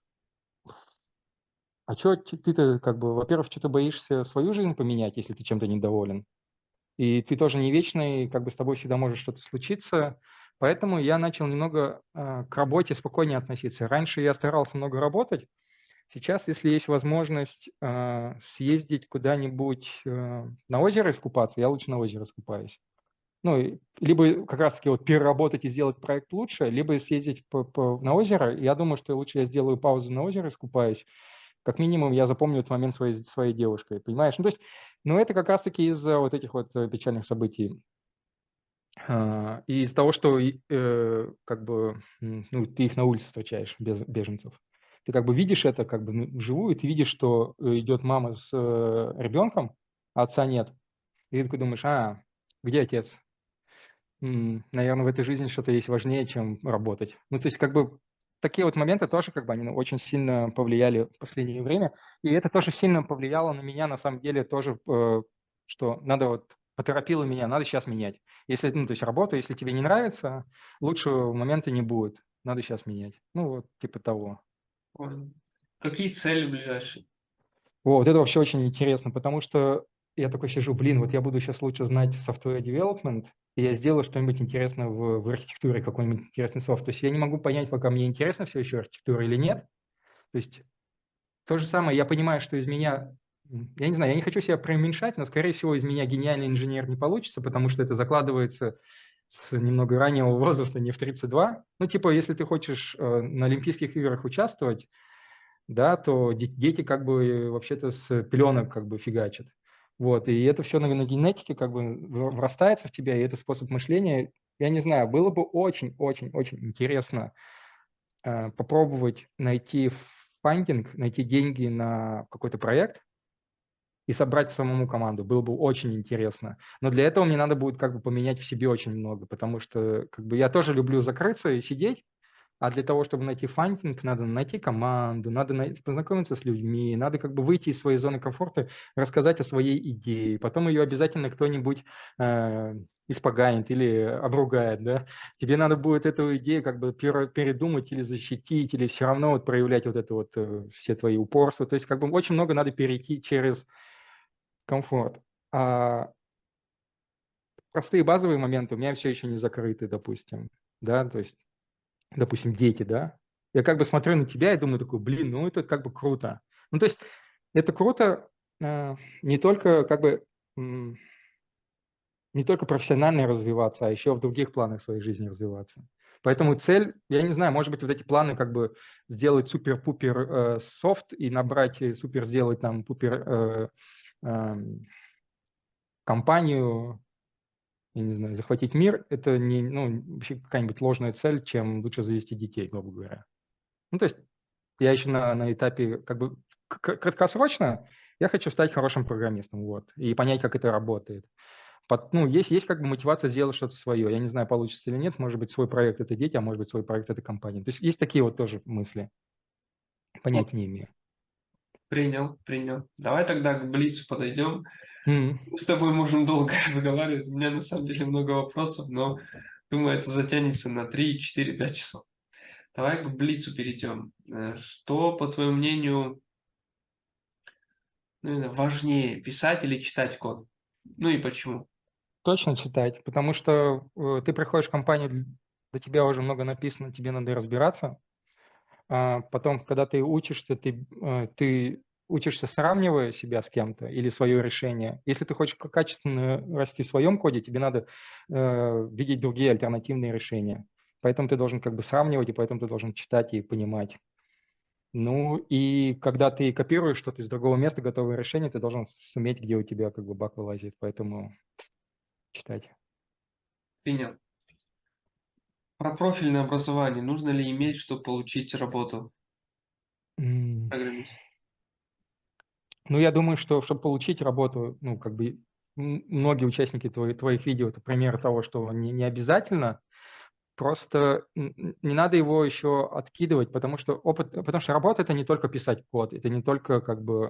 а что ты-то, как бы, во-первых, что ты боишься свою жизнь поменять, если ты чем-то недоволен? И ты тоже не вечный, как бы с тобой всегда может что-то случиться. Поэтому я начал немного к работе спокойнее относиться. Раньше я старался много работать. Сейчас, если есть возможность съездить куда-нибудь на озеро искупаться, я лучше на озеро искупаюсь. Ну, либо как раз-таки вот переработать и сделать проект лучше, либо съездить на озеро. Я думаю, что лучше я сделаю паузу на озеро, искупаюсь, как минимум я запомню этот момент своей девушкой, понимаешь? Ну, то есть, ну, это как раз-таки из-за вот этих вот печальных событий. И из-за того, что как бы, ну, ты их на улице встречаешь, беженцев. Ты как бы видишь это как бы вживую, ты видишь, что идет мама с ребенком, а отца нет. И ты такой думаешь, где отец? Наверное, в этой жизни что-то есть важнее, чем работать. Ну, то есть, как бы, такие вот моменты тоже, как бы, они очень сильно повлияли в последнее время. И это тоже сильно повлияло на меня, на самом деле, тоже, что надо вот, поторопило меня, надо сейчас менять. Если, ну, то есть, работа, если тебе не нравится, лучшего момента не будет, надо сейчас менять. Ну, вот, типа того. Понял. Какие цели ближайшие? Вот, это вообще очень интересно, потому что я такой сижу, блин, вот я буду сейчас лучше знать software development, и я сделаю что-нибудь интересное в архитектуре, какой-нибудь интересный софт. То есть я не могу понять, пока мне интересно все еще архитектура или нет. То есть то же самое, я понимаю, что из меня, я не знаю, я не хочу себя преуменьшать, но, скорее всего, из меня гениальный инженер не получится, потому что это закладывается с немного раннего возраста, не в 32. Ну, типа, если ты хочешь на Олимпийских играх участвовать, да, то дети как бы вообще-то с пеленок как бы фигачат. Вот, и это все на генетике как бы врастается в тебя, и это способ мышления. Я не знаю, было бы очень-очень-очень интересно попробовать найти фандинг, найти деньги на какой-то проект и собрать самому команду. Было бы очень интересно. Но для этого мне надо будет как бы поменять в себе очень много, потому что как бы я тоже люблю закрыться и сидеть, а для того, чтобы найти фандинг, надо найти команду, надо познакомиться с людьми, надо как бы выйти из своей зоны комфорта, рассказать о своей идее. Потом ее обязательно кто-нибудь испоганит или обругает. Да? Тебе надо будет эту идею как бы передумать или защитить, или все равно вот проявлять вот это вот все твои упорства. То есть как бы очень много надо перейти через комфорт. А простые базовые моменты у меня все еще не закрыты, допустим. Да, то есть допустим, дети, да, я как бы смотрю на тебя и думаю такой, блин, ну это как бы круто. Ну то есть это круто не только как бы не только профессионально развиваться, а еще в других планах своей жизни развиваться. Поэтому цель, я не знаю, может быть, вот эти планы как бы сделать супер-пупер софт и набрать супер, сделать там пупер компанию, я не знаю, захватить мир, это не, ну, вообще какая-нибудь ложная цель, чем лучше завести детей, грубо говоря. Ну, то есть я еще на этапе как бы краткосрочно я хочу стать хорошим программистом, вот, и понять, как это работает. Ну, есть как бы мотивация сделать что-то свое. Я не знаю, получится или нет. Может быть, свой проект – это дети, а может быть, свой проект – это компания. То есть есть такие вот тоже мысли. Ну, Понятия не имею. принял, принял. Давай тогда к Блицу подойдем. М. Мы с тобой можем долго разговаривать. У меня на самом деле много вопросов, но думаю, это затянется на 3, 4, 5 часов. Давай к Блицу перейдем. Что, по твоему мнению, ну, не знаю, важнее, писать или читать код? Ну и почему? Точно читать, потому что ты приходишь в компанию, до тебя уже много написано, тебе надо разбираться. Потом, когда ты учишься, ты учишься, сравнивая себя с кем-то или свое решение. Если ты хочешь качественно расти в своем коде, тебе надо видеть другие альтернативные решения. Поэтому ты должен как бы сравнивать, и поэтому ты должен читать и понимать. Ну и когда ты копируешь что-то из другого места, готовое решение, ты должен суметь, где у тебя как бы баг вылазит. Поэтому читать. Принял. Про профильное образование. Нужно ли иметь, чтобы получить работу М. программиста? Ну, я думаю, что чтобы получить работу, ну, как бы многие участники твоих видео – это пример того, что не обязательно, просто не надо его еще откидывать, потому что работа – это не только писать код, это не только как бы,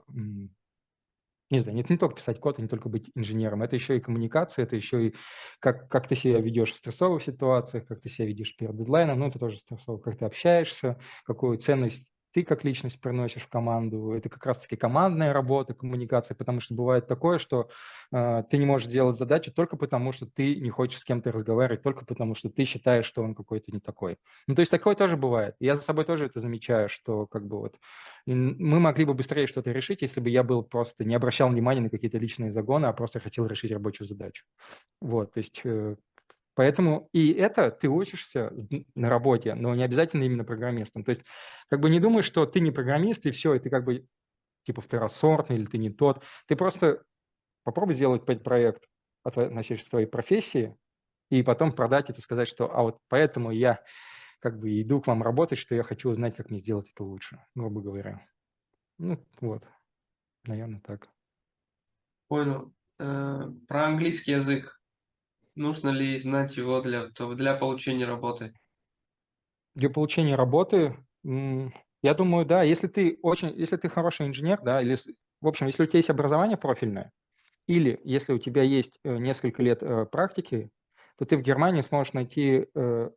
не знаю, не только писать код, и не только быть инженером, это еще и коммуникация, это еще и как ты себя ведешь в стрессовых ситуациях, как ты себя ведешь перед дедлайном, ну, это тоже стрессово, как ты общаешься, какую ценность ты как личность приносишь в команду. Это как раз-таки командная работа, коммуникация, потому что бывает такое, что ты не можешь делать задачу только потому, что ты не хочешь с кем-то разговаривать, только потому, что ты считаешь, что он какой-то не такой. Ну, то есть такое тоже бывает. Я за собой тоже это замечаю, что как бы вот мы могли бы быстрее что-то решить, если бы я был просто не обращал внимания на какие-то личные загоны, а просто хотел решить рабочую задачу. Вот, то есть поэтому и это ты учишься на работе, но не обязательно именно программистом. То есть как бы не думай, что ты не программист, и все, и ты как бы типа второсортный, или ты не тот. Ты просто попробуй сделать проект, относящийся к твоей профессии, и потом продать это, сказать, что а вот поэтому я как бы иду к вам работать, что я хочу узнать, как мне сделать это лучше, грубо говоря. Ну, вот. Наверное, так. Понял. Про английский язык. Нужно ли знать его для получения работы? Для получения работы, я думаю, да, если ты хороший инженер, да, в общем, если у тебя есть образование профильное, или если у тебя есть несколько лет практики, то ты в Германии сможешь найти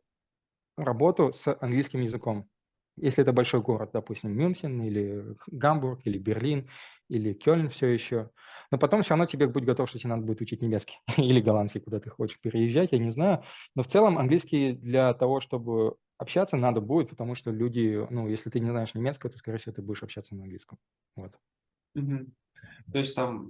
работу с английским языком. Если это большой город, допустим, Мюнхен или Гамбург или Берлин или Кёльн все еще. Но потом все равно тебе будь готов, что тебе надо будет учить немецкий или голландский, куда ты хочешь переезжать, я не знаю. Но в целом английский для того, чтобы общаться, надо будет, потому что люди, ну, если ты не знаешь немецкого, то, скорее всего, ты будешь общаться на английском. Вот. Мгм. То есть там,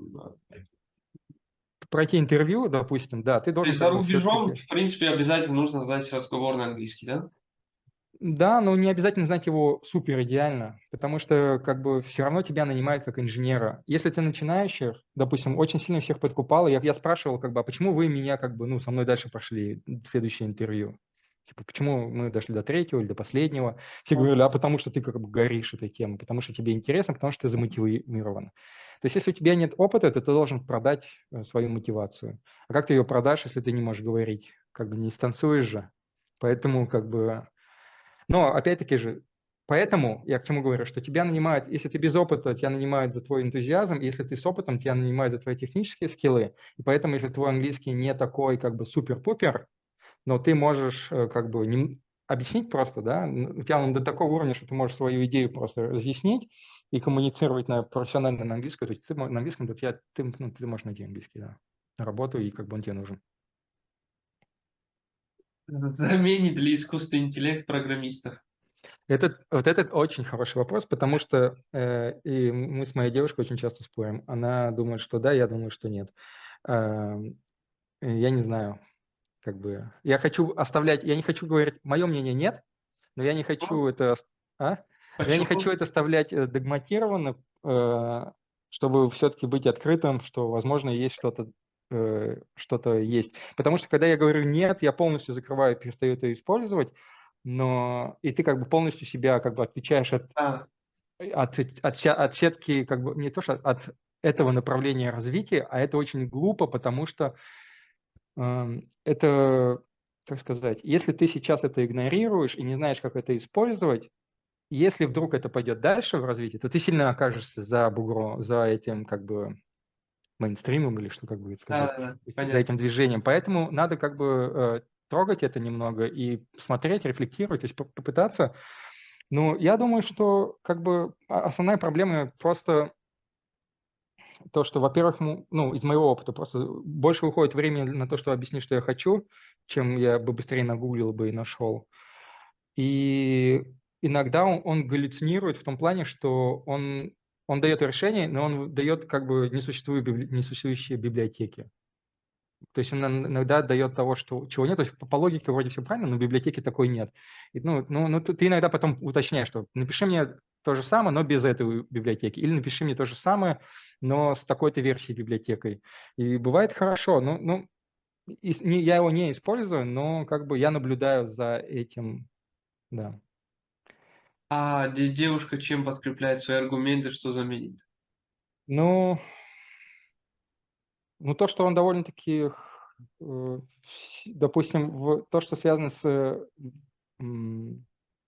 Пройти интервью, допустим, да, ты то должен есть за как бы рубежом, все-таки. в принципе, обязательно нужно знать разговорный английский, да? Да, но не обязательно знать его супер идеально, потому что как бы все равно тебя нанимают как инженера. Если ты начинающий, допустим, очень сильно всех подкупало, я спрашивал, как бы, а почему вы меня как бы, ну, со мной дальше прошли следующее интервью? Типа, почему мы дошли до третьего или до последнего? Все говорили, а потому что ты как бы горишь этой темой, потому что тебе интересно, потому что ты замотивирован. То есть если у тебя нет опыта, то ты должен продать свою мотивацию. А как ты ее продашь, если ты не можешь говорить? Как бы не станцуешь же. Поэтому как бы но опять-таки же, поэтому я к чему говорю, что тебя нанимают, если ты без опыта, тебя нанимают за твой энтузиазм, если ты с опытом, тебя нанимают за твои технические скиллы, и поэтому, если твой английский не такой как бы супер-пупер, но ты можешь как бы объяснить просто, да, у тебя он до такого уровня, что ты можешь свою идею просто разъяснить и коммуницировать профессионально на английском, то есть ты на английском, то ты можешь найти английский, да, на работу, и как бы он тебе нужен. Заменит ли искусственный интеллект программистов? Вот этот очень хороший вопрос, потому что и мы с моей девушкой очень часто спорим. Она думает, что да, я думаю, что нет. Э, я не знаю, как бы, я хочу оставлять, я не хочу говорить, мое мнение нет, но я не Ну, хочу это, а? Но я не хочу почему? это оставлять догматированно, чтобы все-таки быть открытым, что, возможно, есть что-то есть. Потому что, когда я говорю нет, я полностью закрываю, перестаю это использовать, но и ты как бы полностью себя как бы отвечаешь А, от сетки, как бы не то, что от этого направления развития, а это очень глупо, потому что это, как сказать, если ты сейчас это игнорируешь и не знаешь, как это использовать, если вдруг это пойдет дальше в развитии, то ты сильно окажешься за бугром, за этим как бы мейнстримом или что, как бы это сказать, да, за понятно. этим движением. Поэтому надо как бы трогать это немного и смотреть, рефлектировать, то есть попытаться. Но я думаю, что как бы основная проблема просто то, что, во-первых, ну, из моего опыта, просто больше уходит времени на то, что объяснить, что я хочу, чем я бы быстрее нагуглил бы и нашел. И иногда он галлюцинирует в том плане, что он дает решение, но он дает как бы несуществующие библиотеки. То есть он иногда дает того, чего нет. То есть по логике вроде все правильно, но в библиотеке такой нет. И, ну, ты иногда потом уточняешь, что напиши мне то же самое, но без этой библиотеки. Или напиши мне то же самое, но с такой-то версией библиотекой. И бывает хорошо. Я его не использую, но как бы я наблюдаю за этим, да. А девушка чем подкрепляет свои аргументы, что заменит? Ну, то, что он довольно-таки, допустим, то, что связано м,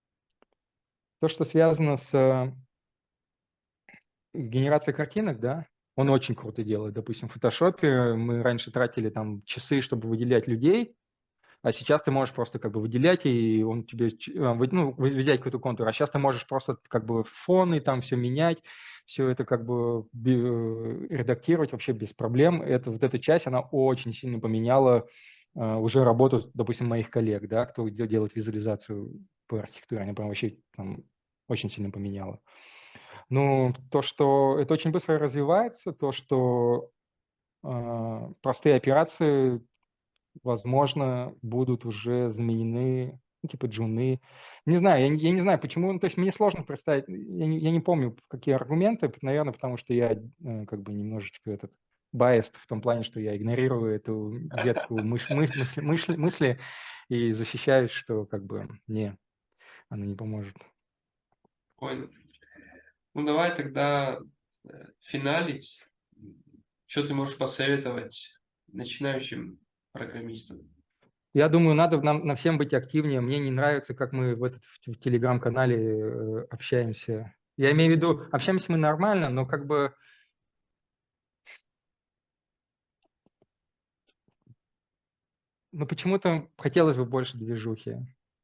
с генерацией картинок, да, он очень круто делает. Допустим, в фотошопе мы раньше тратили там часы, чтобы выделять людей, а сейчас ты можешь просто как бы выделять, и он тебе, выделять какой-то контур. А сейчас ты можешь просто как бы фоны там все менять, все это как бы редактировать вообще без проблем. Вот эта часть, она очень сильно поменяла уже работу, допустим, моих коллег, да, кто делает визуализацию по архитектуре, она прям вообще там очень сильно поменяла. Ну, то, что это очень быстро развивается, то, что простые операции возможно, будут уже заменены, ну, типа джуны. Не знаю, я не знаю, почему. Ну, то есть мне сложно представить, я не помню, какие аргументы, наверное, потому что я как бы немножечко этот biased в том плане, что я игнорирую эту ветку мысли и защищаюсь, что как бы не, она не поможет. Понял. Ну, давай тогда финалить. Что ты можешь посоветовать начинающим программистам? Я думаю, надо нам на всем быть активнее. Мне не нравится, как мы в телеграм-канале общаемся. Я имею в виду, общаемся мы нормально, но как бы ну, почему-то хотелось бы больше движухи.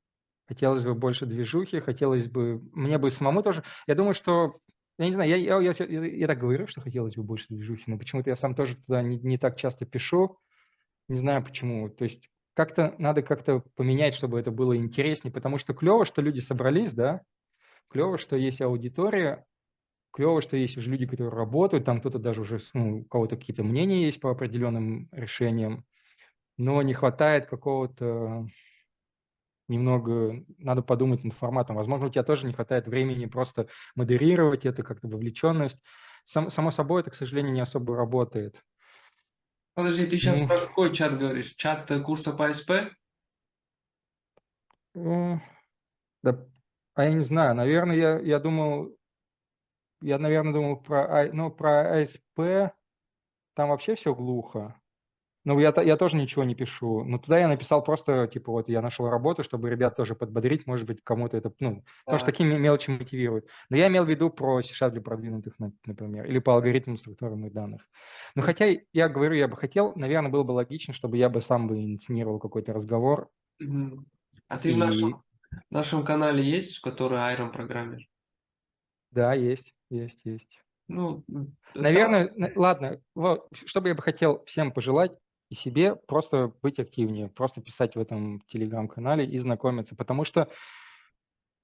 Хотелось бы... Мне бы самому тоже... Я думаю, что... Я не знаю, я так говорю, что хотелось бы больше движухи, но почему-то я сам тоже туда не так часто пишу. Не знаю почему. То есть надо как-то поменять, чтобы это было интереснее, потому что клево, что люди собрались, да, клево, что есть аудитория, клево, что есть уже люди, которые работают, там кто-то даже уже, у кого-то какие-то мнения есть по определенным решениям, но не хватает какого-то немного, надо подумать над форматом. Возможно, у тебя тоже не хватает времени просто модерировать это, как-то вовлеченность. Само собой, это, к сожалению, не особо работает. Подожди, ты сейчас Ну, про какой чат говоришь? Чат курса по АСП? э, да, я не знаю, наверное, наверное, думал про АСП, там вообще все глухо. Ну, я тоже ничего не пишу. Но туда я написал просто, типа, вот я нашел работу, чтобы ребят тоже подбодрить, может быть, кому-то это, потому что Да. такие мелочи мотивируют. Но я имел в виду про C# для продвинутых, например, или по алгоритмам структурных данных. Но хотя я говорю, я бы хотел, наверное, было бы логично, чтобы я бы сам бы инициировал какой-то разговор. Мгм. А ты в И нашем канале есть, который Iron программер? да, есть. Ну, там, Наверное, ладно, вот, что бы я бы хотел всем пожелать и себе, просто быть активнее, просто писать в этом телеграм-канале и знакомиться, потому что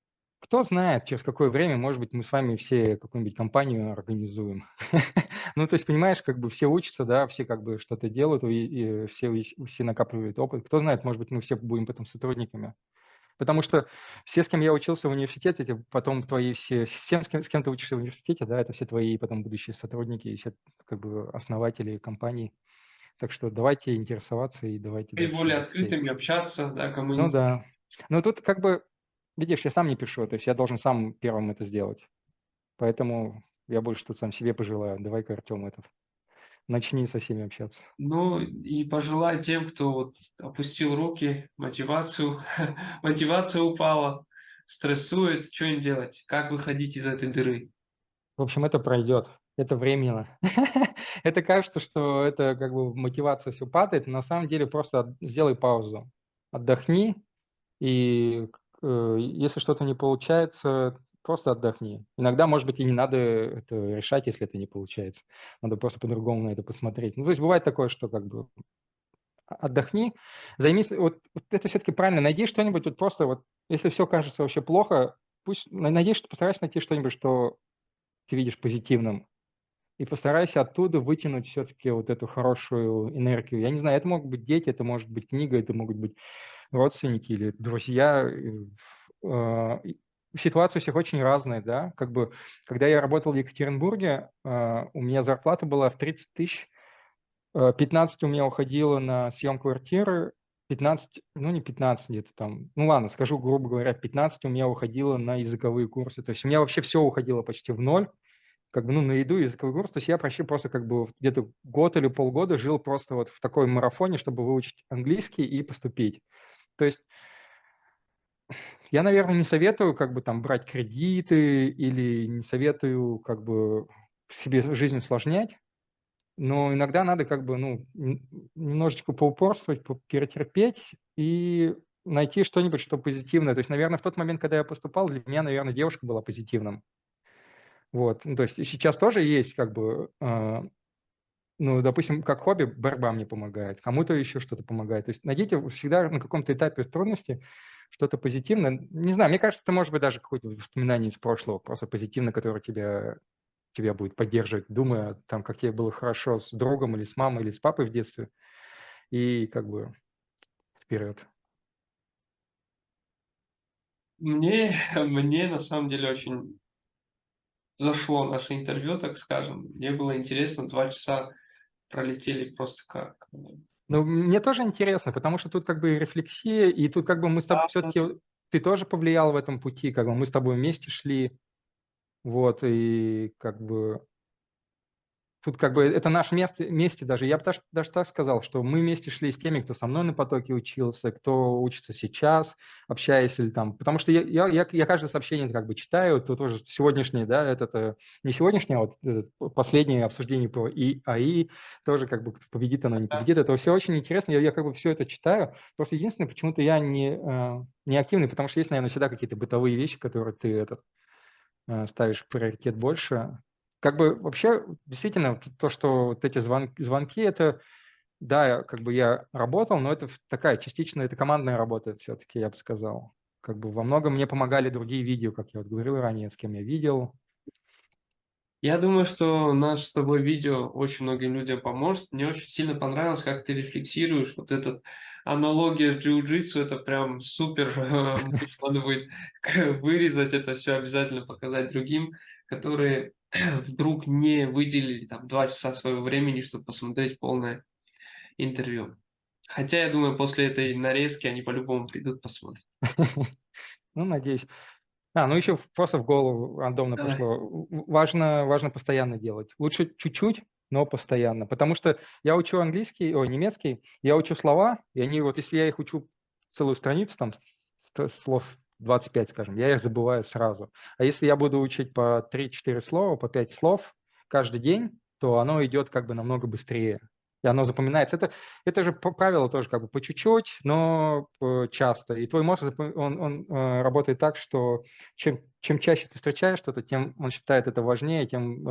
кто знает, через какое время, может быть, мы с вами все какую-нибудь компанию организуем. Ну, то есть, понимаешь, как бы все учатся, да, все как бы что-то делают, и все накапливают опыт. Кто знает, может быть, мы все будем потом сотрудниками. Потому что все, с кем я учился в университете, эти потом твои все, с кем ты учишься в университете, да, это все твои потом будущие сотрудники и все как бы основатели компаний. Так что давайте интересоваться и давайте Быть дальше более расти. открытыми, общаться, да, Ну коммуницировать. да. Но тут как бы, видишь, я сам не пишу, то есть я должен сам первым это сделать. Поэтому я больше тут сам себе пожелаю. Давай-ка, Артем, начни со всеми общаться. Ну и пожелать тем, кто вот опустил руки, мотивацию, мотивация упала, стрессует, что им делать, как выходить из этой дыры. В общем, это пройдет. Это временно. Это кажется, что это как бы мотивация все падает, но на самом деле просто сделай паузу, отдохни, и если что-то не получается, просто отдохни. Иногда, может быть, и не надо это решать, если это не получается. Надо просто по-другому на это посмотреть. Ну, то есть бывает такое, что как бы отдохни, займись, вот это все-таки правильно, найди что-нибудь, вот просто вот, если все кажется вообще плохо, пусть, найди, постарайся найти что-нибудь, что ты видишь позитивным, и постарайся оттуда вытянуть все-таки вот эту хорошую энергию. Я не знаю, это могут быть дети, это может быть книга, это могут быть родственники или друзья. И ситуации у всех очень разные, да. Как бы, когда я работал в Екатеринбурге, у меня зарплата была в 30 тысяч, 15 у меня уходило на съем квартиры, 15, ну не 15 где-то там, ну ладно, скажу грубо говоря, 15 у меня уходило на языковые курсы. То есть у меня вообще все уходило почти в ноль, как бы, ну, на еду и языковой курс. То есть я почти просто как бы где-то год или полгода жил просто вот в такой марафоне, чтобы выучить английский и поступить. То есть я, наверное, не советую как бы там брать кредиты или не советую как бы себе жизнь усложнять, но иногда надо как бы, ну, немножечко поупорствовать, перетерпеть и найти что-нибудь, что позитивное. То есть, наверное, в тот момент, когда я поступал, для меня, наверное, девушка была позитивным. Вот, ну, то есть и сейчас тоже есть как бы ну, допустим, как хобби борьба мне помогает, кому-то еще что-то помогает. То есть найдите всегда на каком-то этапе трудности что-то позитивное. Не знаю, мне кажется, это может быть даже какое-то воспоминание из прошлого, просто позитивно, которое тебя будет поддерживать, думая, там, как тебе было хорошо с другом или с мамой или с папой в детстве, и как бы вперед. Мне на самом деле очень зашло наше интервью, так скажем. Мне было интересно, 2 часа пролетели просто как. Ну, мне тоже интересно, потому что тут как бы и рефлексия, и тут как бы мы с тобой Да, все-таки, ты тоже повлиял в этом пути, как бы мы с тобой вместе шли, вот, и как бы тут как бы это наше место, вместе даже. Я бы даже так сказал, что мы вместе шли с теми, кто со мной на потоке учился, кто учится сейчас, общаясь или там. Потому что я каждое сообщение как бы читаю, то тоже сегодняшнее, да, не сегодняшнее, а вот это последнее обсуждение по ИАИ, тоже как бы победит оно, не да. победит. Это все очень интересно, я как бы все это читаю. Просто единственное, почему-то я не активный, потому что есть, наверное, всегда какие-то бытовые вещи, которые ты ставишь в приоритет больше. Как бы вообще действительно то, что вот эти звонки, это, да, как бы я работал, но это такая частично, это командная работа все-таки, я бы сказал. Как бы во многом мне помогали другие видео, как я вот говорил ранее, с кем я видел. Я думаю, что наше с тобой видео очень многим людям поможет. Мне очень сильно понравилось, как ты рефлексируешь. Вот эта аналогия с джиу-джитсу, это прям супер. Надо будет вырезать это все, обязательно показать другим, которые вдруг не выделили там 2 часа своего времени, чтобы посмотреть полное интервью. Хотя, я думаю, после этой нарезки они по-любому придут, посмотрят. Ну, надеюсь. Ну еще просто в голову рандомно Давай. пришло. Важно постоянно делать. Лучше чуть-чуть, но постоянно. Потому что я учу английский, немецкий, я учу слова, и они вот, если я их учу целую страницу, там слов 25, скажем, я их забываю сразу. А если я буду учить по 3-4 слова, по 5 слов каждый день, то оно идет как бы намного быстрее. И оно запоминается. Это же правило тоже как бы по чуть-чуть, но часто. И твой мозг, он работает так, что чем чаще ты встречаешь что-то, тем он считает это важнее, тем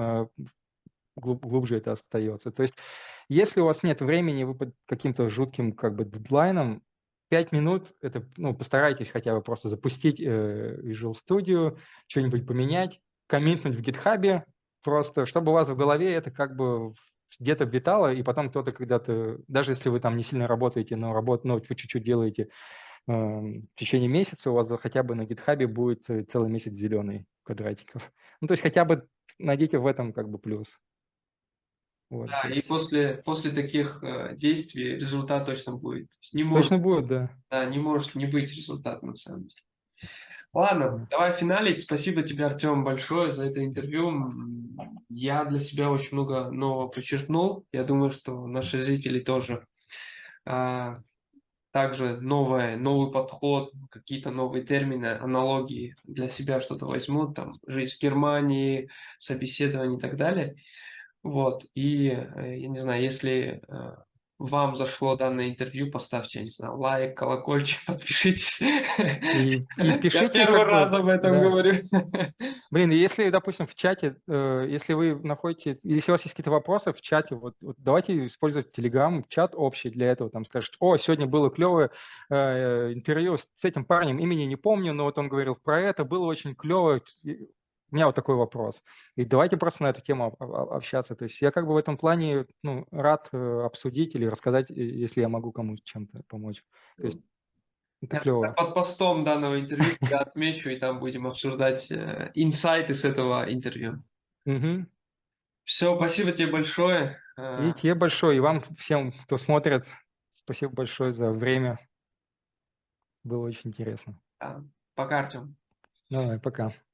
глубже это остается. То есть, если у вас нет времени, вы под каким-то жутким как бы дедлайном, 5 минут, это, ну, постарайтесь хотя бы просто запустить Visual Studio, что-нибудь поменять, коммитнуть в GitHub, просто чтобы у вас в голове это как бы где-то витало, и потом кто-то когда-то, даже если вы там не сильно работаете, но но вы чуть-чуть делаете в течение месяца, у вас хотя бы на GitHub будет целый месяц зеленый квадратиков. Ну, то есть хотя бы найдите в этом как бы плюс. Вот, Да, то и есть после таких действий результат точно будет. То есть не может, точно будет, да. да, не может не быть результата на самом деле. Ладно, Да. давай финалить. Спасибо тебе, Артем, большое за это интервью. Я для себя очень много нового подчеркнул. Я думаю, что наши зрители тоже а, также новый подход, какие-то новые термины, аналогии для себя что-то возьмут, там, жизнь в Германии, собеседование и так далее. Вот, и я не знаю, если вам зашло данное интервью, поставьте, я не знаю, лайк, колокольчик, подпишитесь. И Я пишите первый как раз бы, об этом да. говорю. Блин, и если, допустим, в чате, если вы находите, если у вас есть какие-то вопросы в чате, вот давайте использовать Telegram, чат общий для этого, там скажет, о, сегодня было клевое интервью с этим парнем, имени не помню, но вот он говорил про это, было очень клево. У меня вот такой вопрос. И давайте просто на эту тему общаться. То есть я как бы в этом плане, ну, рад обсудить или рассказать, если я могу кому-то чем-то помочь. То есть это Я тогда клево. под постом данного интервью тебя отмечу, и там будем обсуждать инсайты с этого интервью. Мгм. Все, спасибо тебе большое. И тебе большое, и вам всем, кто смотрит, спасибо большое за время. Было очень интересно. Пока, Артем. Давай, пока.